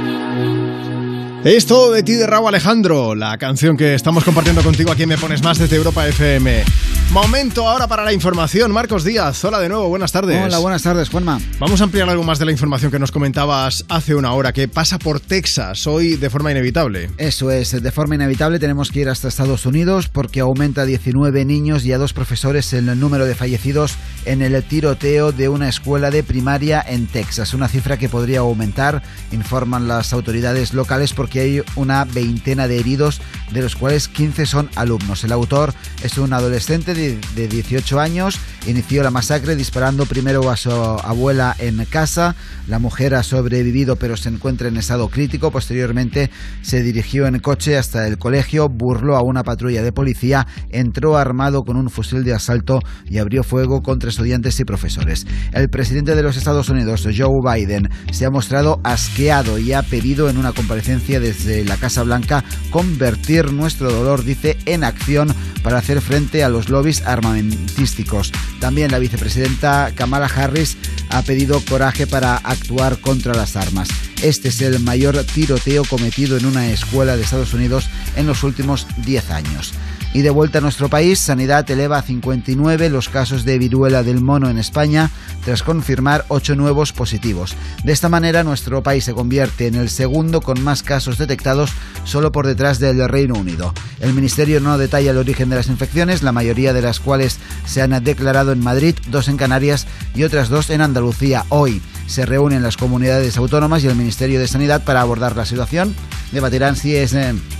mí. Esto de ti de Rauw Alejandro, la canción que estamos compartiendo contigo aquí en Me Pones Más desde Europa FM. Momento ahora para la información. Marcos Díaz, hola de nuevo, buenas tardes. Hola, buenas tardes, Juanma. Vamos a ampliar algo más de la información que nos comentabas hace una hora, que pasa por Texas hoy de forma inevitable. Eso es, de forma inevitable tenemos que ir hasta Estados Unidos porque aumenta a 19 niños y a 2 profesores el número de fallecidos en el tiroteo de una escuela de primaria en Texas. Una cifra que podría aumentar, informan las autoridades locales, porque hay una veintena de heridos, de los cuales 15 son alumnos. El autor es un adolescente de 18 años, inició la masacre disparando primero a su abuela en casa. La mujer ha sobrevivido pero se encuentra en estado crítico. Posteriormente se dirigió en coche hasta el colegio, burló a una patrulla de policía, entró armado con un fusil de asalto y abrió fuego contra estudiantes y profesores. El presidente de los Estados Unidos, Joe Biden, se ha mostrado asqueado y ha pedido en una comparecencia desde la Casa Blanca convertir nuestro dolor, dice, en acción para hacer frente a los lobbies armamentísticos. También la vicepresidenta Kamala Harris ha pedido coraje para actuar contra las armas. Este es el mayor tiroteo cometido en una escuela de Estados Unidos en los últimos 10 años. Y de vuelta a nuestro país, Sanidad eleva a 59 los casos de viruela del mono en España tras confirmar 8 nuevos positivos. De esta manera, nuestro país se convierte en el segundo con más casos detectados, solo por detrás del Reino Unido. El Ministerio no detalla el origen de las infecciones, la mayoría de las cuales se han declarado en Madrid, 2 en Canarias y otras 2 en Andalucía. Hoy se reúnen las comunidades autónomas y el Ministerio de Sanidad para abordar la situación. Debatirán si es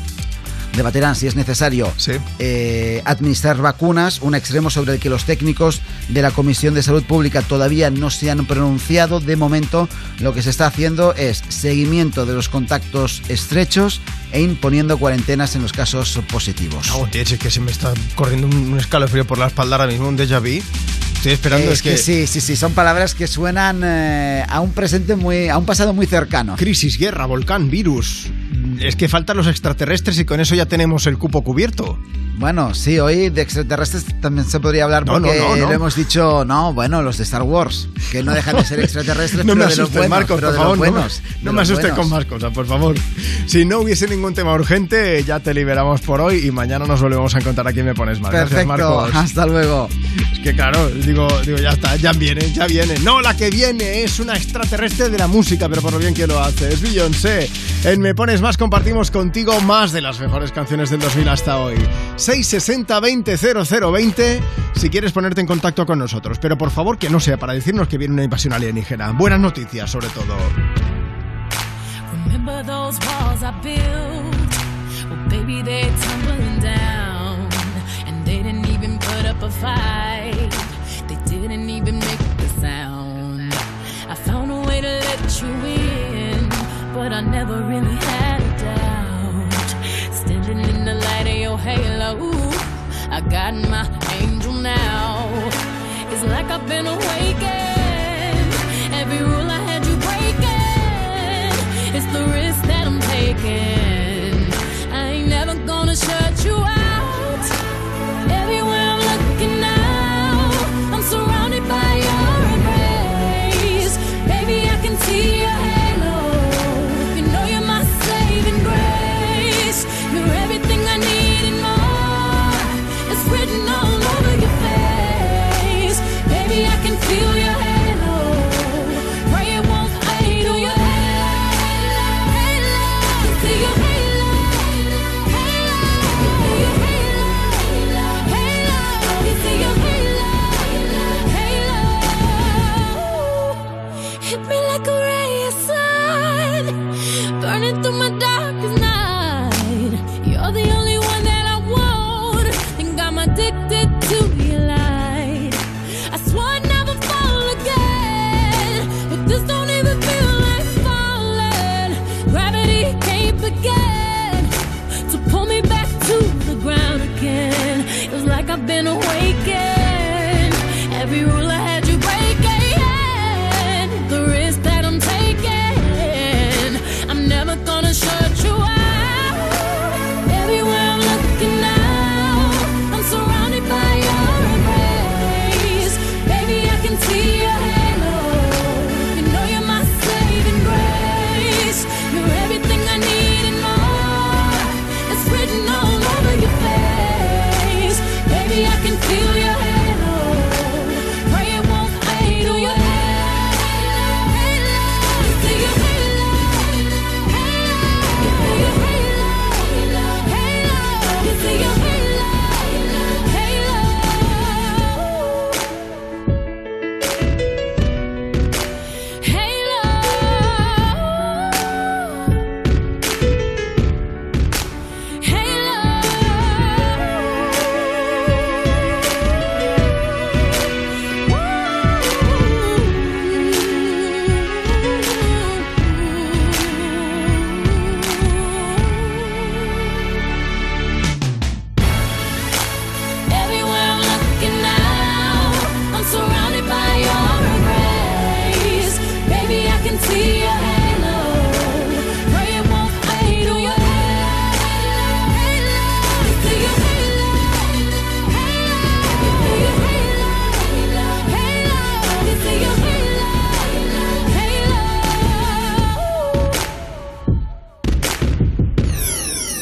necesario administrar vacunas, un extremo sobre el que los técnicos de la Comisión de Salud Pública todavía no se han pronunciado. De momento, lo que se está haciendo es seguimiento de los contactos estrechos e imponiendo cuarentenas en los casos positivos. Es que se me está corriendo un escalofrío por la espalda ahora mismo, un déjà vu. Estoy esperando Sí, son palabras que suenan a un pasado muy cercano. Crisis, guerra, volcán, virus. Es que faltan los extraterrestres y con eso ya tenemos el cupo cubierto. Bueno, sí, hoy de extraterrestres también se podría hablar porque lo hemos dicho, los de Star Wars, que no dejan de ser extraterrestres, no pero me de los buenos, Marcos, pero por de favor, los buenos. No me asustes con más cosas, por favor. Si no hubiese ningún tema urgente, ya te liberamos por hoy y mañana nos volvemos a encontrar aquí en Me Pones Más. Perfecto, gracias, Marcos. Hasta luego. Es que claro, digo, ya está, ya viene. No, la que viene es una extraterrestre de la música, pero por lo bien que lo hace, es Beyoncé. En Me Pones Más compartimos contigo más de las mejores canciones del 2000 hasta hoy. 660-200020 si quieres ponerte en contacto con nosotros, pero por favor que no sea para decirnos que viene una invasión alienígena. Buenas noticias, sobre todo. Remember those walls I built? Well, baby, they're tumbling down, and they didn't even put up a fight. They didn't even make the sound. I found a way to let you in, but I never really had a doubt. Standing in the light of your halo, I got my angel now. It's like I've been awakened. Every rule I had you breaking. It's the risk that I'm taking. I ain't never gonna shut you out. Everywhere I'm looking now, I'm surrounded by your embrace. Baby, I can see your halo. You know you're my saving grace. You're everything I need and more. It's written all over your face. Baby, I can feel your halo. Pray it won't fade. Feel your halo, halo. See your halo, halo. Feel your halo, halo. You see your halo, halo. Hit me like a ray of sun, burning through my darkest night. You're the only one that I want. Think I'm addicted to your light. I swore I'd never fall again, but this don't even feel like falling. Gravity can't begin to pull me back to the ground again. It's like I've been awakened. Every rule I had you breaking. The risk that I'm taking, I'm never gonna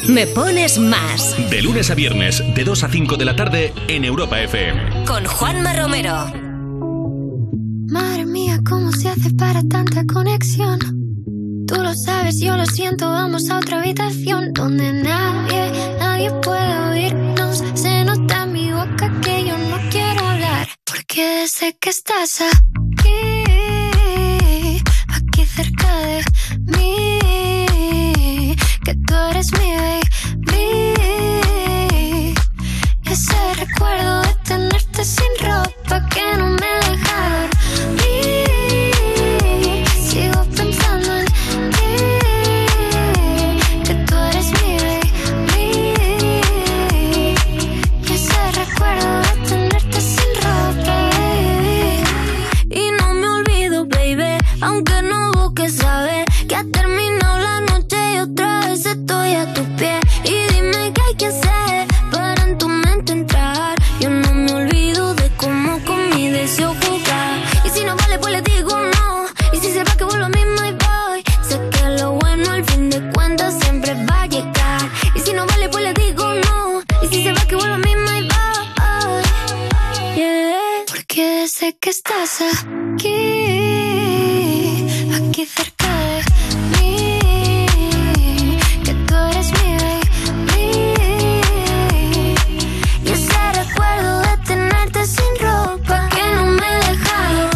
Me Pones Más. De lunes a viernes, de 2 a 5 de la tarde, en Europa FM. Con Juanma Romero. Madre mía, ¿cómo se hace para tanta conexión? Tú lo sabes, yo lo siento, vamos a otra habitación donde nadie puede oírnos. Se nota en mi boca que yo no quiero hablar, porque sé que estás aquí cerca de mí, que tú eres mi baby. Y ese recuerdo de tenerte sin ropa que no me deja dormir. Sigo pensando en ti, que tú eres mi baby. Y ese recuerdo de tenerte sin ropa, baby. Y no me olvido, baby, aunque no busques saber que ha terminado la noche y otra vez estoy a tu pie. Y dime qué hay que hacer para en tu mente entrar. Yo no me olvido de cómo con mi deseo jugar. Y si no vale, pues le digo no. Y si se va, que vuelvo a mismo y voy. Sé que lo bueno al fin de cuentas siempre va a llegar. Y si no vale, pues le digo no. Y si se va, que vuelvo a mismo y voy. Yeah. Porque sé que estás aquí cerca de mí, que tú eres mi baby. Y ese recuerdo de tenerte sin ropa que no me deja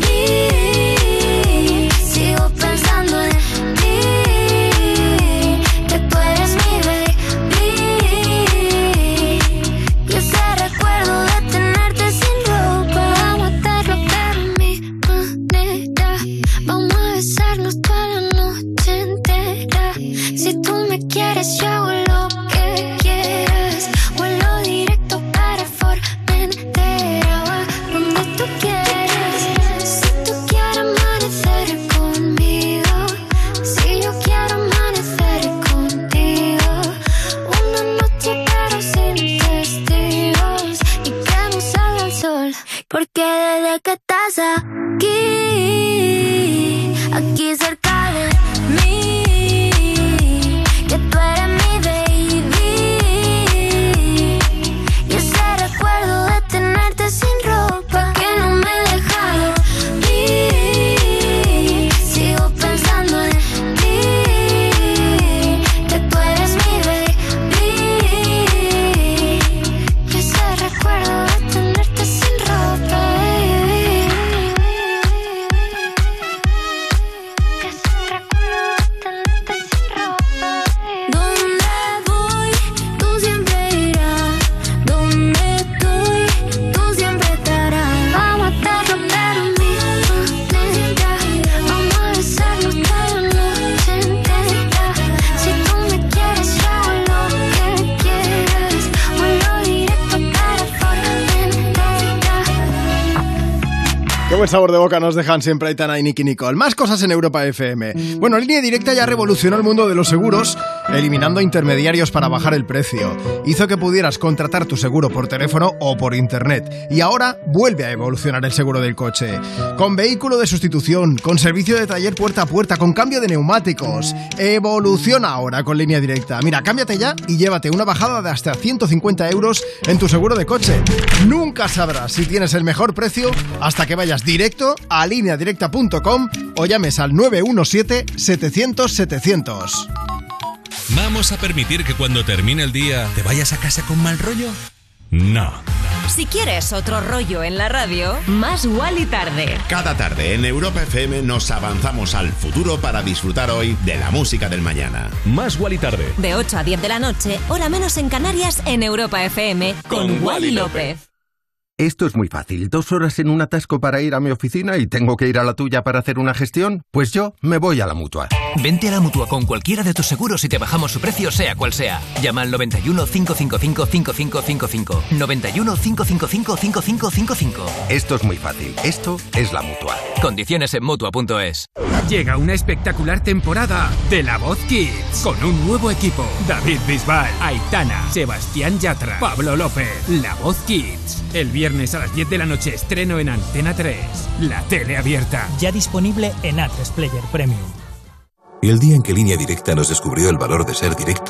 dormir. Sigo pensando en ti, que tú eres mi baby. Y ese recuerdo de tenerte sin ropa, vamos a hacerlo pero a mi manera. Vamos a besarnos toda la noche entera. Si tú me quieres, yo hago lo que quieras. Vuelo directo para Formentera, o a donde tú quieras. Si tú quieres amanecer conmigo, si yo quiero amanecer contigo. Una noche pero sin testigos y que no salga el sol. Porque desde que estás aquí cerca de mí, que tú eres mi baby. Y ese recuerdo de tenerte sin ropa que no me deja dormir. Sigo pensando en ti, que tú eres mi baby. Y ese recuerdo de tenerte sin ropa, baby. Donde voy, tú siempre irás. Donde estoy, tú siempre estarás. Vamos a estarlo pero mi manera. Vamos a besarnos toda la noche entera. Si tú me quieres, yo hago lo que quieras. Vuelo directo para Formentera. Qué buen sabor de boca nos dejan siempre Aitana y Nicky Nicole. Más cosas en Europa FM. Bueno, Línea Directa ya revolucionó el mundo de los seguros, eliminando intermediarios para bajar el precio. Hizo que pudieras contratar tu seguro por teléfono o por internet. Y ahora vuelve a evolucionar el seguro del coche. Con vehículo de sustitución, con servicio de taller puerta a puerta, con cambio de neumáticos. Evoluciona ahora con Línea Directa. Mira, cámbiate ya y llévate una bajada de hasta 150 euros en tu seguro de coche. Nunca sabrás si tienes el mejor precio hasta que vayas directo a lineadirecta.com o llames al 917-700-700. ¿Vamos a permitir que cuando termine el día te vayas a casa con mal rollo? No. Si quieres otro rollo en la radio, Más Wally Tarde. Cada tarde en Europa FM nos avanzamos al futuro para disfrutar hoy de la música del mañana. Más Wally Tarde. De 8 a 10 de la noche, hora menos en Canarias, en Europa FM, con Wally López. Esto es muy fácil. 2 horas en un atasco para ir a mi oficina y tengo que ir a la tuya para hacer una gestión. Pues yo me voy a la Mutua. Vente a la Mutua con cualquiera de tus seguros y te bajamos su precio sea cual sea. Llama al 91 555 5555. 91 555 5555. Esto es muy fácil. Esto es la Mutua. Condiciones en Mutua.es. Llega una espectacular temporada de La Voz Kids con un nuevo equipo. David Bisbal, Aitana, Sebastián Yatra, Pablo López. La Voz Kids. El viernes a las 10 de la noche estreno en Antena 3. La tele abierta. Ya disponible en A3 Player Premium. El día en que Línea Directa nos descubrió el valor de ser directo,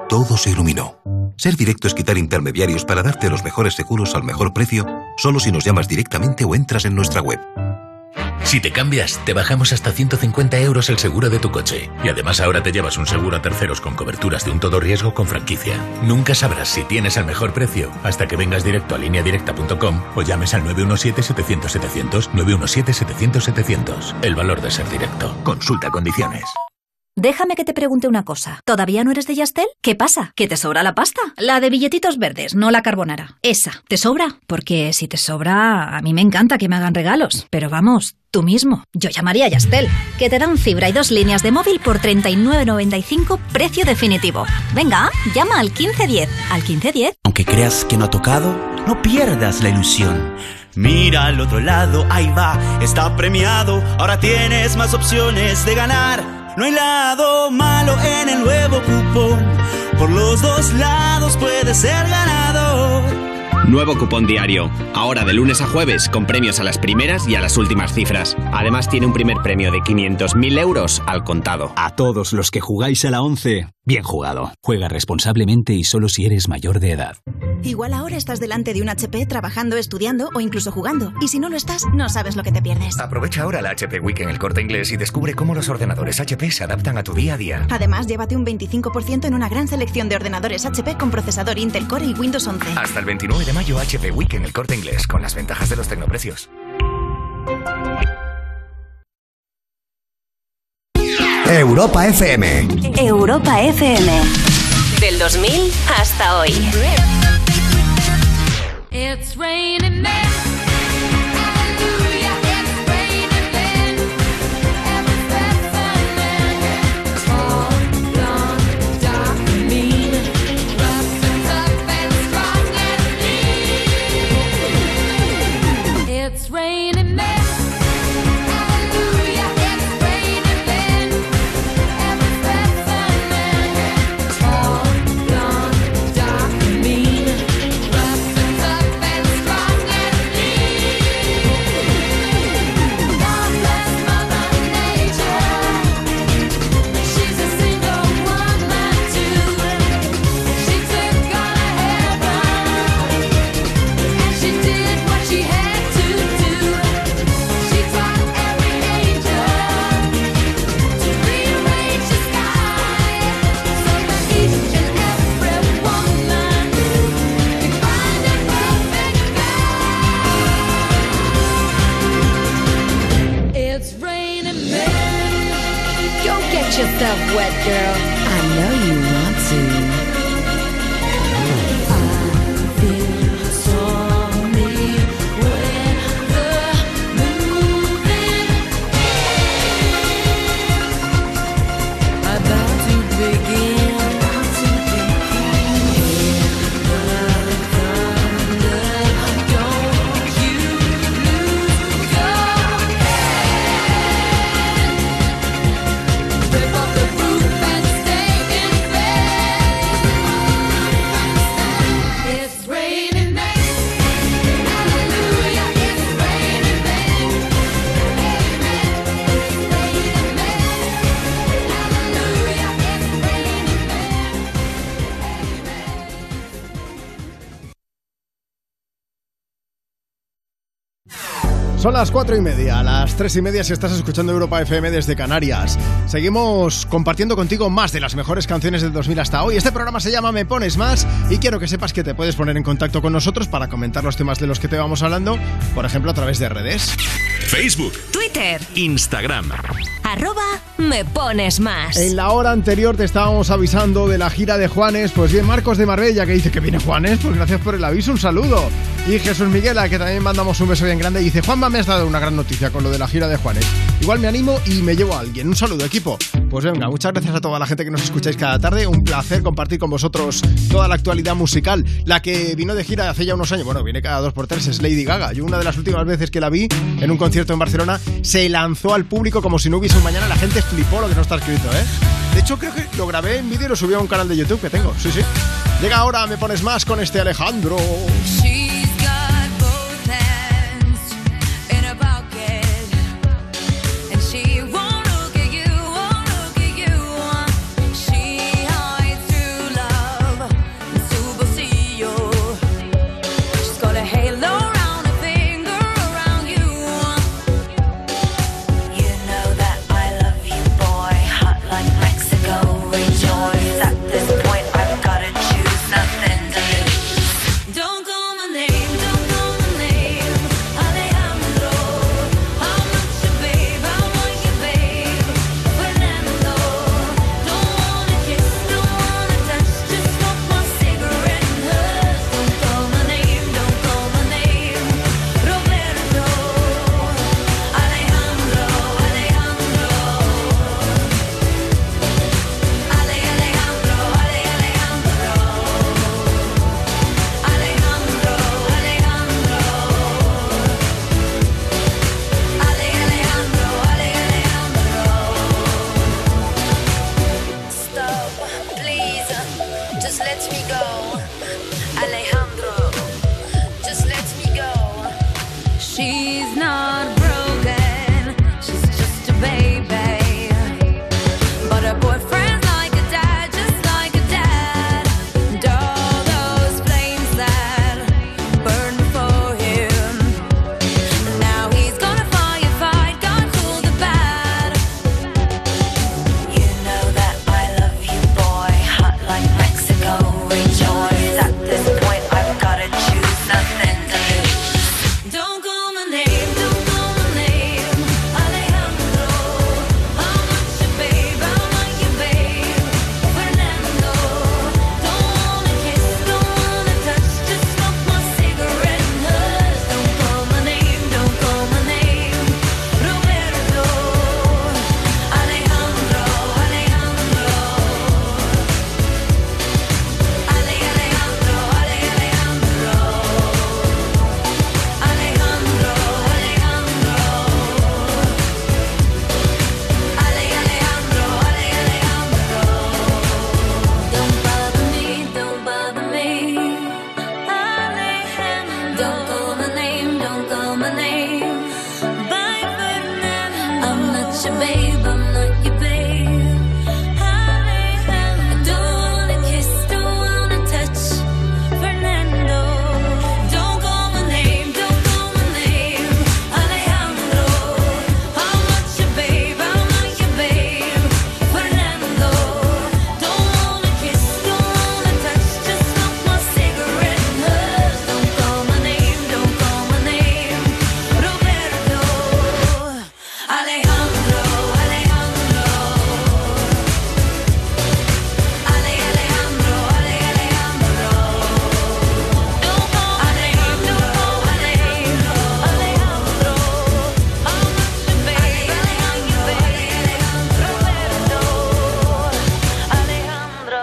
todo se iluminó. Ser Directo es quitar intermediarios para darte los mejores seguros al mejor precio, solo si nos llamas directamente o entras en nuestra web. Si te cambias, te bajamos hasta 150 euros el seguro de tu coche. Y además ahora te llevas un seguro a terceros con coberturas de un todo riesgo con franquicia. Nunca sabrás si tienes el mejor precio hasta que vengas directo a lineadirecta.com o llames al 917-700-700, 917-700-700. El valor de ser directo. Consulta condiciones. Déjame que te pregunte una cosa. ¿Todavía no eres de Yastel? ¿Qué pasa? ¿Que te sobra la pasta? La de billetitos verdes, no la carbonara. Esa, ¿te sobra? Porque si te sobra, a mí me encanta que me hagan regalos. Pero vamos, tú mismo. Yo llamaría a Yastel, que te dan fibra y 2 líneas de móvil por 39,95, precio definitivo. Venga, llama al 1510. ¿Al 1510? Aunque creas que no ha tocado, no pierdas la ilusión. Mira al otro lado, ahí va, está premiado. Ahora tienes más opciones de ganar. No hay lado malo en el nuevo cupón. Por los dos lados puedes ser ganador. Nuevo cupón diario. Ahora de lunes a jueves con premios a las primeras y a las últimas cifras. Además tiene un primer premio de 500.000 euros al contado. A todos los que jugáis a la 11, bien jugado. Juega responsablemente y solo si eres mayor de edad. Igual ahora estás delante de un HP trabajando, estudiando o incluso jugando. Y si no lo estás, no sabes lo que te pierdes. Aprovecha ahora la HP Week en El Corte Inglés y descubre cómo los ordenadores HP se adaptan a tu día a día. Además, llévate un 25% en una gran selección de ordenadores HP con procesador Intel Core y Windows 11. Hasta el 29 de mayo, HP Week en El Corte Inglés, con las ventajas de los tecnoprecios. Europa FM. Europa FM. Del 2000 hasta hoy. It's raining men. Yourself wet, girl. I know you want to. I feel stormy weather moving about to begin. Son las 4:30, las 3:30 si estás escuchando Europa FM desde Canarias. Seguimos compartiendo contigo más de las mejores canciones del 2000 hasta hoy. Este programa se llama Me Pones Más y quiero que sepas que te puedes poner en contacto con nosotros para comentar los temas de los que te vamos hablando, por ejemplo a través de redes. Facebook, Twitter, Instagram. @Me Pones Más. En la hora anterior te estábamos avisando de la gira de Juanes. Pues bien, Marcos de Marbella, que dice que viene Juanes, pues gracias por el aviso, un saludo. Y Jesús Miguel, a que también mandamos un beso bien grande, y dice: Juanma, me has dado una gran noticia con lo de la gira de Juanes. Igual me animo y me llevo a alguien. Un saludo, equipo. Pues venga, muchas gracias a toda la gente que nos escucháis cada tarde. Un placer compartir con vosotros toda la actualidad musical. La que vino de gira hace ya unos años, bueno, viene cada 2x3, es Lady Gaga. Yo una de las últimas veces que la vi en un concierto en Barcelona, se lanzó al público como si no hubiese un mañana. La gente flipó lo que no está escrito, ¿eh? De hecho, creo que lo grabé en vídeo y lo subí a un canal de YouTube que tengo. Sí, sí. Llega ahora Me Pones Más con este Alejandro. Love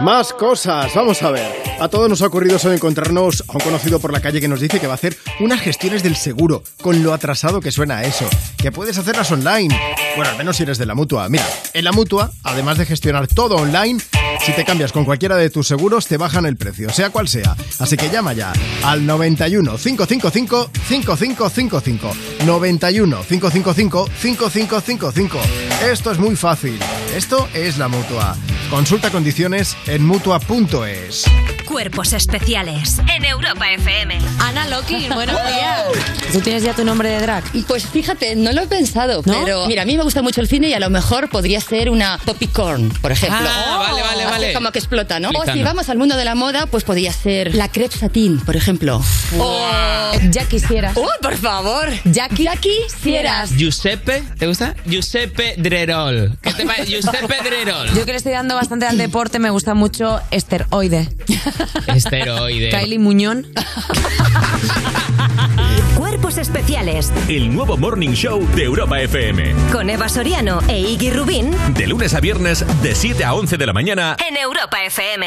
Más cosas, vamos a ver. A todos nos ha ocurrido eso de encontrarnos a un conocido por la calle que nos dice que va a hacer unas gestiones del seguro, con lo atrasado que suena eso, que puedes hacerlas online. Bueno, al menos si eres de la Mutua. Mira, en la Mutua, además de gestionar todo online, si te cambias con cualquiera de tus seguros, te bajan el precio, sea cual sea. Así que llama ya al 91 555 5555. 91 555 5555. Esto es muy fácil. Esto es la Mutua. Consulta condiciones en Mutua.es. Cuerpos especiales en Europa FM. Ana Loki, buenos días. ¿Tú tienes ya tu nombre de drag? Pues fíjate, no lo he pensado, ¿no? Pero mira, a mí me gusta mucho el cine y a lo mejor podría ser una popcorn, por ejemplo. Vale. Como que explota, ¿no? O si vamos al mundo de la moda, pues podría ser la crepe satín, por ejemplo. O ya quisieras. Por favor. Ya quisieras. Giuseppe, ¿te gusta? Giuseppe Drerol. ¿Qué te parece? Giuseppe Drerol. Yo que le estoy dando bastante al deporte, me gusta mucho Esteroide. Esteroide. Kylie Muñón. Cuerpos especiales. El nuevo Morning Show de Europa FM. Con Eva Soriano e Iggy Rubín. De lunes a viernes, de 7 a 11 de la mañana. En Europa FM.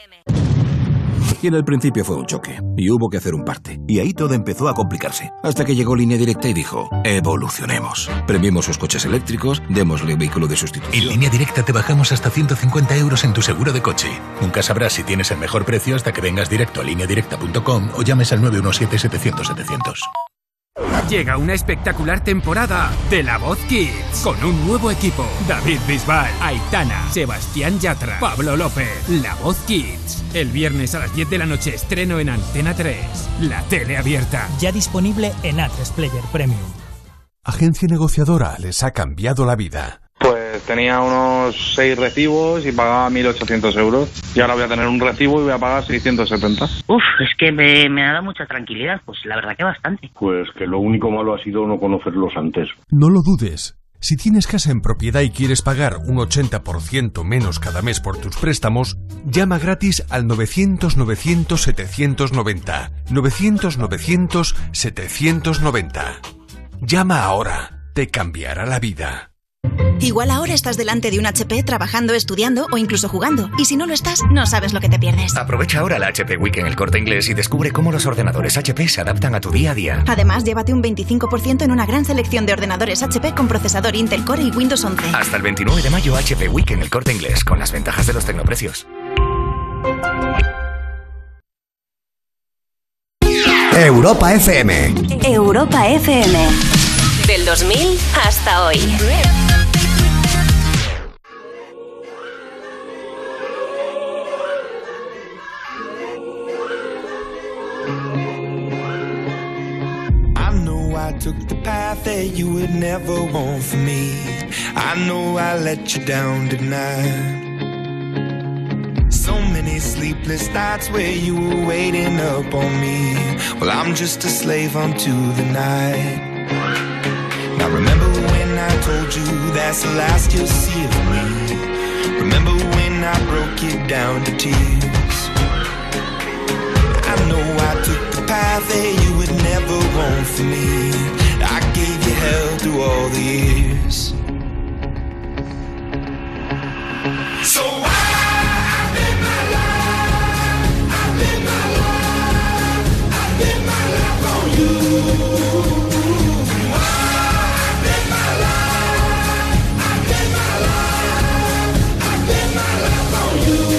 Y en el principio fue un choque, y hubo que hacer un parte. Y ahí todo empezó a complicarse. Hasta que llegó Línea Directa y dijo, evolucionemos. Premiemos sus coches eléctricos, démosle vehículo de sustitución. En Línea Directa te bajamos hasta 150 euros en tu seguro de coche. Nunca sabrás si tienes el mejor precio hasta que vengas directo a lineadirecta.com o llames al 917-700-700. Llega una espectacular temporada de La Voz Kids con un nuevo equipo: David Bisbal, Aitana, Sebastián Yatra, Pablo López. La Voz Kids. El viernes a las 10 de la noche estreno en Antena 3, la tele abierta. Ya disponible en A3 Player Premium. Agencia negociadora les ha cambiado la vida. Pues tenía unos 6 recibos y pagaba 1.800 euros. Y ahora voy a tener un recibo y voy a pagar 670. Es que me ha dado mucha tranquilidad. Pues la verdad que bastante. Pues que lo único malo ha sido no conocerlos antes. No lo dudes. Si tienes casa en propiedad y quieres pagar un 80% menos cada mes por tus préstamos, llama gratis al 900-900-790. 900-900-790. Llama ahora. Te cambiará la vida. Igual ahora estás delante de un HP trabajando, estudiando o incluso jugando. Y si no lo estás, no sabes lo que te pierdes. Aprovecha ahora la HP Week en El Corte Inglés y descubre cómo los ordenadores HP se adaptan a tu día a día. Además, llévate un 25% en una gran selección de ordenadores HP con procesador Intel Core y Windows 11. Hasta el 29 de mayo, HP Week en El Corte Inglés, con las ventajas de los tecnoprecios. Europa FM. Europa FM. Del 2000 hasta hoy. I took the path that you would never want for me. I know I let you down tonight. So many sleepless nights where you were waiting up on me. Well, I'm just a slave unto the night. Now remember when I told you that's the last you'll see of me. Remember when I broke it down to tears. I know I took the path that you would never want for me. I gave you hell through all the years. So I live my life, I live my life, I live my life on you. I live my life, I live my life, I live my life on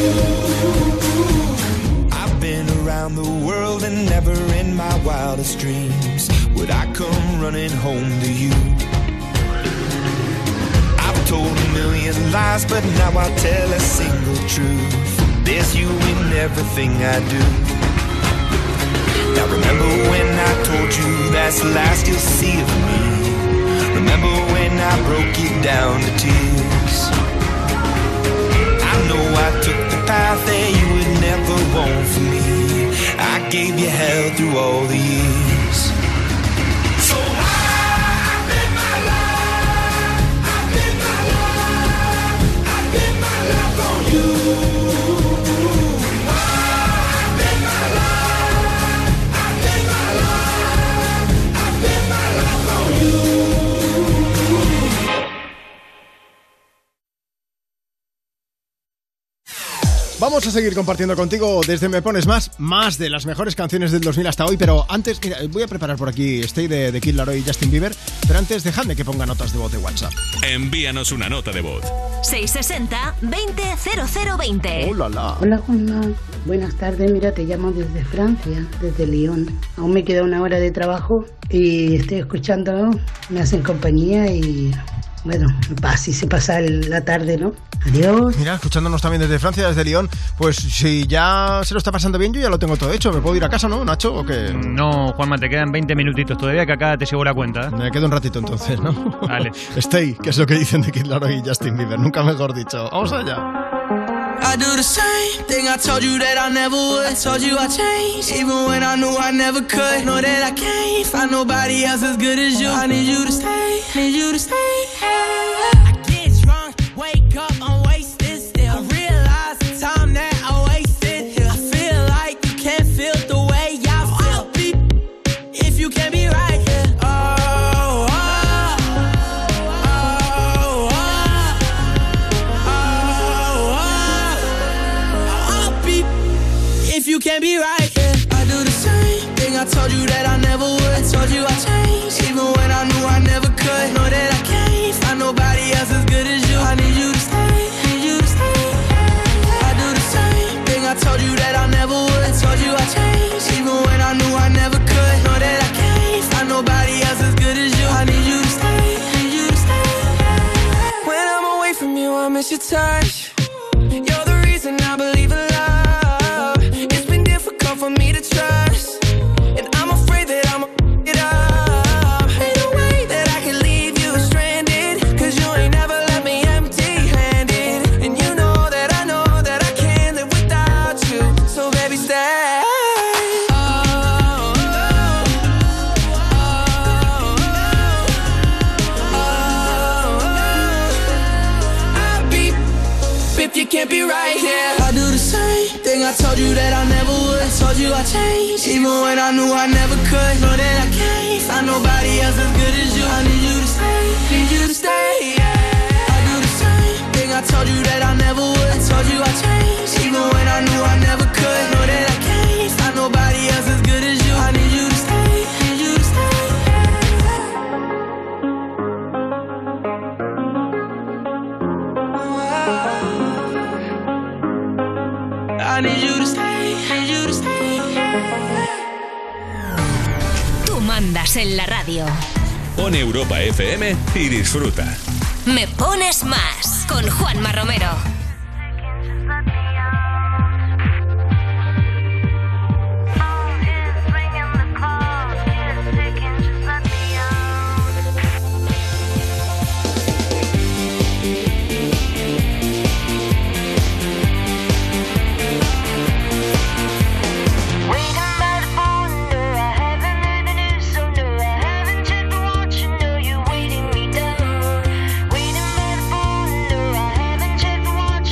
you. I've been around the world and never in my wildest dreams would I come running home to you. I've told a million lies, but now I tell a single truth. There's you in everything I do. Now remember when I told you that's the last you'll see of me. Remember when I broke it down to tears. I know I took the path that you would never want for me. I gave you hell through all the years. So I live my life, I live my life, I live my life on you. I live my life, I live my life, I live my life on you. Vamos a seguir compartiendo contigo desde Me Pones más de las mejores canciones del 2000 hasta hoy, pero antes, mira, voy a preparar por aquí Stay de Kid Laroi y Justin Bieber, pero antes dejadme que ponga notas de voz de WhatsApp. Envíanos una nota de voz. 660-200020. ¡Hola, la! Hola, Juanma. Buenas tardes. Mira, te llamo desde Francia, desde Lyon. Aún me queda una hora de trabajo y estoy escuchando, me hacen compañía y... Bueno, así se pasa la tarde, ¿no? Adiós. Mira, escuchándonos también desde Francia, desde Lyon, pues si ya se lo está pasando bien, yo ya lo tengo todo hecho. ¿Me puedo ir a casa, no, Nacho, o qué? No, Juanma, te quedan 20 minutitos todavía, que acá te llevo la cuenta. Me quedo un ratito entonces, ¿no? Vale. Stay, que es lo que dicen de Kid Laroi y Justin Bieber, nunca mejor dicho. Vamos allá. I do the same thing I told you that I never would. I told you I changed, even when I knew I never could. Know that I can't find nobody else as good as you. I need you to stay, need you to stay. I get drunk, wake up, I'm wasted still. I realize the time that I wasted here. I feel like you can't feel the way I feel. I'll be if you can't be right here. If you can't be right, yeah. I do the same thing I told you that I never would. I told you I changed, even when I knew I never could. Know that I can't find nobody else as good as you. I need you to stay, need you to stay. I do the same thing I told you that I never would. I told you I changed, even when I knew I never could. Know that I can't find nobody else as good as you. I need you to stay, need you to stay. When I'm away from you, I miss your touch. You're the reason I believe in love. For me to trust, and I'm afraid that I'ma it up. Ain't no way that I can leave you stranded, cause you ain't never left me empty-handed. And you know that I can't live without you. So baby, stay. I'll be if you can't be right here. I do the same thing I told you that I never would. I told you I changed, even when I knew I never could. Know that I can't find nobody else as good as you. I need you to stay, need you to stay. I do the same thing I told you that I never would. I told you I changed, even when I knew I never could. Know that I can't find nobody else as good as you. I need you to stay, need you to stay. I need you to stay, need you to stay. Tú mandas en la radio. Pon Europa FM y disfruta. Me Pones Más con Juanma Romero. Waiting by the phone, no, I haven't checked the watch.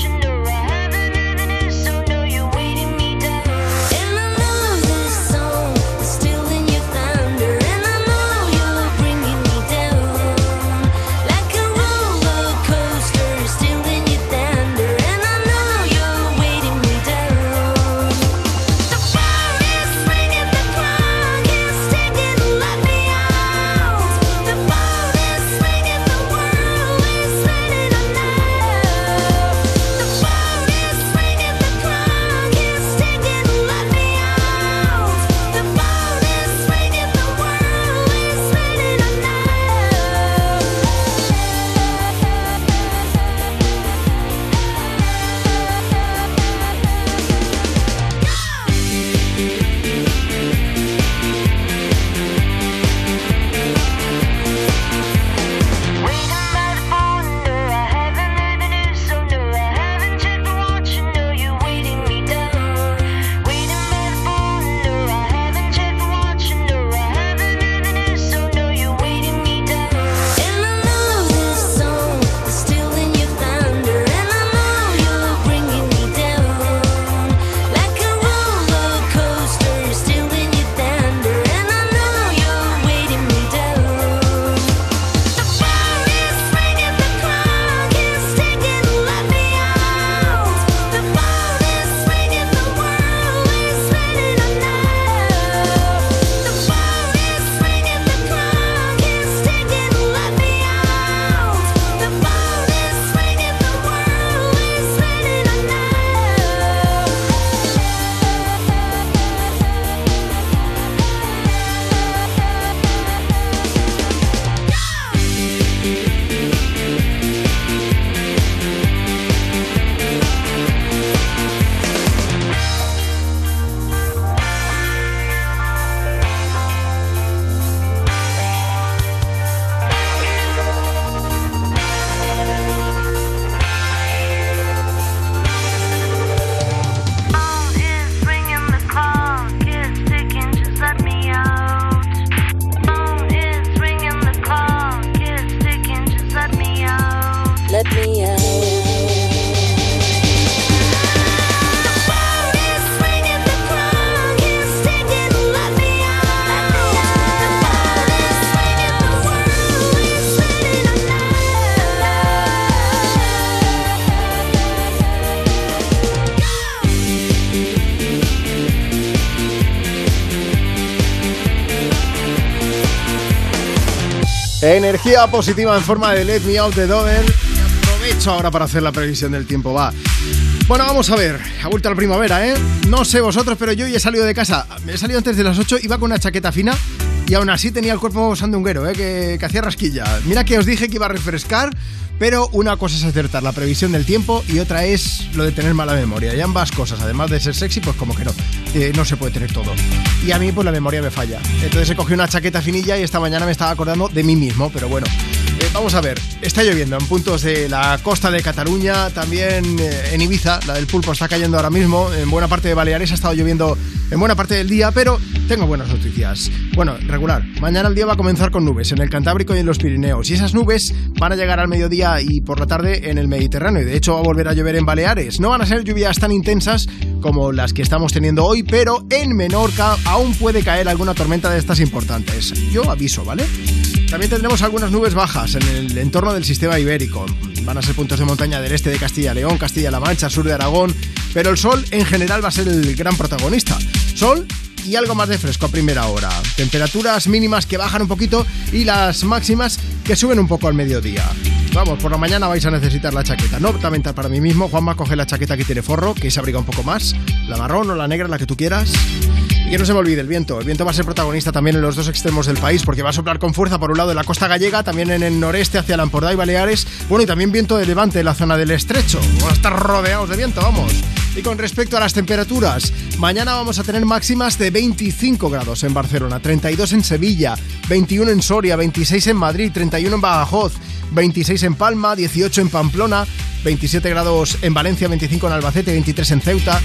Energía positiva en forma de Let Me Out de Dover. Aprovecho ahora para hacer la previsión del tiempo, va. Bueno, vamos a ver, ha vuelto la primavera, ¿eh? No sé vosotros, pero yo hoy he salido de casa. He salido antes de las 8, iba con una chaqueta fina y aún así tenía el cuerpo sandunguero, ¿eh? Que hacía rasquilla. Mira que os dije que iba a refrescar, pero una cosa es acertar la previsión del tiempo y otra es lo de tener mala memoria. Y ambas cosas, además de ser sexy, pues como que no se puede tener todo. Y a mí pues la memoria me falla. Entonces he cogido una chaqueta finilla y esta mañana me estaba acordando de mí mismo, pero bueno. Vamos a ver, está lloviendo en puntos de la costa de Cataluña, también en Ibiza, la del Pulpo está cayendo ahora mismo, en buena parte de Baleares ha estado lloviendo en buena parte del día, pero tengo buenas noticias. Bueno, regular, mañana el día va a comenzar con nubes en el Cantábrico y en los Pirineos, y esas nubes van a llegar al mediodía y por la tarde en el Mediterráneo, y de hecho va a volver a llover en Baleares. No van a ser lluvias tan intensas como las que estamos teniendo hoy, pero en Menorca aún puede caer alguna tormenta de estas importantes. Yo aviso, ¿vale? También tendremos algunas nubes bajas en el entorno del sistema ibérico. Van a ser puntos de montaña del este de Castilla y León, Castilla-La Mancha, sur de Aragón, pero el sol en general va a ser el gran protagonista. Sol y algo más de fresco a primera hora. Temperaturas mínimas que bajan un poquito y las máximas que suben un poco al mediodía. Vamos, por la mañana vais a necesitar la chaqueta. No lamentar para mí mismo. Juanma, coge la chaqueta que tiene forro, que se abriga un poco más. La marrón o la negra, la que tú quieras. Y que no se me olvide el viento. El viento va a ser protagonista también en los dos extremos del país, porque va a soplar con fuerza por un lado en la costa gallega, también en el noreste hacia el Ampurdá y Baleares. Bueno, y también viento de levante en la zona del estrecho. Vamos a estar rodeados de viento, vamos. Y con respecto a las temperaturas, mañana vamos a tener máximas de 25 grados en Barcelona, 32 en Sevilla, 21 en Soria, 26 en Madrid, 31 en Badajoz, 26 en Palma, 18 en Pamplona, 27 grados en Valencia, 25 en Albacete, 23 en Ceuta,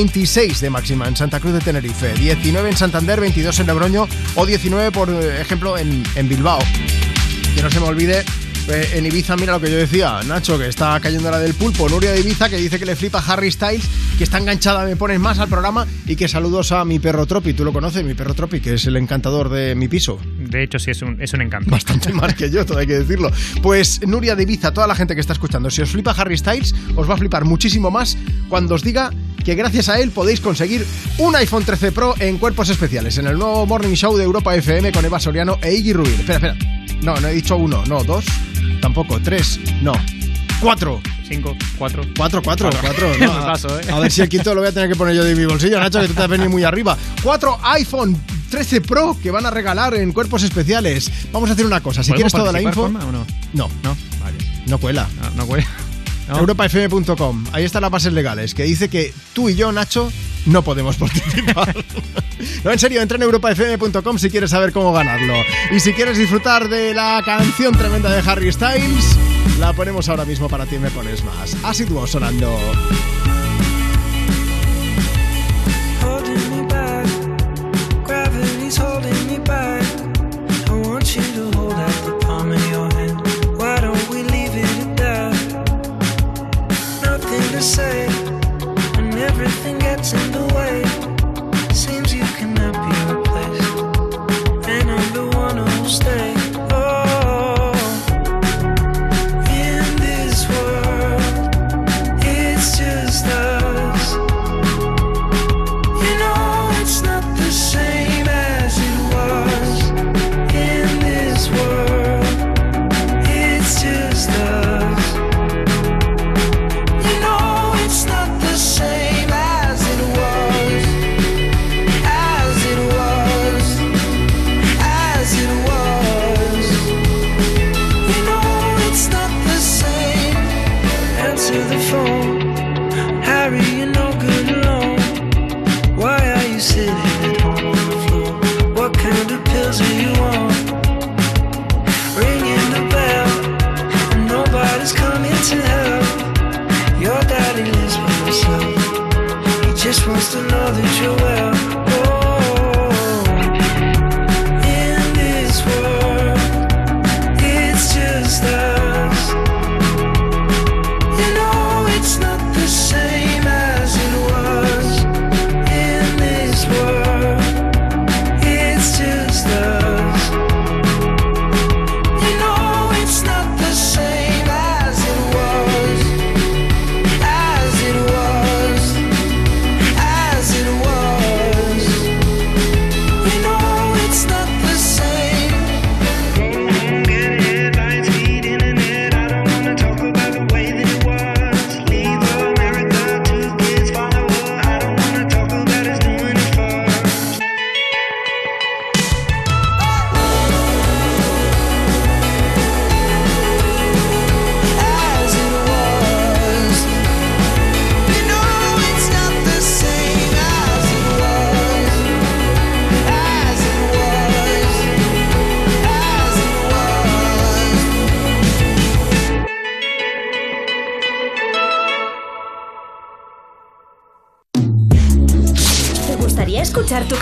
26 de máxima en Santa Cruz de Tenerife, 19 en Santander, 22 en Logroño o 19, por ejemplo, en Bilbao. Que no se me olvide, en Ibiza, mira lo que yo decía, Nacho, que está cayendo la del Pulpo, Nuria de Ibiza, que dice que le flipa Harry Styles, que está enganchada, me pones más al programa, y que saludos a mi perro Tropi. Tú lo conoces, mi perro Tropi, que es el encantador de mi piso. De hecho, sí, es un encanto. Bastante más que yo, todo hay que decirlo. Pues Nuria de Ibiza, toda la gente que está escuchando, si os flipa Harry Styles, os va a flipar muchísimo más cuando os diga que gracias a él podéis conseguir un iPhone 13 Pro en cuerpos especiales, en el nuevo Morning Show de Europa FM con Eva Soriano e Iggy Rubin. Espera. No he dicho 1, no, 2, tampoco, 3, no, 4. 5, 4. 4. No, paso, A ver si el quinto lo voy a tener que poner yo de mi bolsillo, Nacho, que tú te has venido muy arriba. 4 iPhone 13 Pro que van a regalar en cuerpos especiales. Vamos a hacer una cosa, si quieres toda la info... ¿O no? No, vale. No cuela. No cuela. No. EuropaFM.com, ahí están las bases legales, que dice que tú y yo, Nacho, no podemos participar. No, en serio, entra en EuropaFM.com si quieres saber cómo ganarlo. Y si quieres disfrutar de la canción tremenda de Harry Styles, la ponemos ahora mismo para ti, me pones más. Así tú sonando. Holding me back, gravity's holding me back. I want you to hold out the palm of your hand. Why don't we leave it at that? Nothing to say when everything gets in the way. Seems you cannot be replaced, and I'm the one who'll stay. Oh, in this world, it's just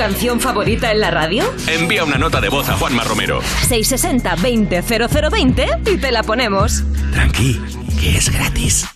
canción favorita en la radio? Envía una nota de voz a Juanma Romero. 660 20 0020 y te la ponemos. Tranqui, que es gratis.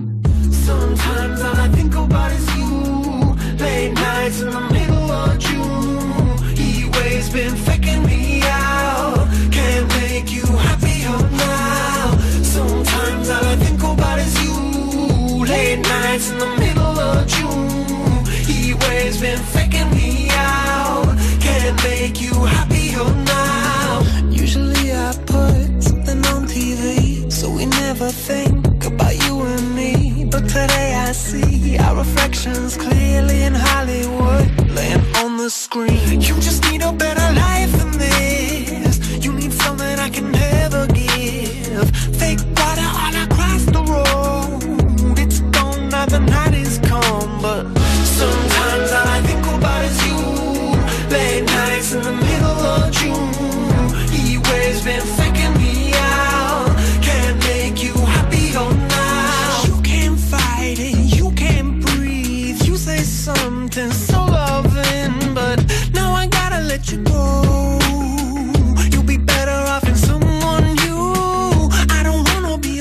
Sometimes all I think about is you. Late nights in the middle of June. He waves been faking me out. Can't make you happier now. Sometimes all I think about is you. Late nights in the middle of June. He waves been faking me out. Can't make you happier now. Usually I put something on TV, so we never think about you and me. But today I see our reflections clearly in Hollywood, laying on the screen. You just need a better life than this. You need something I can never give. Fake water all across the road. It's gone now, the night is come. But sometimes all I think about is you. Late nights in the middle of June. He waves been faking me out. Can't make you happier now. You can't fight it, you can't breathe. You say something so loving, but now I gotta let you go. You'll be better off in someone new. I don't wanna be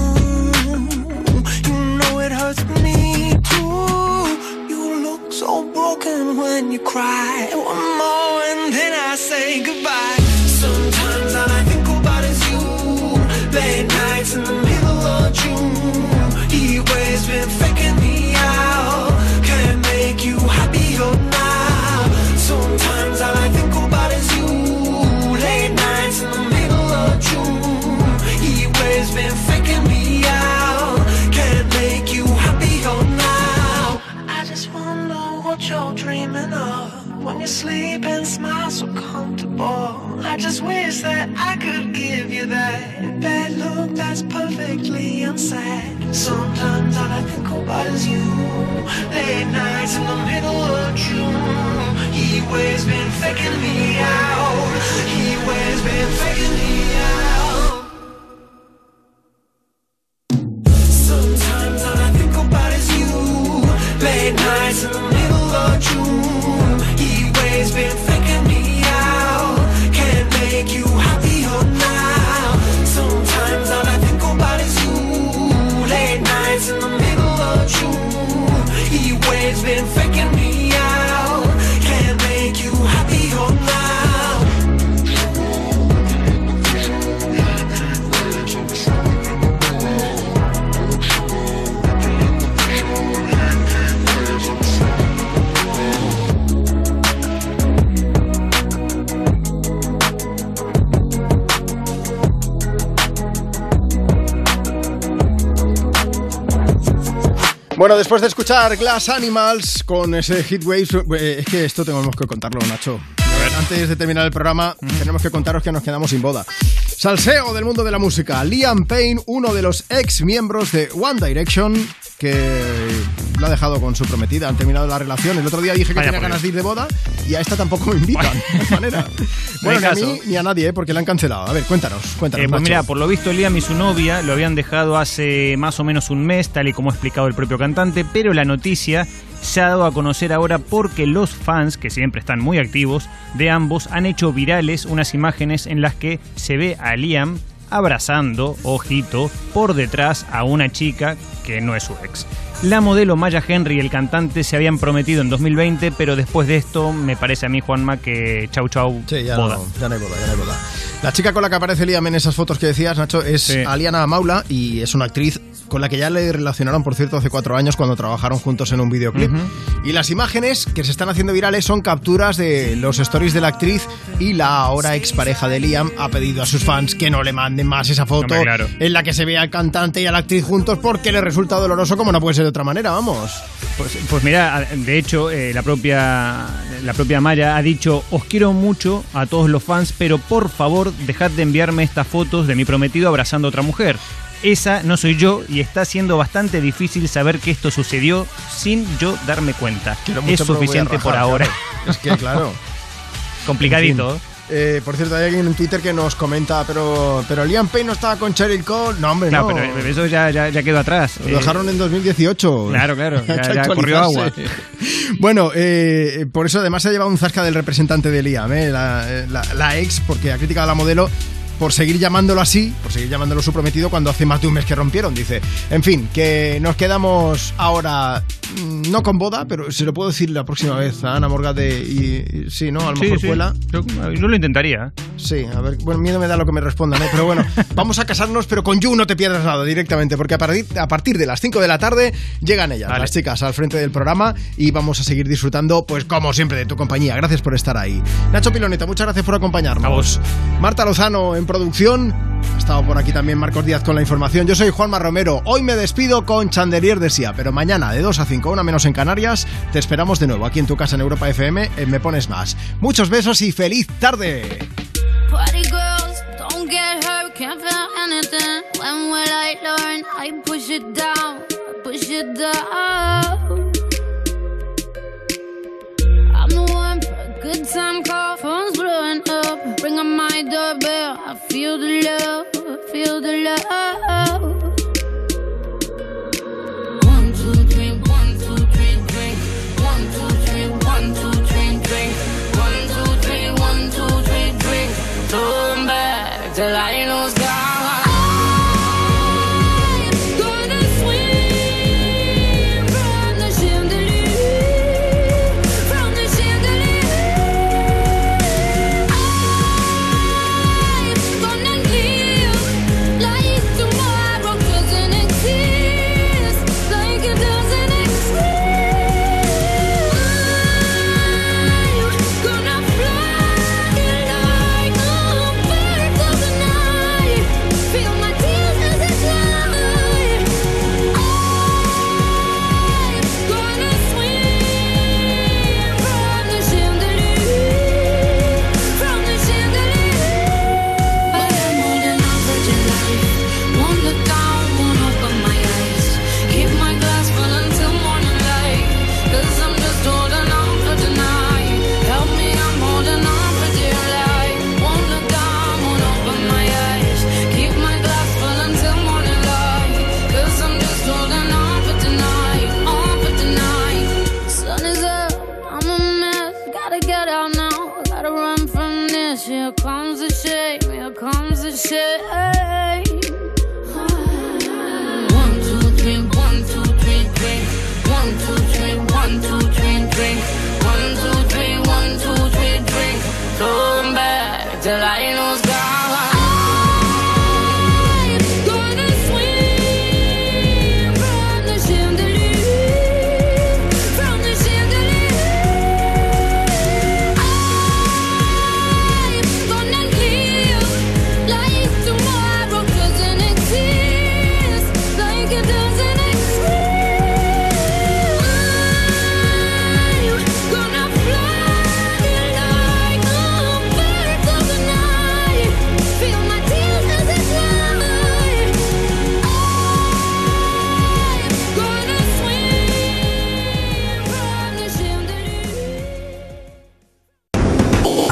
alone. You know it hurts me too. You look so broken when you cry. One more and then I say goodbye. Sometimes all I think about is you. Late nights in the middle of June. He waves been faking me out. Can't make you happier now. Sometimes all I think about is you. Late nights in the middle of June. He waves been faking me out. Can't make you happier now. I just wonder what you're dreaming of when you sleep and smile so comfortable. I just wish that I could give you that bad look that's perfectly unsaid. Sometimes all I think about is you. Late nights in the middle of June. He waves been faking me out. He waves been faking me out. Sometimes all I think about is you. Late nights in the middle of June. He waves been faking me out. Can't make you happier now. Sometimes all I think about is you. Late nights in the middle of June. He waves been faking me out. Can't make you happier now. Bueno, después de escuchar Glass Animals con ese Heat Waves, es que esto tenemos que contarlo, Nacho. Antes de terminar el programa, tenemos que contaros que nos quedamos sin boda. Salseo del mundo de la música. Liam Payne, uno de los ex miembros de One Direction, que lo ha dejado con su prometida. Han terminado la relación. El otro día dije que tenía ganas de ir de boda y a esta tampoco me invitan. De manera. Bueno, ni a mí ni a nadie, porque la han cancelado. A ver, cuéntanos. Pues mira, por lo visto Liam y su novia lo habían dejado hace más o menos un mes, tal y como ha explicado el propio cantante, pero la noticia se ha dado a conocer ahora porque los fans, que siempre están muy activos, de ambos han hecho virales unas imágenes en las que se ve a Liam abrazando, ojito, por detrás a una chica que no es su ex. La modelo Maya Henry y el cantante se habían prometido en 2020, pero después de esto me parece a mí, Juanma, que chau chau, sí, ya boda. No, ya no hay boda. La chica con la que aparece Liam en esas fotos que decías, Nacho, es Aliana Maula y es una actriz con la que ya le relacionaron, por cierto, hace 4 años cuando trabajaron juntos en un videoclip. Y las imágenes que se están haciendo virales son capturas de los stories de la actriz, y la ahora expareja de Liam ha pedido a sus fans que no le manden más esa foto en la que se ve al cantante y a la actriz juntos, porque le resulta doloroso, como no puede ser de otra manera, vamos. Pues mira, de hecho, la propia Maya ha dicho: os quiero mucho a todos los fans, pero por favor dejad de enviarme estas fotos de mi prometido abrazando a otra mujer. Esa no soy yo y está siendo bastante difícil saber que esto sucedió sin yo darme cuenta. Es suficiente por ahora. Es que, claro. Complicadito. Por cierto, hay alguien en Twitter que nos comenta, pero Liam Payne no estaba con Cheryl Cole. No, hombre, claro, no. Pero eso ya quedó atrás. Lo dejaron en 2018. Claro, ya corrió agua. Bueno, por eso además se ha llevado un zasca del representante de Liam, la ex, porque ha criticado a la modelo por seguir llamándolo así, por seguir llamándolo su prometido cuando hace más de un mes que rompieron, dice. En fin, que nos quedamos ahora, no con boda, pero se lo puedo decir la próxima vez a Ana Morgade y sí, ¿no? A lo mejor cuela. Yo lo intentaría. Sí, a ver, bueno, miedo me da lo que me respondan, ¿eh? Pero bueno, vamos a casarnos, pero con You no te pierdas nada directamente, porque a partir de las 5 de la tarde llegan ellas, las chicas, al frente del programa y vamos a seguir disfrutando, pues como siempre, de tu compañía. Gracias por estar ahí. Nacho Piloneta, muchas gracias por acompañarnos. A vos. Marta Lozano en producción. Ha estado por aquí también Marcos Díaz con la información. Yo soy Juanma Romero. Hoy me despido con Chandelier de Sia, pero mañana de 2 a 5, 1 menos en Canarias, te esperamos de nuevo aquí en tu casa en Europa FM, en Me Pones Más. Muchos besos y feliz tarde. Party girls, don't get hurt, can't feel anything. When will I learn? I push it down, push it down. I'm the one for a good time call, phone's blowing up. Ring on my doorbell, I feel the love, feel the love. 1, 2, 3, 1, 2, 3, drink. 1, 2, 3, 1, 2, 3, drink. 1, 2, 3, 1, 2, 3, drink. Turn back till I lose God. Here comes the shame, here comes the shame. 1, 2, 3, 1, 2, 3, drink. 1, 2, 3, 1, 2.